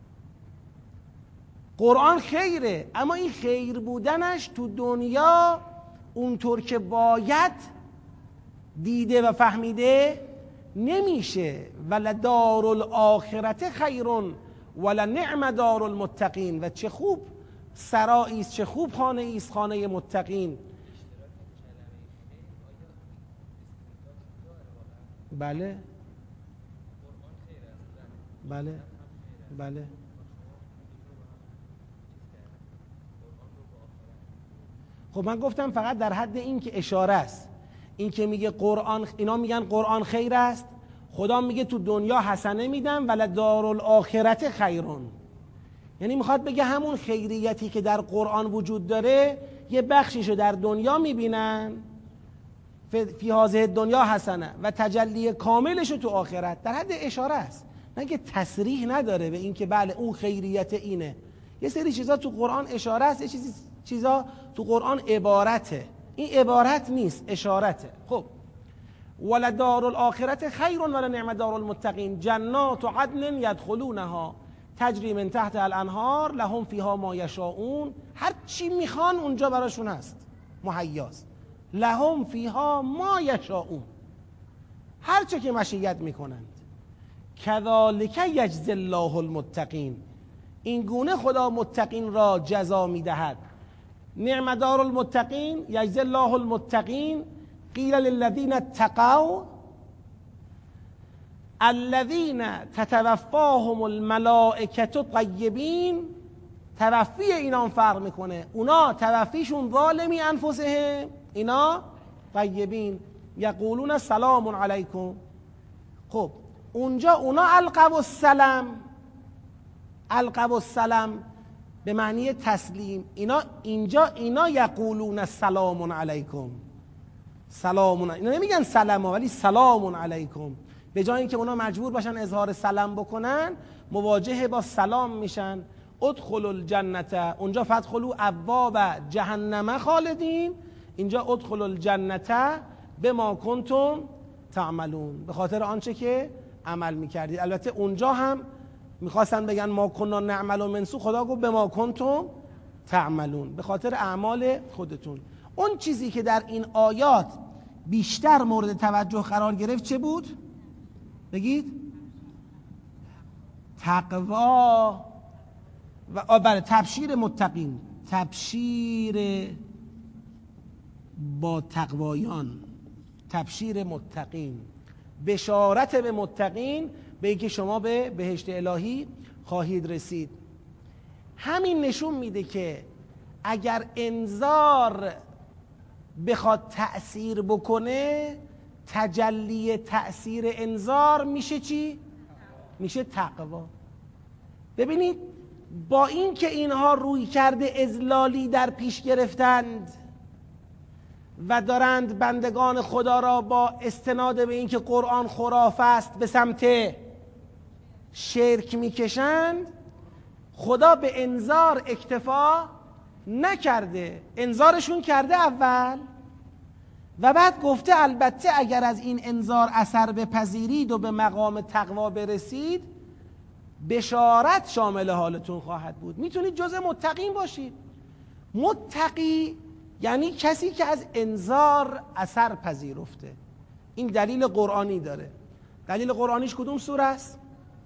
قرآن خیره، اما این خیر بودنش تو دنیا اونطور که باید دیده و فهمیده نمیشه. ولدار الاخرت خیرون، ولنعم دار المتقین، و چه خوب سرایی است، چه خوب خانه است خانه متقین. بله بله بله. خب من گفتم فقط در حد این که اشاره است، این که میگه قرآن، اینا میگن قرآن خیر است، خدا میگه تو دنیا حسنه میدم ولی دارالآخرت خیرون، یعنی میخواد بگه همون خیریتی که در قرآن وجود داره یه بخشیشو در دنیا میبینن، فی هذه دنیا حسنه، و تجلی کاملشو تو آخرت. در حد اشاره است، نه که تصریح نداره به این که بله اون خیریت اینه. یه سری چیزا تو قرآن اشاره است، یه چیزی چیزا تو قرآن عبارته. این عبارت نیست، اشارته. خب ولدار الاخرت خیر ولنعم دار المتقین جنات عدن یدخلونها تجری من تحت الانهار لهم فیها ما یشاءون. هر چی میخوان اونجا براشون هست، مهیاست. لهم فیها ما یشاءون، هر چه که مشیت میکنند. کذالک یجزی الله المتقین، این گونه خدا متقین را جزا میدهد. نعم دار المتقین یجزی الله المتقین. قیل للذین اتقوا الذین تتوفاهم الملائکة طیبین. توفی اینا فرق میکنه، اونا توفیشون ظالمی انفسهم، اینا طیبین. یقولون سلام علیکم. خب اونجا اونا القوا السلام، القوا السلام به معنی تسلیم، اینا اینجا اینا یقولون سلام علیکم، سلام، اینا نمیگن سلام ولی سلام علیکم. به جای اینکه اونا مجبور باشن اظهار سلام بکنن، مواجه با سلام میشن. ادخلوا الجنة، اونجا فادخلوا ابواب جهنم خالدین، اینجا ادخلوا الجنة بما کنتم تعملون، به خاطر آنچه که عمل میکردید. البته اونجا هم میخواستن بگن ما کنا نعمل و منسو، خدا گفت بما کنتم تعملون، به خاطر اعمال خودتون. اون چیزی که در این آیات بیشتر مورد توجه قرار گرفت چه بود؟ بگید. تقوا و بله تبشیر متقین، تبشیر با تقوایان، تبشیر متقین، بشارت به متقین به اینکه شما به بهشت الهی خواهید رسید. همین نشون میده که اگر انذار بخواد تأثیر بکنه، تجلی تأثیر انذار میشه چی؟ میشه تقوا. ببینید با این که اینها روی کرده اذلالی در پیش گرفتند و دارند بندگان خدا را با استناد به این که قرآن خرافه است به سمت شرک میکشند، خدا به انذار اکتفا نکرده، انذارشون کرده اول و بعد گفته البته اگر از این انذار اثر بپذیرید و به مقام تقوا برسید، بشارت شامل حالتون خواهد بود، میتونید جزء متقین باشید. متقی یعنی کسی که از انذار اثر پذیرفته. این دلیل قرآنی داره. دلیل قرآنیش کدوم سوره است؟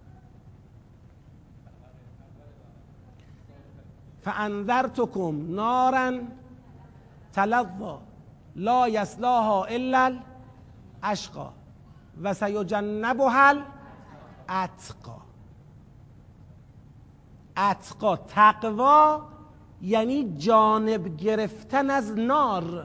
فانذرتکم نارا تلظی لا یصلاها الا الاشقی و سیجنبها الاتقی. اتقا، تقوا یعنی جانب گرفتن از نار،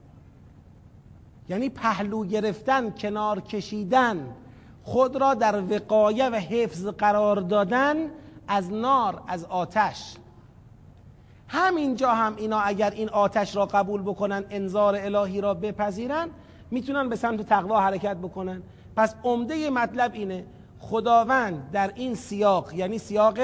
یعنی پهلو گرفتن، کنار کشیدن، خود را در وقایه و حفظ قرار دادن از نار، از آتش. همینجا هم اینا اگر این آتش را قبول بکنن، انذار الهی را بپذیرن، میتونن به سمت تقوا حرکت بکنن. پس عمده مطلب اینه، خداوند در این سیاق، یعنی سیاق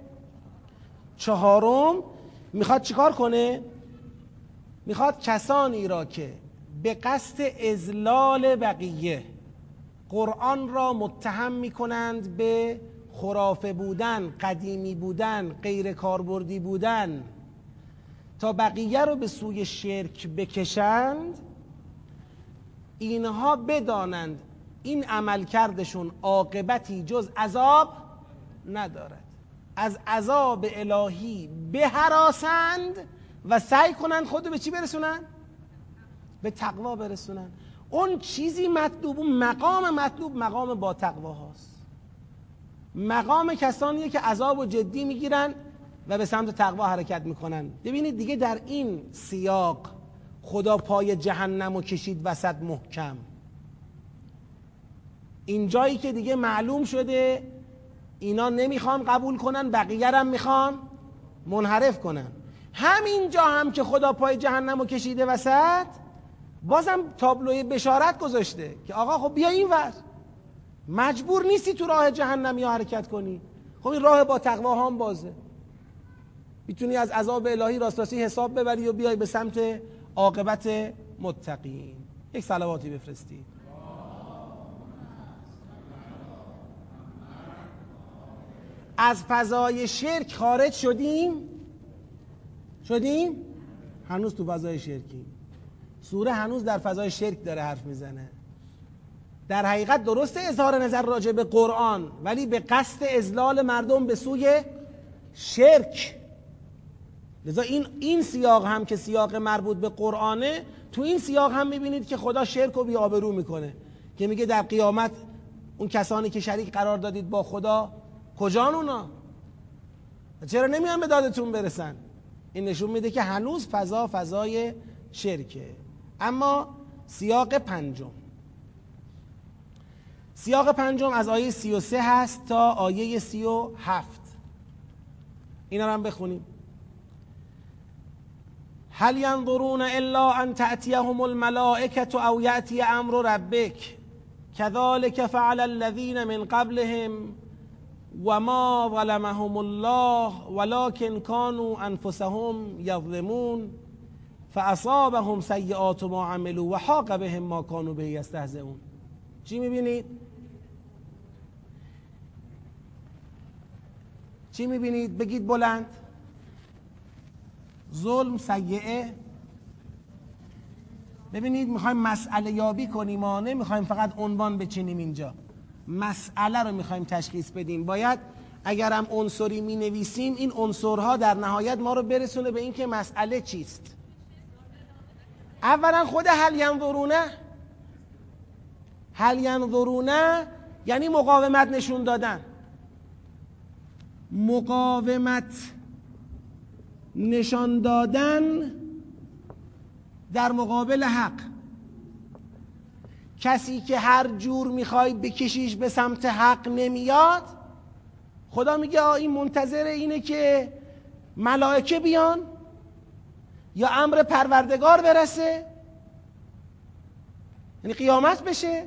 چهارم، میخواد چیکار کنه؟ میخواد کسانی را که به قصد اذلال بقیه قرآن را متهم میکنند به خرافه بودن، قدیمی بودن، غیر کاربردی بودن، تا بقیه رو به سوی شرک بکشند، اینها بدانند این عمل کردشون عاقبتی جز عذاب ندارد. از عذاب الهی بهراسند و سعی کنن خودو به چی برسونن؟ به تقوا برسونن. اون چیزی مطلوب، اون مقام مطلوب مقام با تقوا هاست. مقام کسانیه که عذاب و جدی میگیرن و به سمت تقوا حرکت میکنن. ببینید دیگه در این سیاق خدا پای جهنم رو کشید وسط محکم. اینجایی که دیگه معلوم شده اینا نمیخوان قبول کنن، بقیه هم میخوان منحرف کنن. همینجا هم که خدا پای جهنم رو کشیده وسط، بازم تابلوی بشارت گذاشته که آقا خب بیا این ور، مجبور نیستی تو راه جهنمی حرکت کنی. خب این راه با تقوا هم بازه، میتونی از عذاب الهی راست راستی حساب ببری و بیای به سمت عاقبت متقین. یک صلواتی بفرستید. از فضای شرک خارج شدیم؟ شدیم؟ هنوز تو فضای شرکیم. سوره هنوز در فضای شرک داره حرف میزنه. در حقیقت درسته اظهار نظر راجع به قرآن، ولی به قصد اذلال مردم به سوی شرک. لذا این این سیاق هم که سیاق مربوط به قرآنه، تو این سیاق هم میبینید که خدا شرک رو بی‌آبرو میکنه که میگه در قیامت اون کسانی که شریک قرار دادید با خدا کجان اونا؟ چرا نمیان به دادتون برسن؟ این نشون میده که هنوز فضا فضای شرکه. اما سیاق پنجم، سیاق پنجم از آیه سی و سه هست تا آیه سی و هفت. اینا رو هم بخونیم. هل ينظرون الا ان تأتيهم الملائكة او يأتي امر ربك كذلك فعل الذين من قبلهم وما ظلمهم الله ولكن كانوا انفسهم يظلمون فاصابهم سیئات ما عملوا وحاق بهم ما كانوا به یستهزئون. چی میبینید؟ چی میبینید؟ بگید بلند. ظلم، سیئه. ببینید میخوایم مسئله یابی کنیم، ما نمیخوایم فقط عنوان بچینیم اینجا، مسئله رو میخوایم تشخیص بدیم. باید اگرم عنصری مینویسیم این عنصرها در نهایت ما رو برسونه به این که مسئله چیست. اولا خود هل ینظرونه، هل ینظرونه یعنی مقاومت نشون دادن. مقاومت نشان دادن در مقابل حق. کسی که هر جور میخوای بکشیش به سمت حق نمیاد، خدا میگه این منتظر اینه که ملائکه بیان یا امر پروردگار برسه، یعنی قیامت بشه.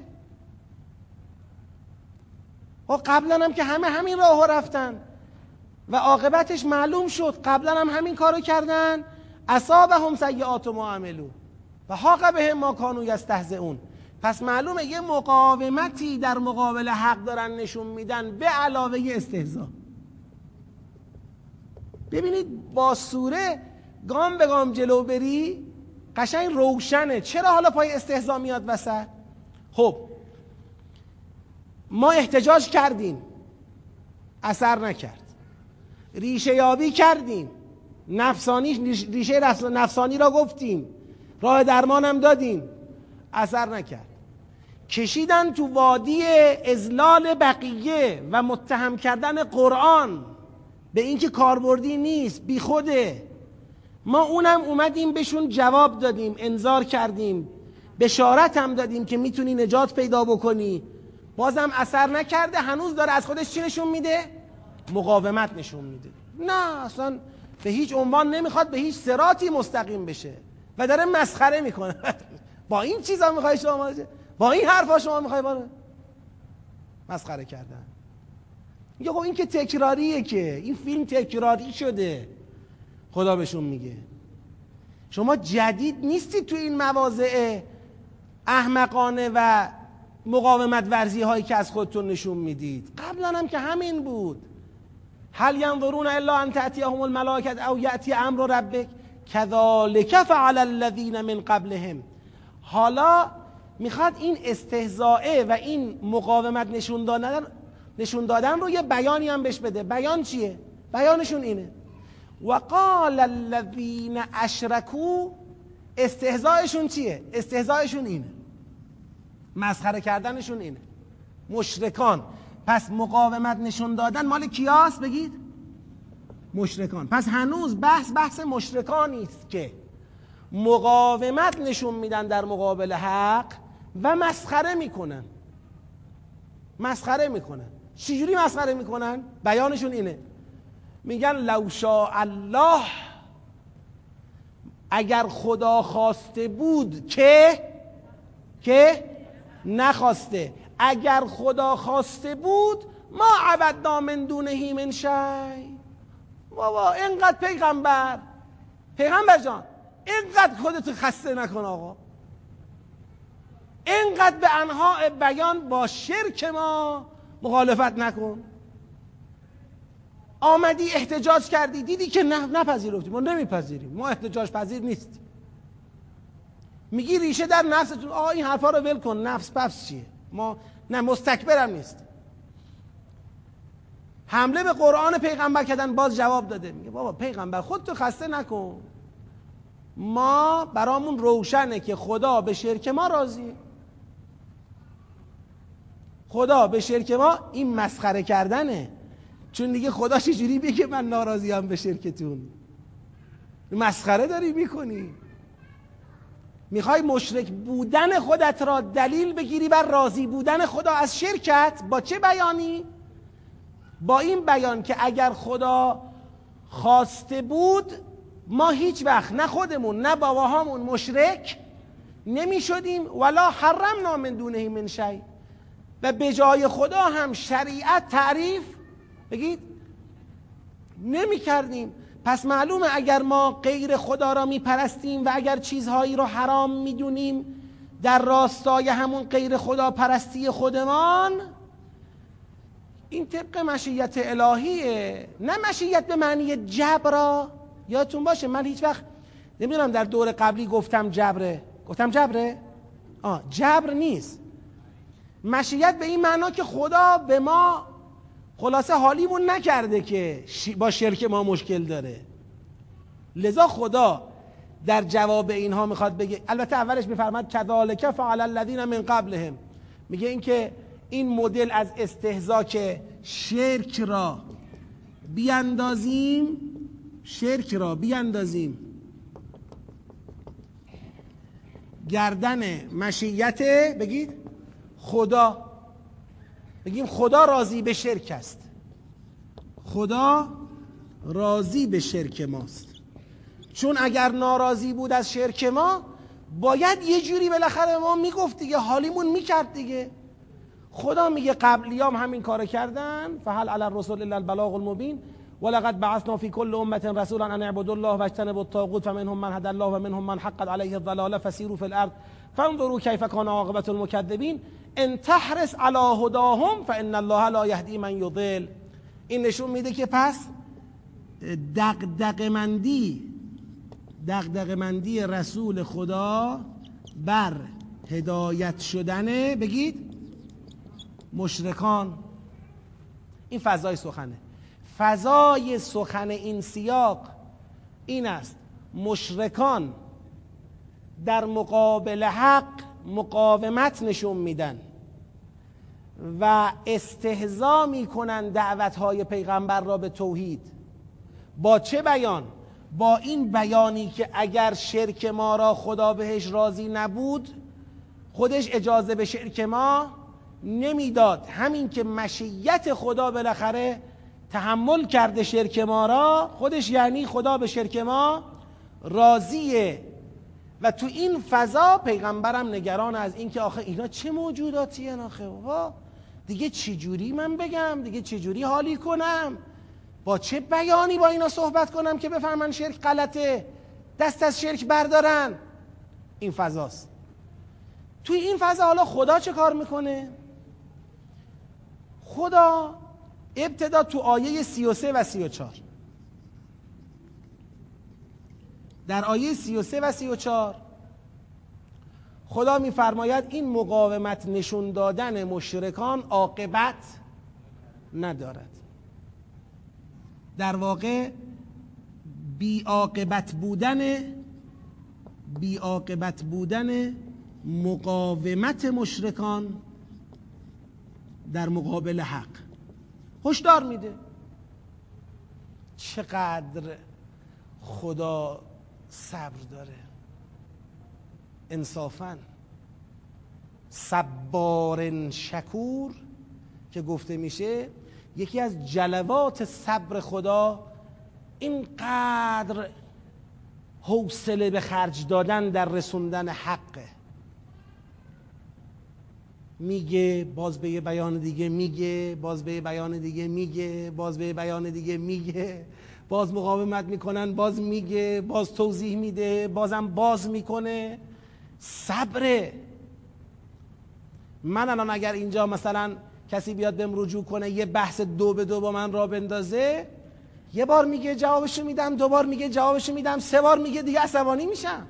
و قبلا هم که همه همین راه رفتن و عاقبتش معلوم شد، قبلا هم همین کارو کردن. اصابهم سیئات ما عملوا و حاق بهم ما کانوا یستهزئون. پس معلومه یه مقاومتی در مقابل حق دارن نشون میدن به علاوه استهزا. ببینید با سوره گام به گام جلو بری قشنگ روشنه چرا حالا پای استهزا میاد وسط. خب ما احتجاج کردیم، اثر نکرد. ریشه یابی کردیم، نفسانی ریشه نفسانی را گفتیم، راه درمان هم دادیم، اثر نکرد. کشیدن تو وادی اذلال بقیه و متهم کردن قرآن به اینکه کاربردی نیست، بی خوده. ما اونم اومدیم بهشون جواب دادیم، انذار کردیم، بشارت هم دادیم که میتونی نجات پیدا بکنی، بازم اثر نکرده. هنوز داره از خودش چی نشون میده؟ مقاومت نشون میده. نه اصلا به هیچ عنوان نمیخواد به هیچ صراطی مستقیم بشه و داره مسخره میکنه. با این چیزا میخوای شما، با این حرفا شما میخوای باره مسخره کردن. میگه خب این که تکراریه، که این فیلم تکراری شده. خدا بهشون میگه شما جدید نیستید تو این مواضع احمقانه و مقاومت ورزی هایی که از خودتون نشون میدید. قبلا هم که همین بود. هل ینظرون الا ان تأتیهم الملائکة او یأتی امر ربک کذالک فعل الذین من قبلهم. حالا میخواد این استهزاء و این مقاومت نشون دادن نشون دادن رو یه بیانی هم بهش بده. بیان چیه؟ بیانشون اینه. و قال الذین اشرکوا، استهزایشون چیه؟ استهزایشون اینه، مسخره کردنشون اینه، مشرکان. پس مقاومت نشون دادن مال کیاست بگید؟ مشرکان. پس هنوز بحث بحث مشرکانی است که مقاومت نشون میدن در مقابل حق و مسخره میکنن. مسخره میکنن. چجوری مسخره میکنن؟ بیانشون اینه، میگن لو شاء الله، اگر خدا خواسته بود که که نخواسته، اگر خدا خواسته بود ما عبدنا من دونه من شیء. بابا اینقدر پیغمبر پیغمبر جان اینقدر خودت خسته نکن آقا، اینقدر به انواع بیان با شرک ما مخالفت نکن. آمدی احتجاج کردی، دیدی که نه نپذیرفتی، ما نمیپذیریم، ما احتجاج پذیر نیستیم. میگی ریشه در نفستون، آقا این حرفا رو ول کن، نفس پفس چیه، ما نه مستکبرم نیست. حمله به قرآن پیغمبر کردن، باز جواب داده، میگه بابا پیغمبر خودتو خسته نکن، ما برامون روشنه که خدا به شرک ما راضیه. خدا به شرک ما، این مسخره کردنه، چون دیگه خدا چجوری بگه من ناراضیم به شرکتون؟ مسخره داری میکنی. میخوای مشرک بودن خودت را دلیل بگیری بر راضی بودن خدا از شرکت. با چه بیانی؟ با این بیان که اگر خدا خواسته بود ما هیچ وقت نه خودمون نه باباهامون مشرک نمی شدیم، ولا حرمنا من دونه من شیء، و به جای خدا هم شریعت تعریف بگید نمی کردیم. پس معلومه اگر ما غیر خدا را می پرستیم و اگر چیزهایی را حرام می دونیم در راستای همون غیر خدا پرستی خودمان، این طبق مشیت الهیه، نه مشیت به معنی جبر. یادتون باشه من هیچ وقت نمیدونم در دور قبلی گفتم جبره، گفتم جبره؟ آه جبر نیست. مشیت به این معنا که خدا به ما خلاصه حالیمون نکرده که با شرک ما مشکل داره، لذا خدا در جواب اینها میخواد بگه، البته اولش میفرماد کذالک فعل الذین من قبلهم، میگه این که این مدل از استهزا که شرک را بیاندازیم، شرک را بیاندازیم گردن مشیت بگید خدا، بگیم خدا راضی به شرک است، خدا راضی به شرک ماست. چون اگر ناراضی بود از شرک ما باید یه جوری بالاخره ما میگفت دیگه، حالیمون میکرد دیگه. خدا میگه قبلیام همین کارو کردن، فهل علی الرسول الا البلاغ المبین ولقد بعثنا فی کل امه رسولا ان اعبدوا الله واجتنبوا الطاغوت فمنهم من هدى الله ومنهم من حقت علیه الضلاله فسیروا فی الارض فانظروا کیف کان عاقبة المکذبین ان تحرص علی هداهم فان الله لا یهدی من یضل. این نشون میده که پس دغدغه‌مندی دغدغه‌مندی رسول خدا بر هدایت شدن بگید مشرکان، این فضای سخنه. فضای سخن این سیاق این است، مشرکان در مقابل حق مقاومت نشون میدن و استهزا میکنن دعوتهای پیغمبر را به توحید. با چه بیان؟ با این بیانی که اگر شرک ما را خدا بهش راضی نبود خودش اجازه به شرک ما نمیداد، همین که مشیت خدا بالاخره تحمل کرده شرک ما را، خودش یعنی خدا به شرک ما راضیه. و تو این فضا پیغمبرم نگران از این که آخه اینا چه موجوداتی هن آخه بابا، دیگه چی جوری من بگم، دیگه چی جوری حالی کنم، با چه بیانی با اینا صحبت کنم که بفهمن شرک غلطه، دست از شرک بردارن. این فضاست. توی این فضا حالا خدا چه کار میکنه؟ خدا ابتدا تو آیه سی و سه و سی و چهار، در آیه سی و سه و سی و چهار خدا میفرماید این مقاومت نشون دادن مشرکان عاقبت ندارد. در واقع بی‌عاقبت بودن بی‌عاقبت بودن مقاومت مشرکان در مقابل حق هشدار میده. چقدر خدا صبر داره انصافاً. صبار شکور که گفته میشه یکی از جلوات صبر خدا اینقدر حوصله به خرج دادن در رسوندن حقه. میگه باز به یه بیان دیگه میگه باز به یه بیان دیگه میگه باز به یه بیان دیگه میگه باز مقاومت میکنن باز میگه باز توضیح میده بازم باز میکنه. صبره. من الان اگر اینجا مثلا کسی بیاد بهم رجوع کنه یه بحث دو به دو با من را بندازه، یه بار میگه جوابشو میدم، دو بار میگه جوابشو میدم، سه بار میگه دیگه عصبانی میشم.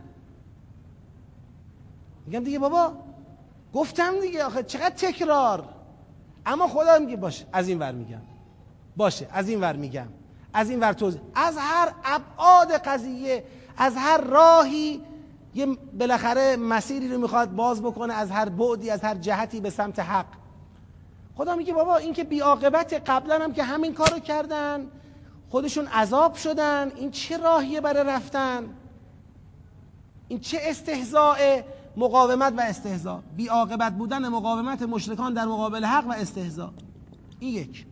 میگم دیگه بابا گفتم دیگه، آخه چقدر تکرار. اما خدا میگه باشه از این ور میگم، باشه از این ور میگم، از این ور توضیح، از هر ابعاد قضیه، از هر راهی یه بالاخره مسیری رو میخواد باز بکنه، از هر بعدی، از هر جهتی به سمت حق. خدا میگه بابا این که بی‌عاقبت، قبلا هم که همین کارو کردن خودشون عذاب شدن، این چه راهیه برای رفتن؟ این چه استهزاء؟ مقاومت و استهزاء، بی‌عاقبت بودن مقاومت مشرکان در مقابل حق و استهزاء. این یک.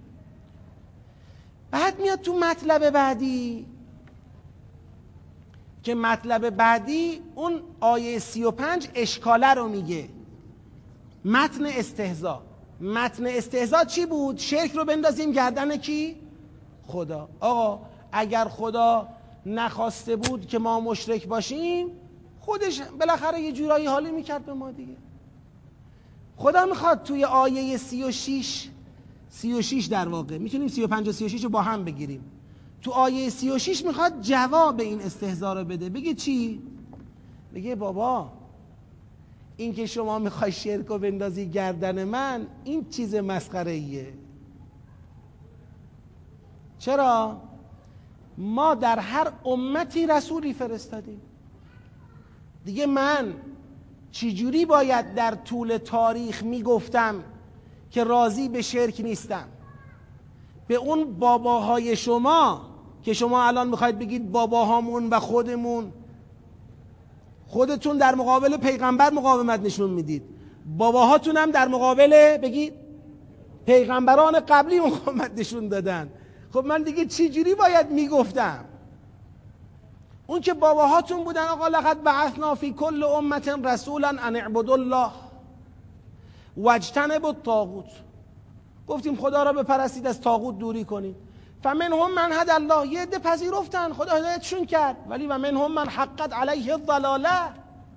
بعد میاد تو مطلب بعدی که مطلب بعدی اون آیه سی و پنج اشکاله رو میگه، متن استهزاء. متن استهزاء چی بود؟ شرک رو بندازیم گردن کی؟ خدا. آقا اگر خدا نخواسته بود که ما مشرک باشیم، خودش بالاخره یه جورایی حالی میکرد به ما دیگه. خدا میخواد توی آیه سی و شش سی و شش در واقع میتونیم سی و پنج و سی و شش رو با هم بگیریم. تو آیه سی و شش میخواد جواب این استهزاء رو بده. بگه چی؟ بگه بابا این که شما میخوای شرک رو بندازی گردن من، این چیز مسخره ایه. چرا؟ ما در هر امتی رسولی فرستادیم دیگه. من چجوری باید در طول تاریخ میگفتم که راضی به شرک نیستم به اون باباهای شما که شما الان میخواید بگید باباهامون و خودمون، خودتون در مقابل پیغمبر مقاومت نشون میدید، باباهاتون هم در مقابل بگید پیغمبران قبلی مقاومت نشون دادن. خب من دیگه چی جوری باید میگفتم؟ اون که باباهاتون بودن آقا لقد بعثنا فی کل امت رسولا ان اعبدوا الله واجتنبوا الطاغوت، گفتیم خدا را بپرستید از طاغوت دوری کنید. فمنهم من هدی الله، یه عده پذیرفتن خدا هدایتشون کرد، ولی و منهم من حقت علیه الضلاله.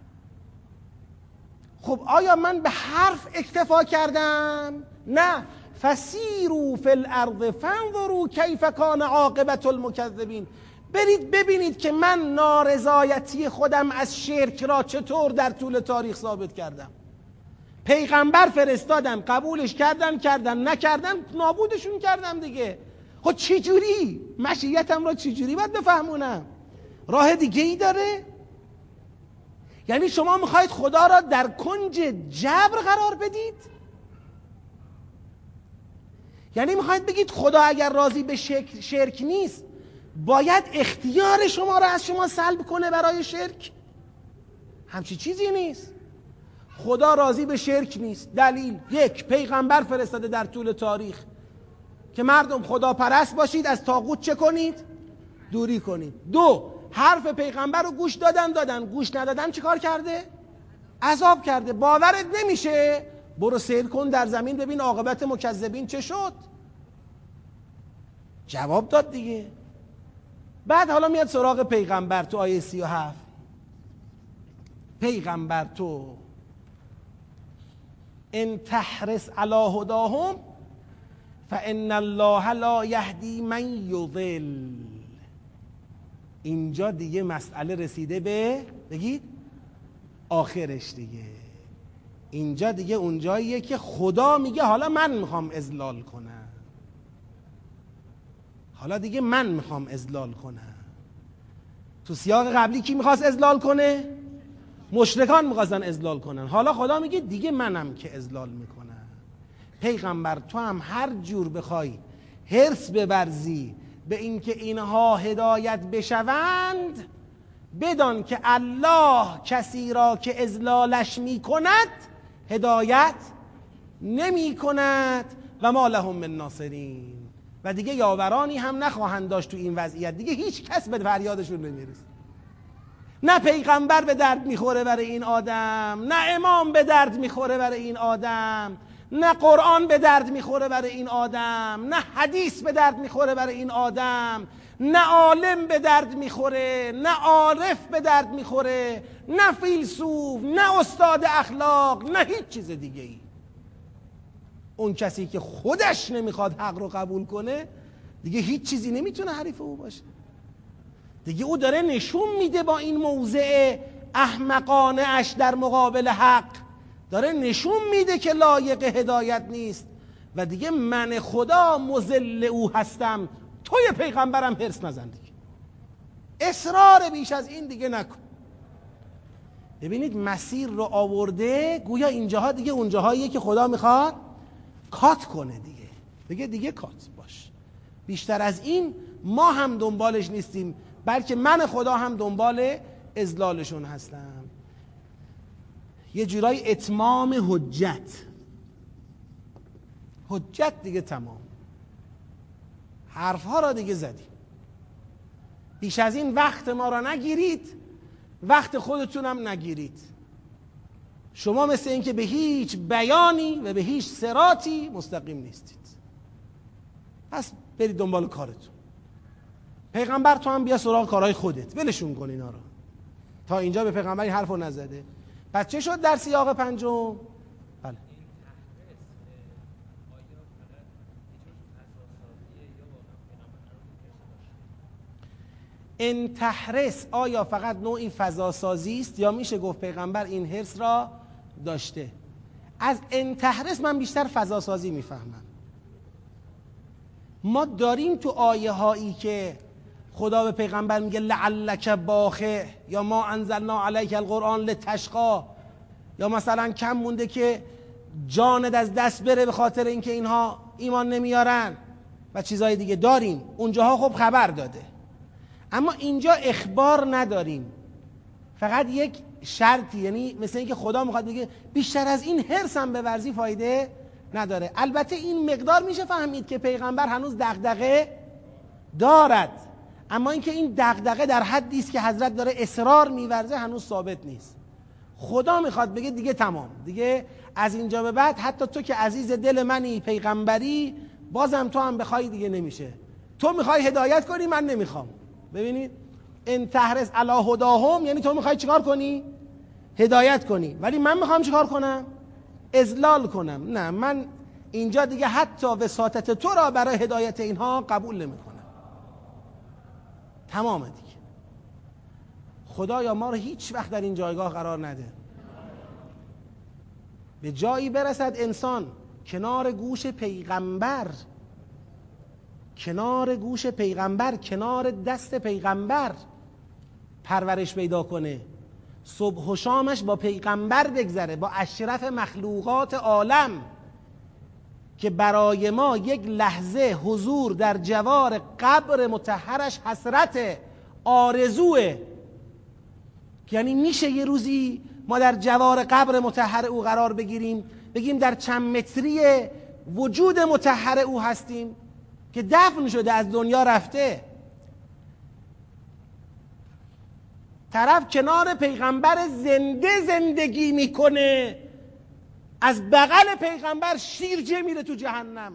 خب آیا من به حرف اکتفا کردم؟ نه. فسیروا فی الارض فانظروا کیف کان عاقبت المکذبین. برید ببینید که من نارضایتی خودم از شرک را چطور در طول تاریخ ثابت کردم. پیغمبر فرستادم، قبولش کردن کردن، نکردن نابودشون کردم دیگه. خب چی جوری؟ مشیتم را چی جوری باید بفهمونم؟ راه دیگه ای داره؟ یعنی شما میخواید خدا را در کنج جبر قرار بدید؟ یعنی میخواید بگید خدا اگر راضی به شرک, شرک نیست باید اختیار شما را از شما سلب کنه برای شرک؟ همچی چیزی نیست. خدا راضی به شرک نیست. دلیل: یک، پیغمبر فرستاده در طول تاریخ که مردم خدا پرست باشید، از طاغوت چه کنید؟ دوری کنید. دو، حرف پیغمبر رو گوش دادن دادن گوش ندادن چه کار کرده؟ عذاب کرده. باورت نمیشه؟ برو سیر کن در زمین ببین عاقبت مکذبین چه شد. جواب داد دیگه. بعد حالا میاد سراغ پیغمبر تو آیه سی و هفت. پیغمبر تو ان تحرص علی هداهم فان الله لا یهدی من یضل. اینجا دیگه مسئله رسیده به بگید آخرش دیگه. اینجا دیگه اونجاییه که خدا میگه حالا من میخوام اذلال کنم. حالا دیگه من میخوام اذلال کنم. تو سیاق قبلی کی میخواست اذلال کنه؟ مشرکان میخواستن اذلال کنن. حالا خدا میگه دیگه منم که اذلال میکنم. پیغمبر تو هم هر جور بخوای حرص بورزی به اینکه اینها هدایت بشوند، بدان که الله کسی را که اذلالش میکند هدایت نمی کند و ما لهم من ناصرین، و دیگه یاورانی هم نخواهند داشت تو این وضعیت. دیگه هیچ کس به فریادشون نمیرسه. نه پیغمبر به درد میخوره برای این آدم، نه امام به درد میخوره برای این آدم، نه قرآن به درد میخوره برای این آدم، نه حدیث به درد میخوره برای این آدم، نه عالم به درد میخوره، نه عارف به درد میخوره، نه فیلسوف، نه استاد اخلاق، نه هیچ چیز دیگه ای. اون کسی که خودش نمیخواد حق رو قبول کنه دیگه هیچ چیزی نمیتونه حریف او باشه. دیگه او داره نشون میده با این موضع احمقانه اش در مقابل حق، داره نشون میده که لایق هدایت نیست و دیگه من خدا مذل او هستم، توی پیغمبرم حرص نزن دیگه، اصرار بیش از این دیگه نکن. ببینید مسیر رو آورده، گویا اینجاها دیگه اونجاهاییه که خدا میخواد کات کنه دیگه، دیگه دیگه کات باش. بیشتر از این ما هم دنبالش نیستیم، بلکه من خدا هم دنبال اذلالشون هستم. یه جورای اتمام حجت. حجت دیگه تمام، حرفها را دیگه زدیم. بیش از این وقت ما را نگیرید، وقت خودتونم نگیرید. شما مثل این که به هیچ بیانی و به هیچ صراطی مستقیم نیستید. پس برید دنبال کارتون. پیغمبر تو هم بیا سراغ کارهای خودت، ولشون کن اینا رو. تا اینجا به پیغمبر این حرف رو نزده. پس چه شد در سیاق پنجم؟ بله. ان تحرس آیا فقط نوعی فضاسازی است یا میشه گفت پیغمبر این حرص را داشته؟ از ان تحرس من بیشتر فضاسازی میفهمم. ما داریم تو آیه هایی که خدا به پیغمبر میگه لعلک باخع، یا ما انزلنا علیک القرآن لتشقی، یا مثلا کم مونده که جانت از دست بره به خاطر اینکه اینها ایمان نمیارن و چیزهای دیگه داریم. اونجاها خب خبر داده، اما اینجا اخبار نداریم، فقط یک شرطی، یعنی مثل اینکه خدا میخواد بگه بیشتر از این حرصم به ورزی فایده نداره. البته این مقدار میشه فهمید که پیغمبر هنوز دغدغه دارد، اما اینکه این دغدغه در حدی است که حضرت داره اصرار میورزه هنوز ثابت نیست. خدا میخواد بگه دیگه تمام، دیگه از اینجا به بعد حتی تو که عزیز دل منی، پیغمبری، بازم تو هم بخوای دیگه نمیشه. تو میخوای هدایت کنی، من نمیخوام. ببینید ان تحرس علی هداهم، یعنی تو میخوای چیکار کنی؟ هدایت کنی، ولی من میخوام چیکار کنم؟ اذلال کنم. نه، من اینجا دیگه حتی وساطت تو را برای هدایت اینها قبول نمیکنم. تمامه دیگه. خدایا ما رو هیچ وقت در این جایگاه قرار نده. به جایی برسد انسان کنار گوش پیغمبر، کنار گوش پیغمبر، کنار دست پیغمبر پرورش پیدا کنه، صبح و شامش با پیغمبر بگذره، با اشرف مخلوقات عالم، که برای ما یک لحظه حضور در جوار قبر مطهرش حسرت آرزوه. یعنی میشه یه روزی ما در جوار قبر مطهر او قرار بگیریم، بگیم در چند متری وجود مطهر او هستیم که دفن شده، از دنیا رفته. طرف کنار پیغمبر زنده زندگی میکنه، از بغل پیغمبر شیرجه میره تو جهنم.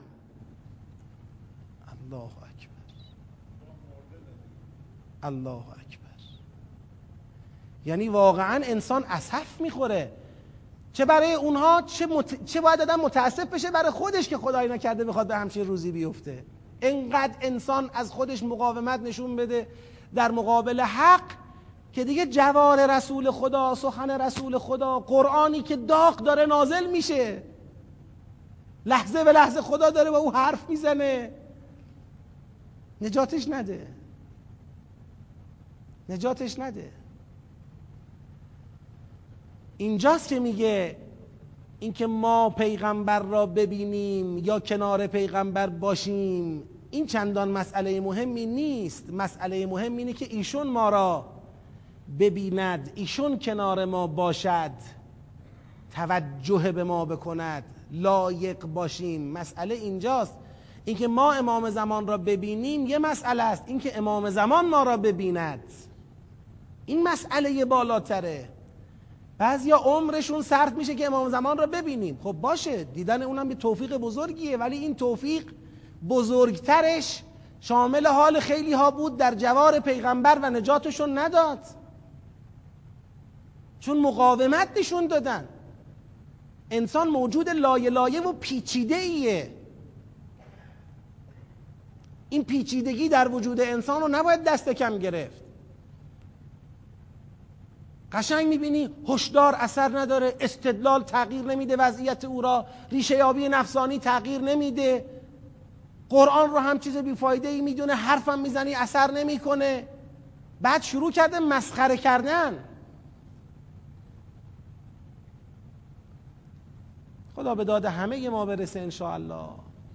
الله اکبر، الله اکبر. یعنی واقعا انسان اسف میخوره. چه برای اونها، چه, مت... چه باید آدم متاسف بشه برای خودش که خدایی نکرده بخواد به همچین روزی بیفته. اینقدر انسان از خودش مقاومت نشون بده در مقابل حق که دیگه جوار رسول خدا، سخن رسول خدا، قرآنی که داغ داره نازل میشه، لحظه به لحظه خدا داره با او حرف میزنه، نجاتش نده، نجاتش نده. اینجاست که میگه اینکه ما پیغمبر را ببینیم یا کنار پیغمبر باشیم این چندان مسئله مهمی نیست. مسئله مهم اینه که ایشون ما را ببیند، ایشون کنار ما باشد، توجه به ما بکند، لایق باشیم. مسئله اینجاست. اینکه ما امام زمان را ببینیم یه مسئله است، اینکه امام زمان ما را ببیند این مسئله بالاتره. بعضیا عمرشون صرف میشه که امام زمان را ببینیم. خب باشه، دیدن اونم یه توفیق بزرگیه، ولی این توفیق بزرگترش شامل حال خیلی ها بود در جوار پیغمبر و نجاتشون نداد، چون مقاومت نشون دادن. انسان موجود لایه لایه و پیچیده ایه. این پیچیدگی در وجود انسان رو نباید دست کم گرفت. قشنگ میبینی هشدار اثر نداره، استدلال تغییر نمیده وضعیت او را، ریشه یابی نفسانی تغییر نمیده، قرآن رو هم چیز بیفایده ای میدونه، حرفم میزنی اثر نمیکنه. بعد شروع کرده مسخره کردن. خدا به داد همه ما برسه انشاءالله.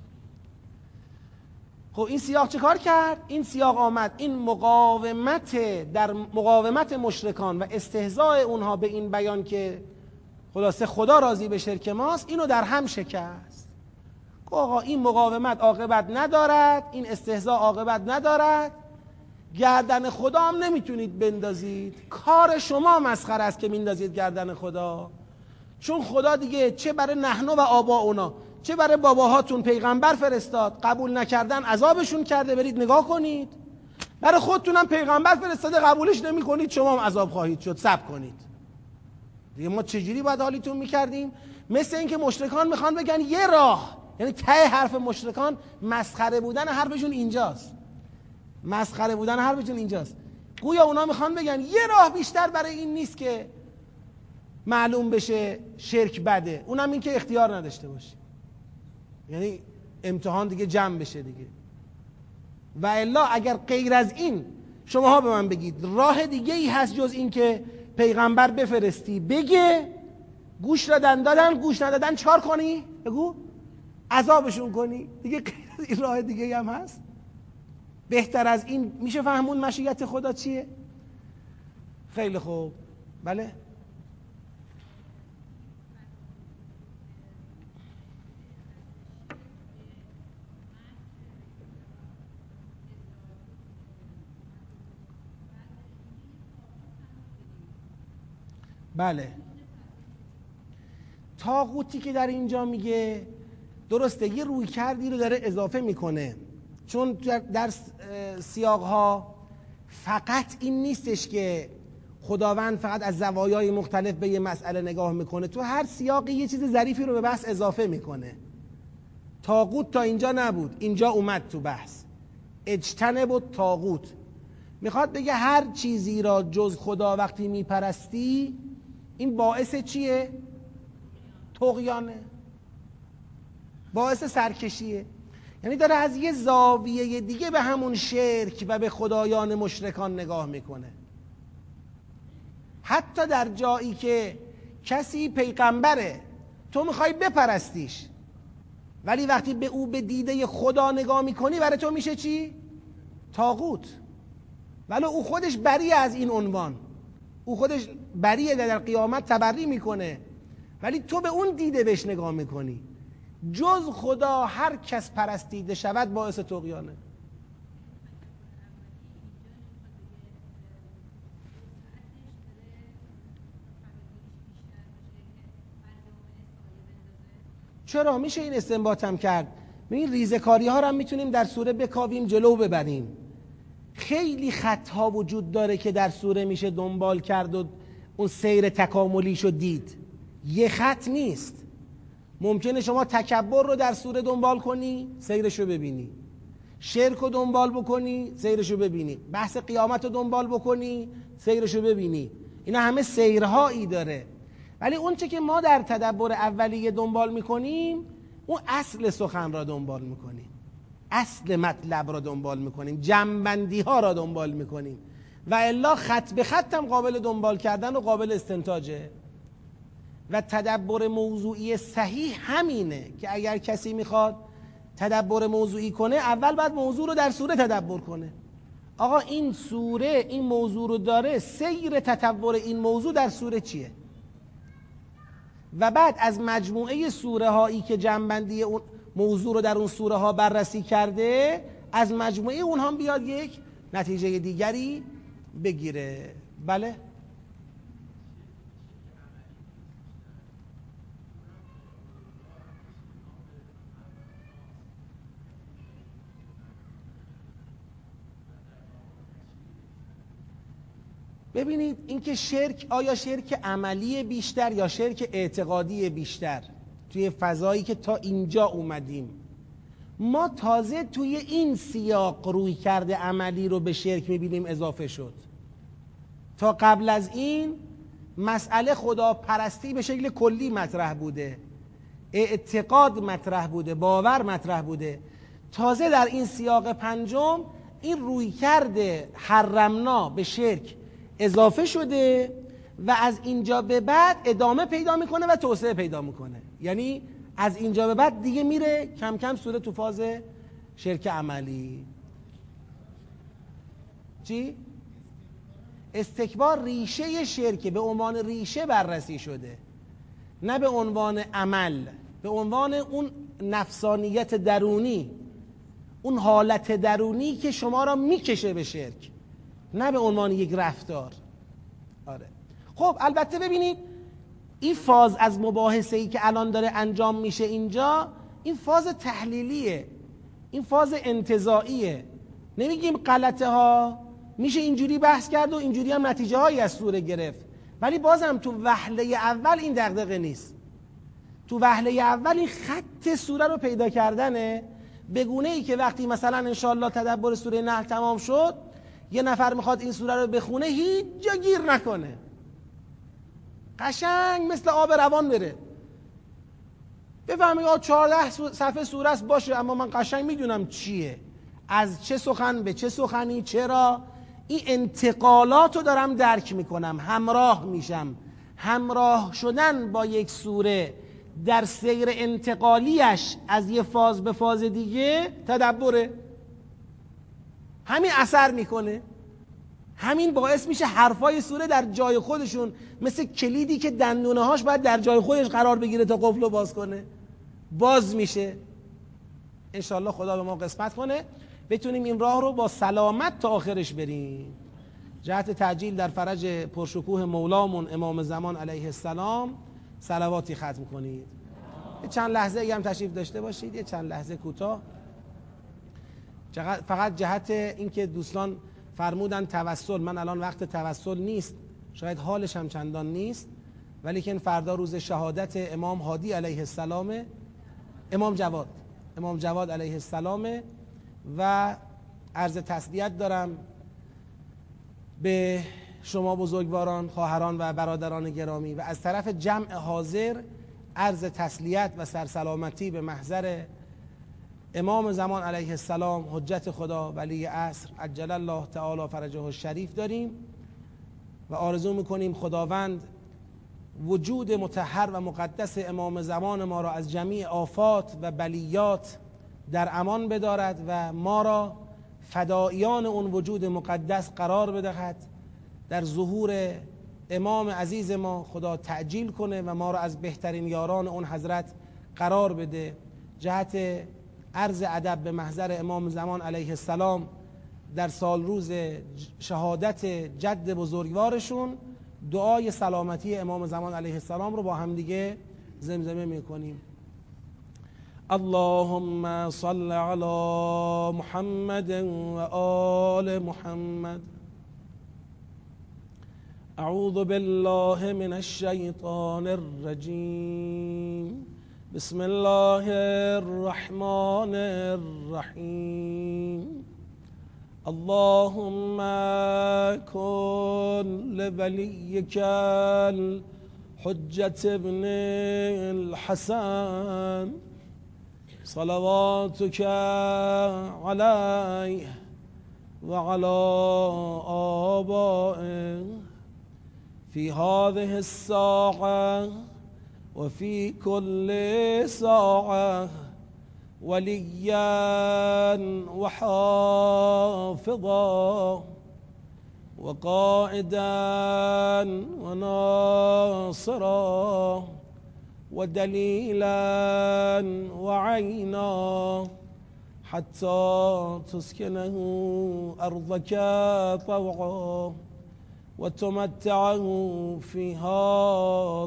خب این سیاق چه کار کرد؟ این سیاق آمد این مقاومت در مقاومت مشرکان و استهزاء اونها به این بیان که خلاصه خدا راضی به شرک ماست، اینو در هم شکست. آقا این مقاومت عاقبت ندارد، این استهزاء عاقبت ندارد، گردن خدا هم نمیتونید بندازید، کار شما مسخره است که میندازید گردن خدا. چون خدا دیگه چه برای نحنو و آبا اونا چه برای باباهاتون پیغمبر فرستاد، قبول نکردن عذابشون کرده، برید نگاه کنید. برای خودتونم پیغمبر فرستاده، قبولش نمی کنید، شما هم عذاب خواهید شد، صبر کنید. دیگه ما چجوری باید حالیتون میکردیم؟ مثل اینکه مشرکان میخوان بگن یه راه، یعنی ته حرف مشرکان مسخره بودن حرفشون اینجاست. مسخره بودن حرفشون اینجاست. گویا اونا میخوان بگن یه راه بیشتر برای این نیست که معلوم بشه شرک بده، اونم این که اختیار نداشته باشی، یعنی امتحان دیگه جمع بشه دیگه. و الا اگر غیر از این شماها به من بگید راه دیگه ای هست جز این که پیغمبر بفرستی، بگه گوش دادن دادن، گوش ندادن چکار کنی؟ بگو عذابشون کنی دیگه. غیر از این راه دیگه ای هم هست؟ بهتر از این میشه فهمون مشیت خدا چیه؟ خیلی خوب. بله بله. طاغوتی که در اینجا میگه درسته، یه روی کردی رو داره اضافه میکنه، چون در سیاقها فقط این نیستش که خداوند فقط از زوایای مختلف به یه مسئله نگاه میکنه، تو هر سیاقی یه چیز ظریفی رو به بحث اضافه میکنه. طاغوت تا اینجا نبود، اینجا اومد تو بحث. اجتنب الطاغوت میخواد بگه هر چیزی را جز خدا وقتی میپرستی این باعث چیه؟ طغیانه، باعث سرکشیه. یعنی داره از یه زاویه دیگه به همون شرک و به خدایان مشرکان نگاه میکنه. حتی در جایی که کسی پیغمبره، تو میخوای بپرستیش، ولی وقتی به او به دیده خدا نگاه میکنی برای تو میشه چی؟ طاغوت. ولی او خودش بری از این عنوان، او خودش بریه، در قیامت تبری میکنه، ولی تو به اون دیده بهش نگاه میکنی. جز خدا هر کس پرستیده شود باعث طغیانه. چرا؟ میشه این استنباط هم کرد. این ریزکاری ها رو هم میتونیم در سوره بکاویم جلو ببریم. خیلی خطها وجود داره که در سوره میشه دنبال کرد و اون سیر تکاملیشو دید. یه خط نیست. ممکنه شما تکبر رو در سوره دنبال کنی، سیرشو ببینی، شرک رو دنبال بکنی، سیرشو ببینی، بحث قیامت رو دنبال بکنی، سیرشو ببینی. اینا همه سیرهایی داره. ولی اون چه که ما در تدبر اولیه دنبال میکنیم اون اصل سخن را دنبال میکنیم. اصل مطلب را دنبال میکنیم، جمع‌بندی ها را دنبال میکنیم، و الا خط به خط هم قابل دنبال کردن و قابل استنتاجه. و تدبر موضوعی صحیح همینه که اگر کسی میخواد تدبر موضوعی کنه، اول باید موضوع رو در سوره تدبر کنه. آقا این سوره این موضوع رو داره، سیر تطور این موضوع در سوره چیه؟ و بعد از مجموعه سوره هایی که جنبندی اون موضوع رو در اون سوره ها بررسی کرده، از مجموعه اونها بیاد یک نتیجه دیگری بگیره. بله؟ ببینید اینکه شرک، آیا شرک عملی بیشتر یا شرک اعتقادی بیشتر، توی فضایی که تا اینجا اومدیم ما تازه توی این سیاق روی کرده عملی رو به شرک میبینیم اضافه شد. تا قبل از این مسئله خدا پرستی به شکل کلی مطرح بوده، اعتقاد مطرح بوده، باور مطرح بوده. تازه در این سیاق پنجم این روی کرده حرمنا به شرک اضافه شده و از اینجا به بعد ادامه پیدا میکنه و توسعه پیدا میکنه. یعنی از اینجا به بعد دیگه میره کم کم سوره تو فاز شرک عملی. چی؟ استکبار ریشه شرک به عنوان ریشه بررسی شده، نه به عنوان عمل، به عنوان اون نفسانیت درونی، اون حالت درونی که شما را میکشه به شرک، نه به عنوان یک رفتار. آره. خب البته ببینید این فاز از مباحثه ای که الان داره انجام میشه اینجا، این فاز تحلیلیه، این فاز انتزاعیه. نمیگیم غلطه ها، میشه اینجوری بحث کرد و اینجوری هم نتیجه هایی از سوره گرفت، ولی بازم تو وهله اول این دغدغه نیست. تو وهله اول این خط سوره رو پیدا کردنه، به گونه ای که وقتی مثلا انشاءالله تدبر سوره نحل تمام شد، یه نفر میخواد این سوره رو بخونه هیچ جا گیر نکنه، قشنگ مثل آب روان بره، بفهمی آه چهارده صفحه سوره است، باشه اما من قشنگ میدونم چیه، از چه سخن به چه سخنی، چرا این انتقالات رو دارم درک میکنم، همراه میشم. همراه شدن با یک سوره در سیر انتقالیش از یه فاز به فاز دیگه تدبره، همین اثر میکنه، همین باعث میشه حرفای سوره در جای خودشون مثل کلیدی که دندونه هاش باید در جای خودش قرار بگیره تا قفل رو باز کنه، باز میشه. انشاءالله خدا به ما قسمت کنه بتونیم این راه رو با سلامت تا آخرش بریم. جهت تعجیل در فرج پرشکوه مولامون امام زمان علیه السلام صلواتی ختم کنید. چند لحظه ای هم تشریف داشته باشید، یه چند لحظه کوتاه، فقط جهت اینکه دوستان فرمودن توسل، من الان وقت توسل نیست، شاید حالش هم چندان نیست، ولی که فردا روز شهادت امام هادی علیه السلام، امام جواد امام جواد علیه السلام، و عرض تسلیت دارم به شما بزرگواران، خواهران و برادران گرامی، و از طرف جمع حاضر عرض تسلیت و سرسلامتی به محضر امام زمان علیه السلام حجت خدا ولی عصر عجل الله تعالی فرجه الشریف داریم و آرزو میکنیم خداوند وجود مطهر و مقدس امام زمان ما را از جمیع آفات و بلیات در امان بدارد و ما را فداییان اون وجود مقدس قرار بدهد. در ظهور امام عزیز ما خدا تعجیل کنه و ما را از بهترین یاران اون حضرت قرار بده. جهت عرض ادب به محضر امام زمان علیه السلام در سال روز شهادت جد بزرگوارشون دعای سلامتی امام زمان علیه السلام رو با هم دیگه زمزمه میکنیم. اللهم صل علی محمد و آل محمد. اعوذ بالله من الشیطان الرجیم. بسم الله الرحمن الرحیم. اللهم كن لوليك الحجة ابن الحسن صلواتك عليه وعلى آبائه في هذه الساعة وفي كل ساعة وليا وحافظا وقائدا وناصرا ودليلا وعينا حتى تسكنه أرضك طوعا وتمتعه فيها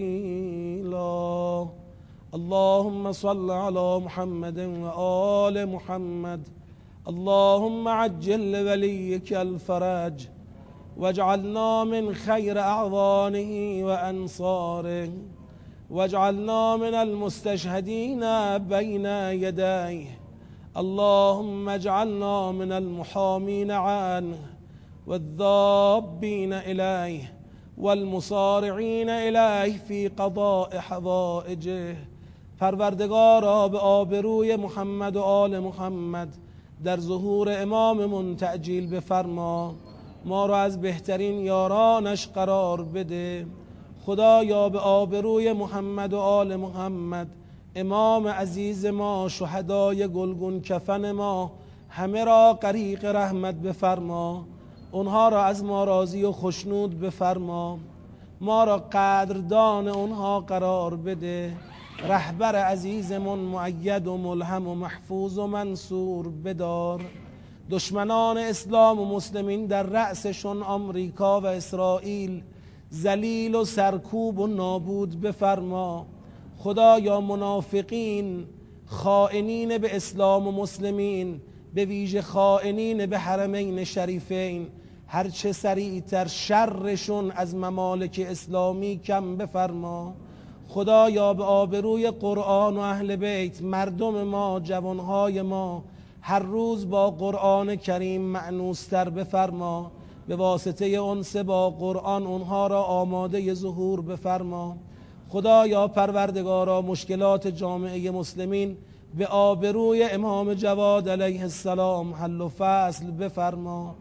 طويلا. اللهم صل على محمد وآل محمد. اللهم عجل لوليك الفرج واجعلنا من خير أعوانه وأنصاره واجعلنا من المستشهدين بين يديه. اللهم اجعلنا من المحامين عنه والذابين إليه والمصارعين إليه في قضاء حوائجه. پروردگارا به آبروی محمد و آل محمد در ظهور اماممون تعجیل بفرما، ما را از بهترین یارانش قرار بده. خدایا به آبروی محمد و آل محمد امام عزیز ما، شهدای گلگون کفن ما، همه را غریق رحمت بفرما، اونها را از ما راضی و خشنود بفرما، ما را قدردان اونها قرار بده. رهبر عزیزمون مؤید و ملهم و محفوظ و منصور بدار. دشمنان اسلام و مسلمین در رأسشون آمریکا و اسرائیل ذلیل و سرکوب و نابود بفرما. خدایا منافقین، خائنین به اسلام و مسلمین، به ویژه خائنین به حرمین شریفین، هرچه سریعتر شرشون از ممالک اسلامی کم بفرما. خدایا به آبروی قرآن و اهل بیت مردم ما، جوانهای ما هر روز با قرآن کریم مأنوستر بفرما. به واسطه انس با قرآن اونها را آماده ظهور بفرما. خدایا پروردگارا مشکلات جامعه مسلمین به آبروی امام جواد علیه السلام حل و فصل بفرما.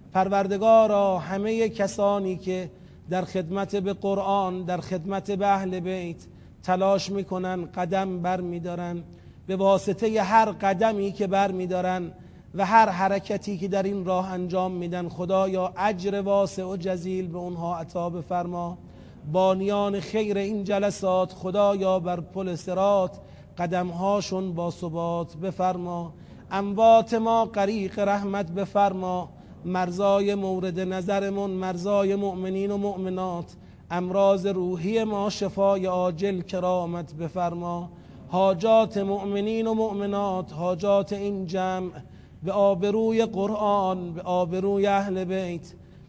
پروردگارا همه کسانی که در خدمت به قرآن، در خدمت به اهل بیت تلاش میکنن، قدم بر میدارن، به واسطه هر قدمی که بر میدارن و هر حرکتی که در این راه انجام میدن، خدایا اجر واسع و جزیل به اونها عطا بفرما. بانیان خیر این جلسات خدایا بر پل صراط قدمهاشون با ثبات بفرما. اموات ما غریق رحمت بفرما. مرزای مورد نظرمون، مرزای مؤمنین و مؤمنات، امراض روحی ما شفای عاجل کرامت بفرما. حاجات مؤمنین و مؤمنات، حاجات این جمع به آبروی قرآن، به آبروی اهل بیت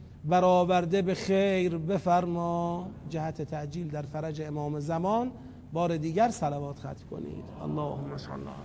برآورده به خیر بفرما. جهت تعجیل در فرج امام زمان بار دیگر صلوات ختم کنید. اللهم صل